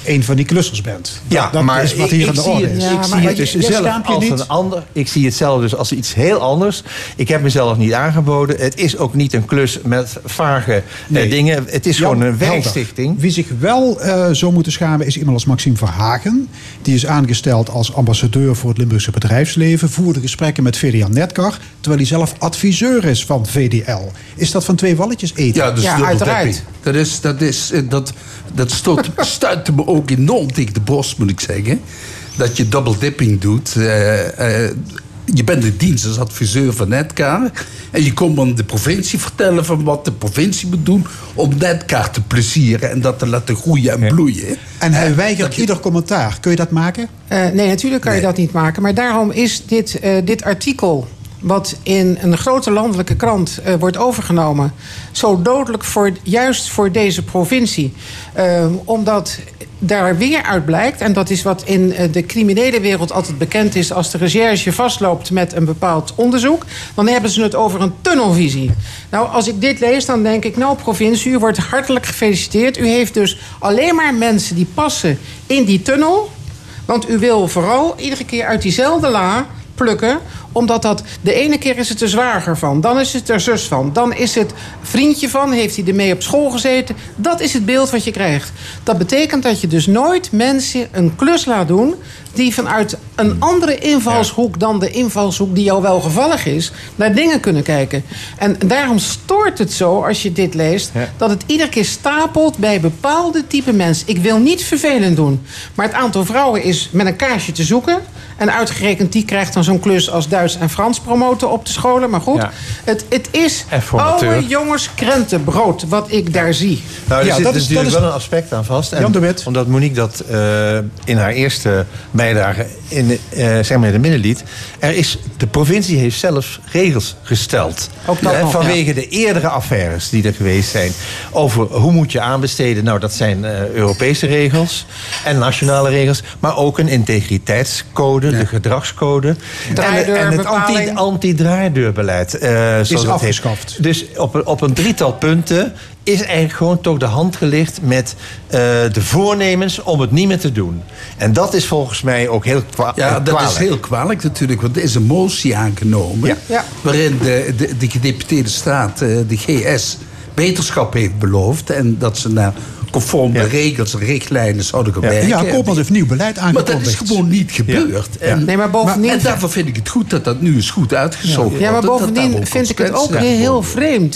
een van die klussers bent. Ja, dat, dat maar is wat ik, hier ik aan de zie orde het, is. ik zie het dus zelf als een ander. Ik zie het zelf dus als iets heel anders. Ik heb mezelf niet aangeboden. Het is ook niet een klus met vage nee. uh, dingen. Het is Jan, gewoon een helder. werkstichting. Wie zich wel uh, zou moeten schamen is iemand als Maxime Verhagen. Die is aangesteld als ambassadeur voor het Limburgse bedrijfsleven. Voerde gesprekken met Verian Netkar. Terwijl hij zelf adviseur is van V D L. Is dat van twee walletjes eten? Ja, dat is ja uiteraard. Dat, is, dat, is, dat, dat stoot, stuitte me ook enorm tegen de borst, moet ik zeggen. Dat je double dipping doet. Uh, uh, je bent in dienst als adviseur van Netcar. En je komt aan de provincie vertellen van wat de provincie moet doen om Netcar te plezieren en dat te laten groeien en bloeien. En hij weigert ieder commentaar. Kun je dat maken? Uh, nee, natuurlijk kan nee. je dat niet maken. Maar daarom is dit, uh, dit artikel, wat in een grote landelijke krant uh, wordt overgenomen, zo dodelijk voor, juist voor deze provincie. Uh, omdat daar weer uit blijkt, en dat is wat in uh, de criminele wereld altijd bekend is, als de recherche vastloopt met een bepaald onderzoek, dan hebben ze het over een tunnelvisie. Nou, als ik dit lees, dan denk ik, nou provincie, u wordt hartelijk gefeliciteerd. U heeft dus alleen maar mensen die passen in die tunnel, want u wil vooral iedere keer uit diezelfde la plukken, omdat dat de ene keer is het de zwager van, dan is het er zus van, dan is het vriendje van, heeft hij ermee op school gezeten. Dat is het beeld wat je krijgt. Dat betekent dat je dus nooit mensen een klus laat doen die vanuit een andere invalshoek dan de invalshoek die jou wel gevallig is, naar dingen kunnen kijken. En daarom stoort het zo, als je dit leest, ja. dat het iedere keer stapelt bij bepaalde type mensen. Ik wil niet vervelend doen, maar het aantal vrouwen is met een kaarsje te zoeken. En uitgerekend die krijgt dan zo'n klus als Duits en Frans promoten op de scholen. Maar goed, ja. het, het is oude jongens krentenbrood wat ik daar zie. Nou, er ja, zit dat natuurlijk is, dat is... wel een aspect aan vast. En Jan de Wit. Omdat Monique dat uh, in haar eerste bijdrage in, uh, zeg maar in de midden liet. Er is, de provincie heeft zelfs regels gesteld. Ook dat uh, nog, vanwege ja. de eerdere affaires die er geweest zijn. Over hoe moet je aanbesteden. Nou, dat zijn uh, Europese regels en nationale regels. Maar ook een integriteitscode. Ja. De gedragscode. En, en het anti, anti-draaideurbeleid. Uh, is afgeschaft. Heet. Dus op, op een drietal punten is eigenlijk gewoon toch de hand gelicht met uh, de voornemens om het niet meer te doen. En dat is volgens mij ook heel kwa- ja, kwalijk. Ja, dat is heel kwalijk natuurlijk, want er is een motie aangenomen, ja. Ja. waarin de, de, de gedeputeerde staat, uh, de G S, beterschap heeft beloofd en dat ze naar conform ja. de regels en richtlijnen zouden gaan ja. werken. Ja, Koopmans heeft nieuw beleid aangekondigd. Maar dat is gewoon niet gebeurd. Ja. En, nee, maar bovendien... maar, en daarvoor vind ik het goed dat dat nu eens goed uitgezogen wordt. Ja, maar bovendien dat vind ik het ook heel, heel vreemd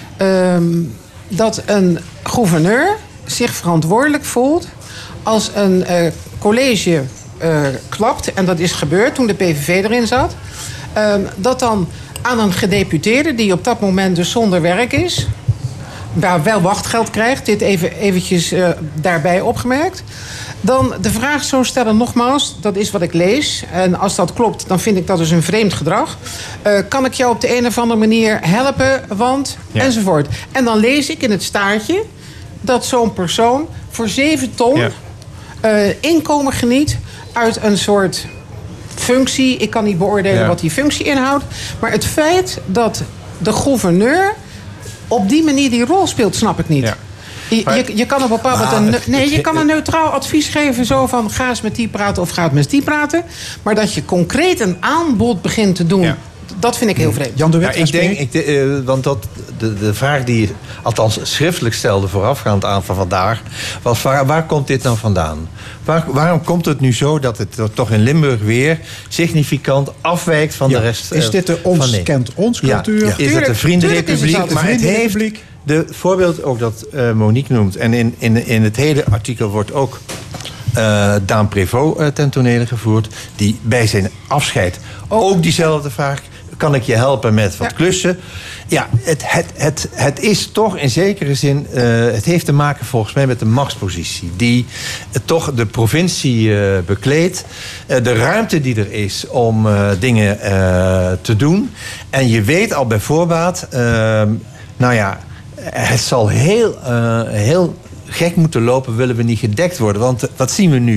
Um, dat een gouverneur zich verantwoordelijk voelt als een uh, college uh, klapt, en dat is gebeurd toen de P V V erin zat, uh, dat dan aan een gedeputeerde die op dat moment dus zonder werk is, waar wel wachtgeld krijgt, dit even eventjes uh, daarbij opgemerkt, dan de vraag zo stellen, nogmaals, dat is wat ik lees, en als dat klopt, dan vind ik dat dus een vreemd gedrag. Uh, kan ik jou op de een of andere manier helpen, want, ja. enzovoort. En dan lees ik in het staartje dat zo'n persoon voor zeven ton ja. uh, inkomen geniet uit een soort functie. Ik kan niet beoordelen ja. wat die functie inhoudt, maar het feit dat de gouverneur op die manier die rol speelt, snap ik niet. Ja. Je, je, je kan op een bepaald moment een, nee, je kan een neutraal advies geven, zo van ga eens met die praten of ga eens met die praten. Maar dat je concreet een aanbod begint te doen, ja. dat vind ik heel vreemd. Jan de Wit, ja, ik denk, ik, uh, want dat, de, de vraag die je althans schriftelijk stelde voorafgaand aan van vandaag, was waar, waar komt dit nou vandaan? Waar, waarom komt het nu zo dat het toch in Limburg weer significant afwijkt van ja. de rest? Is dit de ons van, kent ons cultuur? Ja, ja. Is het een vriendenrepubliek? Het maar het heeft de voorbeeld ook dat uh, Monique noemt. En in, in, in het hele artikel wordt ook uh, Daan Prévost uh, ten tonele gevoerd, die bij zijn afscheid oh. ook diezelfde vraag: kan ik je helpen met wat ja. klussen? Ja, het, het, het, het is toch in zekere zin, uh, het heeft te maken volgens mij met de machtspositie die uh, toch de provincie uh, bekleedt. Uh, de ruimte die er is om uh, dingen uh, te doen. En je weet al bij voorbaat, uh, nou ja, het zal heel, uh, heel gek moeten lopen, willen we niet gedekt worden. Want uh, wat zien we nu?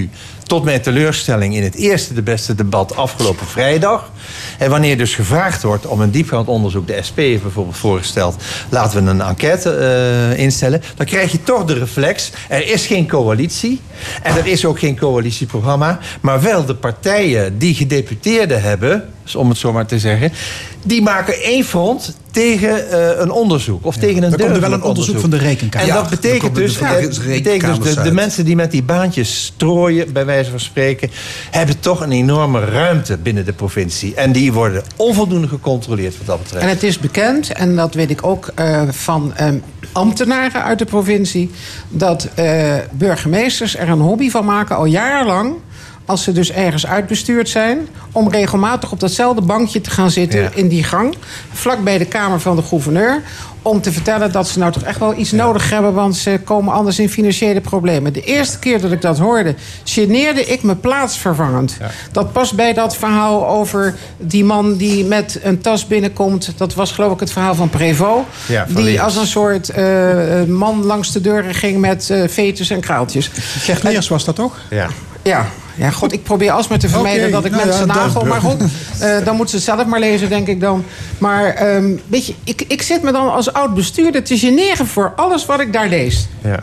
tot mijn teleurstelling in het eerste de beste debat afgelopen vrijdag. En wanneer dus gevraagd wordt om een diepgaand onderzoek, de S P heeft bijvoorbeeld voorgesteld, laten we een enquête uh, instellen, dan krijg je toch de reflex, er is geen coalitie en er is ook geen coalitieprogramma, maar wel de partijen die gedeputeerden hebben, om het zo maar te zeggen, die maken één front tegen uh, een onderzoek. Of ja, tegen een er komt er wel een onderzoek, onderzoek van de Rekenkamer. En ja, dat betekent dus, de, de, betekent dus de, de mensen die met die baantjes strooien, bij wijze van spreken, hebben toch een enorme ruimte binnen de provincie. En die worden onvoldoende gecontroleerd wat dat betreft. En het is bekend, en dat weet ik ook uh, van uh, ambtenaren uit de provincie, dat uh, burgemeesters er een hobby van maken, al jarenlang, als ze dus ergens uitbestuurd zijn, om regelmatig op datzelfde bankje te gaan zitten, ja, in die gang, vlak bij de kamer van de gouverneur, om te vertellen dat ze nou toch echt wel iets, ja, nodig hebben, want ze komen anders in financiële problemen. De eerste keer dat ik dat hoorde, geneerde ik me plaatsvervangend. Ja. Dat past bij dat verhaal over die man die met een tas binnenkomt. Dat was geloof ik het verhaal van Prévost. Ja, van die Leers. Als een soort uh, man langs de deuren ging met uh, vetus en kraaltjes. Gert Leers was dat toch? Ja. Ja. Ja, god, ik probeer alsmaar te vermijden okay, dat ik nou mensen ja, nagel. Maar goed, uh, dan moeten ze het zelf maar lezen, denk ik dan. Maar um, weet je, ik, ik zit me dan als oud bestuurder te generen voor alles wat ik daar lees. Ja.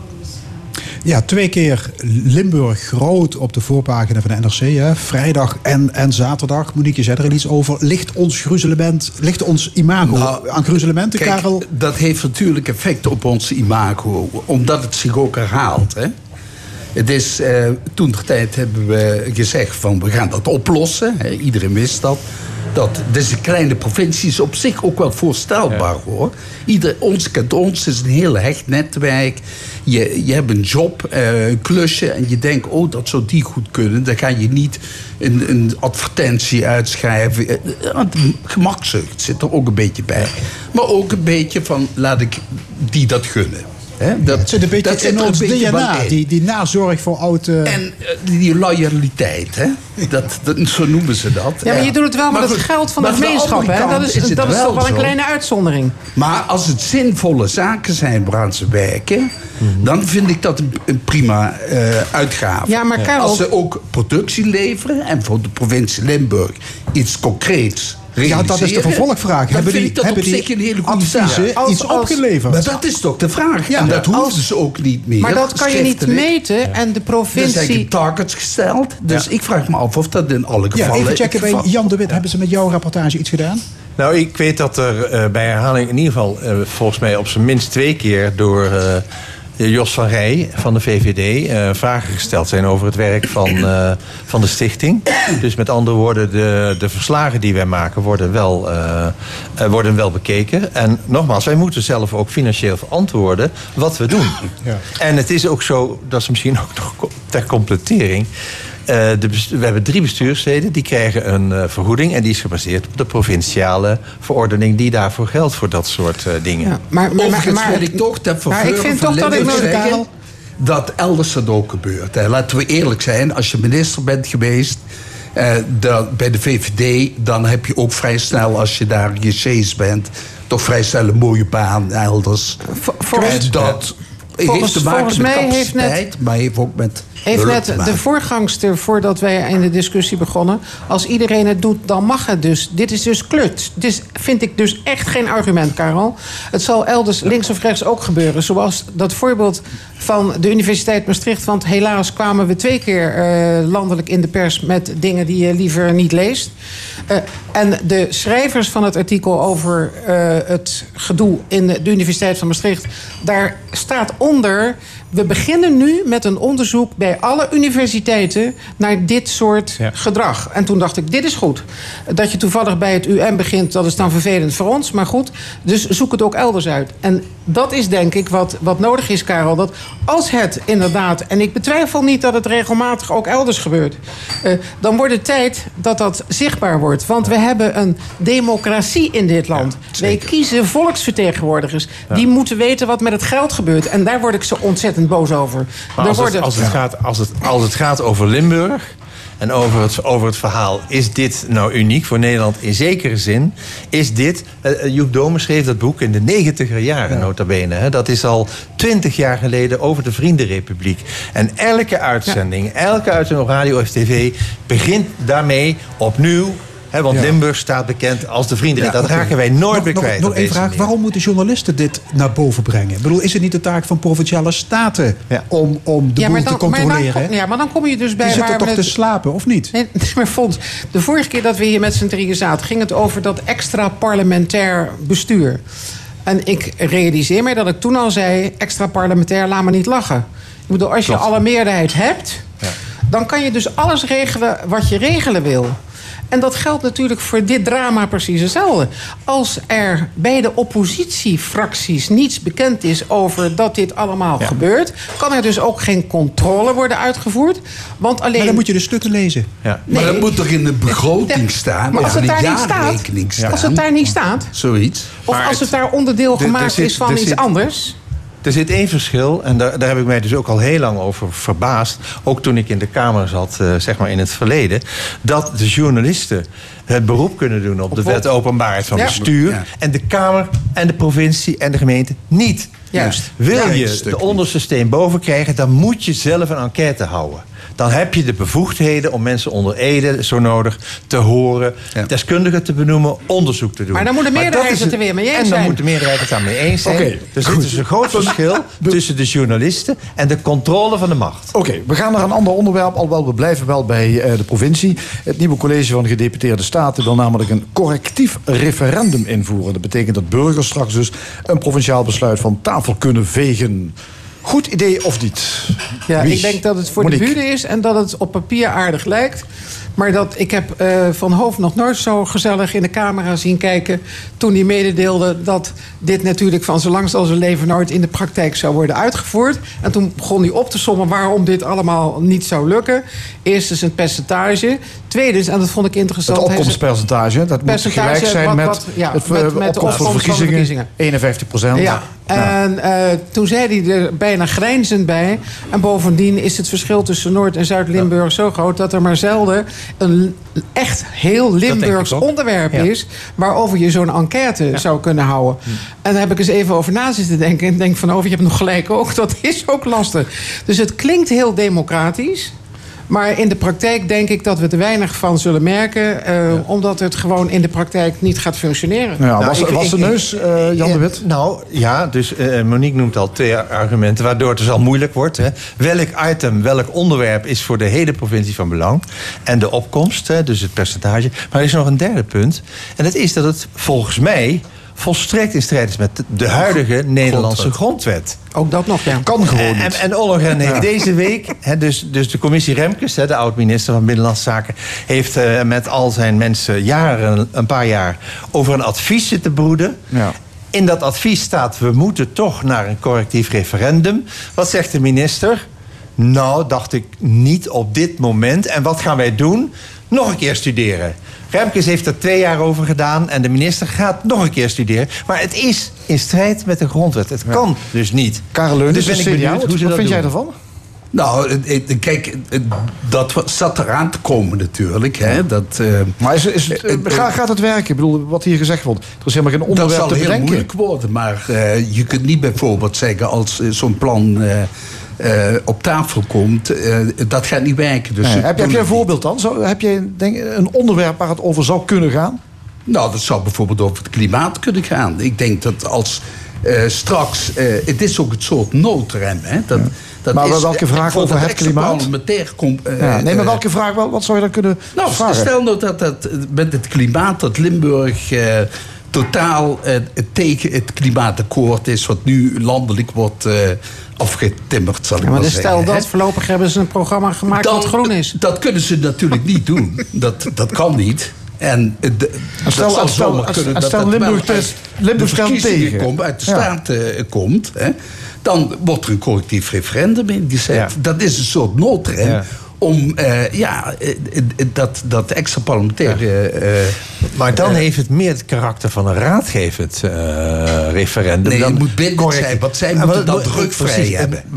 Ja, twee keer Limburg groot op de voorpagina van de N R C. Hè. Vrijdag en, en zaterdag. Monique, zei er al iets over. Ligt ons gruzelement, ligt ons imago nou, aan gruzelementen, kijk, Karel? Dat heeft natuurlijk effect op ons imago. Omdat het zich ook herhaalt, hè. Het is, uh, toen de tijd hebben we gezegd van we gaan dat oplossen. He, iedereen wist dat. Dat deze kleine provincie is op zich ook wel voorstelbaar, ja, hoor. Ieder, ons kent ons, het is een heel hecht netwerk. Je, je hebt een job, uh, een klusje en je denkt, oh, dat zou die goed kunnen. Dan ga je niet een, een advertentie uitschrijven. Uh, gemakzucht zit er ook een beetje bij. Maar ook een beetje van, laat ik die dat gunnen. He, dat, het zit een beetje dat in ons D N A, die, die nazorg voor oud... Uh... En uh, die loyaliteit, hè? Dat, dat, zo noemen ze dat. Ja, maar je doet het wel met het geld van de gemeenschap, hè? Dat is, is, dat is toch wel een kleine uitzondering. Maar als het zinvolle zaken zijn waar ze werken, mm-hmm, dan vind ik dat een, een prima uh, uitgave. Ja, maar Karel... Als ze ook productie leveren en voor de provincie Limburg iets concreets... Ja, dat is de vervolgvraag. Hebben die, dat hebben die een hele goede adviezen als, iets als, opgeleverd? Maar dat is toch de vraag. Ja, en dat hoeven als, ze ook niet meer. Maar dat kan je niet meten. Ja. En de provincie... Er zijn targets gesteld. Dus ja, ik vraag me af of dat in alle gevallen... Ja, even checken bij Jan de Wit. Ja. Hebben ze met jouw rapportage iets gedaan? Nou, ik weet dat er uh, bij herhaling in ieder geval... Uh, volgens mij op zijn minst twee keer door... Uh, Jos van Rij van de V V D uh, vragen gesteld zijn over het werk van, uh, van de stichting. Dus met andere woorden, de, de verslagen die wij maken worden wel, uh, uh, worden wel bekeken. En nogmaals, wij moeten zelf ook financieel verantwoorden wat we doen. Ja. En het is ook zo, dat is misschien ook nog ter completering... Uh, de bestu- we hebben drie bestuursleden, die krijgen een uh, vergoeding... en die is gebaseerd op de provinciale verordening... die daarvoor geldt voor dat soort uh, dingen. Ja, maar, maar, maar, maar wil ik toch ter verveuren van Limburg zeggen... dat elders dat ook gebeurt. Hè. Laten we eerlijk zijn, als je minister bent geweest... Uh, de, bij de V V D, dan heb je ook vrij snel... als je daar gechees bent, toch vrij snel een mooie baan elders. Voor, volgens, dat volgens, heeft te maken met capaciteit, net, maar heeft ook met... Heeft net de voorgangster, voordat wij in de discussie begonnen... als iedereen het doet, dan mag het dus. Dit is dus kluts. Dit vind ik dus echt geen argument, Karel. Het zal elders links of rechts ook gebeuren. Zoals dat voorbeeld van de Universiteit Maastricht. Want helaas kwamen we twee keer uh, landelijk in de pers... met dingen die je liever niet leest. Uh, en de schrijvers van het artikel over uh, het gedoe... in de, de Universiteit van Maastricht... daar staat onder... we beginnen nu met een onderzoek bij alle universiteiten... naar dit soort ja. gedrag. En toen dacht ik, dit is goed. Dat je toevallig bij het U M begint, dat is dan vervelend voor ons. Maar goed, dus zoek het ook elders uit. En dat is denk ik wat, wat nodig is, Karel. Dat als het inderdaad, en ik betwijfel niet dat het regelmatig ook elders gebeurt... Uh, dan wordt het tijd dat dat zichtbaar wordt. Want we hebben een democratie in dit land. Ja, wij kiezen volksvertegenwoordigers. Ja. Die moeten weten wat met het geld gebeurt. En daar word ik zo ontzettend boos over. Maar als, worden... het, als, het gaat, als, het, als het gaat over Limburg... en over het, over het verhaal. Is dit nou uniek voor Nederland? In zekere zin is dit... Uh, Joep Domen schreef dat boek in de negentiger jaren, ja. nota bene. Hè? Dat is al twintig jaar geleden over de Vriendenrepubliek. En elke uitzending, ja. elke uitzending op radio of tv... begint daarmee opnieuw... He, want ja. Limburg staat bekend als de vrienden. Ja, dat okay. raken wij nooit meer kwijt. Nog één vraag. Manier. Waarom moeten journalisten dit naar boven brengen? Ik bedoel, is het niet de taak van provinciale staten... Ja. om, om de ja, boel dan, te controleren? Maar dan, ja, maar dan kom je dus bij... Die zitten toch het, te slapen, of niet? Nee, maar Fons, de vorige keer dat we hier met z'n drieën zaten... ging het over dat extra parlementair bestuur. En ik realiseer mij dat ik toen al zei... extra parlementair, laat me niet lachen. Ik bedoel, als je Klopt. alle meerderheid hebt... Ja. dan kan je dus alles regelen wat je regelen wil... En dat geldt natuurlijk voor dit drama precies hetzelfde. Als er bij de oppositiefracties niets bekend is over dat dit allemaal ja. gebeurt... kan er dus ook geen controle worden uitgevoerd. Want alleen... Maar dan moet je de stukken lezen. Ja. Nee. Maar dat moet toch in de begroting staan? Maar als het daar niet staat, staan. Als het daar niet staat... Zoiets. Of maar als het daar onderdeel gemaakt zit, is van iets zit, anders... Er zit één verschil, en daar, daar heb ik mij dus ook al heel lang over verbaasd... ook toen ik in de Kamer zat, uh, zeg maar in het verleden... dat de journalisten het beroep kunnen doen op de wet openbaarheid van ja. bestuur... Ja. en de Kamer en de provincie en de gemeente niet. Juist. Wil ja, je de onderste steen boven krijgen... dan moet je zelf een enquête houden. Dan heb je de bevoegdheden om mensen onder ede, zo nodig, te horen... Ja. deskundigen te benoemen, onderzoek te doen. Maar dan moet de meerderheid het er weer mee eens zijn. En dan moet de meerderheid het daarmee eens zijn. Okay, er zit dus een groot verschil tussen de journalisten... en de controle van de macht. Oké, okay, we gaan naar een ander onderwerp. Alhoewel, we blijven wel bij uh, de provincie. Het nieuwe college van gedeputeerde staten... wil namelijk een correctief referendum invoeren. Dat betekent dat burgers straks dus een provinciaal besluit van tafel kunnen vegen... Goed idee of niet? Ja, Wie? Ik denk dat het voor Monique. de buren is en dat het op papier aardig lijkt. Maar dat, ik heb uh, Van Hoof nog nooit zo gezellig in de camera zien kijken... toen hij mededeelde dat dit natuurlijk van zo lang als zijn leven nooit in de praktijk zou worden uitgevoerd. En toen begon hij op te sommen waarom dit allemaal niet zou lukken. Eerst is het percentage. Tweede, en dat vond ik interessant... Het opkomstpercentage, dat moet gelijk zijn wat, met, wat, ja, het met, met de opkomst van de verkiezingen. verkiezingen. eenenvijftig procent. Ja. En uh, toen zei hij er bijna grijnzend bij. En bovendien is het verschil tussen Noord- en Zuid-Limburg ja. zo groot... dat er maar zelden een echt heel Limburgs onderwerp ja. is... waarover je zo'n enquête ja. zou kunnen houden. Hm. En daar heb ik eens even over na zitten denken. En denk van, oh, je hebt nog gelijk ook. Dat is ook lastig. Dus het klinkt heel democratisch... Maar in de praktijk denk ik dat we er weinig van zullen merken... Uh, ja. omdat het gewoon in de praktijk niet gaat functioneren. Ja, nou, was, ik, was de neus, uh, Jan de Wit? Nou, ja, dus uh, Monique noemt al twee argumenten... waardoor het dus al moeilijk wordt. Hè. Welk item, welk onderwerp is voor de hele provincie van belang? En de opkomst, hè, dus het percentage. Maar er is nog een derde punt. En dat is dat het volgens mij... volstrekt in strijd is met de huidige Nederlandse grondwet. Ook dat nog, ja. Kan gewoon niet. En, en Ollongren heeft ja. deze week, he, dus, dus de commissie Remkes... He, de oud-minister van Binnenlandse Zaken... heeft uh, met al zijn mensen jaren, een paar jaar... over een advies zitten broeden. Ja. In dat advies staat, we moeten toch naar een correctief referendum. Wat zegt de minister? Nou, dacht ik niet op dit moment. En wat gaan wij doen? Nog een keer studeren. Remkes heeft er twee jaar over gedaan en de minister gaat nog een keer studeren. Maar het is in strijd met de grondwet. Het ja. kan dus niet. Karel Leunis, dus ben ik benieuwd hoe ze Wat dat vind doen. jij ervan? Nou, kijk, dat zat eraan te komen natuurlijk. Hè? Dat, uh, maar is, is het, uh, gaat, gaat het werken? Ik bedoel, wat hier gezegd wordt. Er is helemaal geen onderwerp te bedenken. Dat zal heel moeilijk worden. Maar uh, je kunt niet bijvoorbeeld zeggen als uh, zo'n plan... Uh, Uh, op tafel komt, uh, dat gaat niet werken. Dus nee, heb, heb je een voorbeeld dan? Zo, heb je denk, een onderwerp waar het over zou kunnen gaan? Nou, dat zou bijvoorbeeld over het klimaat kunnen gaan. Ik denk dat als uh, straks... Uh, het is ook het soort noodrem. Hè? Dat, ja. dat maar is, welke vraag uh, over het klimaat? Kom, uh, ja, nee, maar welke vraag wel? Wat zou je dan kunnen nou, vragen? Stel nou dat, dat met het klimaat dat Limburg... Uh, totaal uh, tegen het klimaatakkoord is... wat nu landelijk wordt uh, afgetimmerd, zal ik ja, maar maar zeggen. Stel dat, hè? Voorlopig hebben ze een programma gemaakt dat, dat groen is. Dat kunnen ze natuurlijk niet doen. Dat, dat kan niet. En de, dat stel, zal stel, zomaar kunnen dat stel dat Limburg wel uit Limburg de verkiezingen komt, uit de staten ja. komt... Hè, dan wordt er een collectief referendum ingezet. Ja. Dat is een soort noodrem... Ja. Om uh, ja, uh, dat, dat extra parlementaire... Uh, maar dan uh, heeft het meer het karakter van een raadgevend uh, referendum. Nee, dan het moet bindend correct zijn, want zij ja, moeten dat drukvrij precies, hebben. Maar,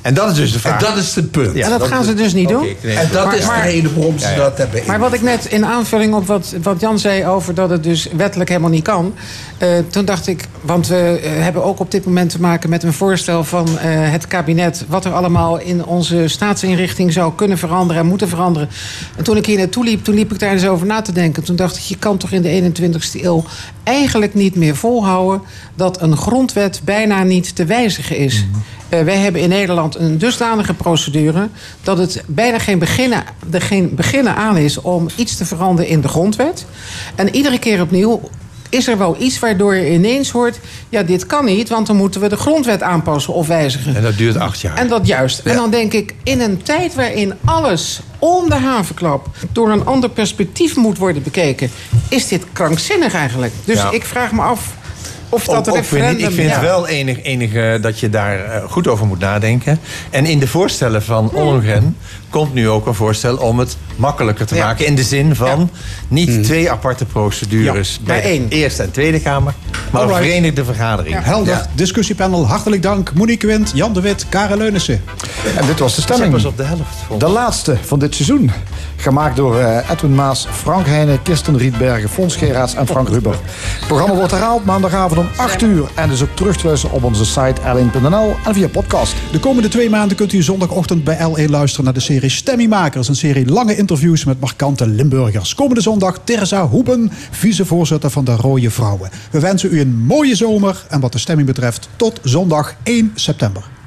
En dat is dus de vraag. En dat is het punt. en dat, gaan ze dus niet doen. Okay, nee, en dat maar, is maar, de reden waarom ze ja, ja. dat hebben. Maar wat ik net in aanvulling op wat, wat Jan zei over dat het dus wettelijk helemaal niet kan. Uh, toen dacht ik, want we uh, hebben ook op dit moment te maken met een voorstel van uh, het kabinet. Wat er allemaal in onze staatsinrichting zou kunnen veranderen en moeten veranderen. En toen ik hier naartoe liep, toen liep ik daar eens over na te denken. Toen dacht ik, je kan toch in de eenentwintigste eeuw eigenlijk niet meer volhouden dat een grondwet bijna niet te wijzigen is. Mm-hmm. Uh, wij hebben in Nederland een dusdanige procedure dat het bijna geen beginnen, er geen beginnen aan is om iets te veranderen in de grondwet. En iedere keer opnieuw is er wel iets waardoor je ineens hoort, ja, dit kan niet, want dan moeten we de grondwet aanpassen of wijzigen. En dat duurt acht jaar. En dat juist. Ja. En dan denk ik, in een tijd waarin alles om de havenklap door een ander perspectief moet worden bekeken, is dit krankzinnig eigenlijk. Dus ja. ik vraag me af of Ook, dat ook referendum... vind ik, ik vind ja. het wel enig, enig uh, dat je daar uh, goed over moet nadenken. En in de voorstellen van Ollongren komt nu ook een voorstel om het makkelijker te Ja. maken. In de zin van Ja. niet Hmm. twee aparte procedures Ja, bij bij één. de Eerste en Tweede Kamer, maar Alright. een verenigde vergadering. Ja. Helder. Ja. Discussiepanel, hartelijk dank. Monique Wind, Jan de Wit, Karel Leunissen. En dit was de Zet stemming. pas op de helft. De laatste van dit seizoen. Gemaakt door uh, Edwin Maas, Frank Heijnen, Kirsten Rietbergen, Fons Geraerts en Frank Ruber. Het programma wordt herhaald maandagavond om acht uur. En is ook terug te luisteren op onze site l een punt n l en via podcast. De komende twee maanden kunt u zondagochtend bij L één luisteren naar de serie Stemmingmakers. Een serie lange interviews met markante Limburgers. Komende zondag Terza Hoeben, vicevoorzitter van de Rode Vrouwen. We wensen u een mooie zomer en wat de stemming betreft tot zondag één september.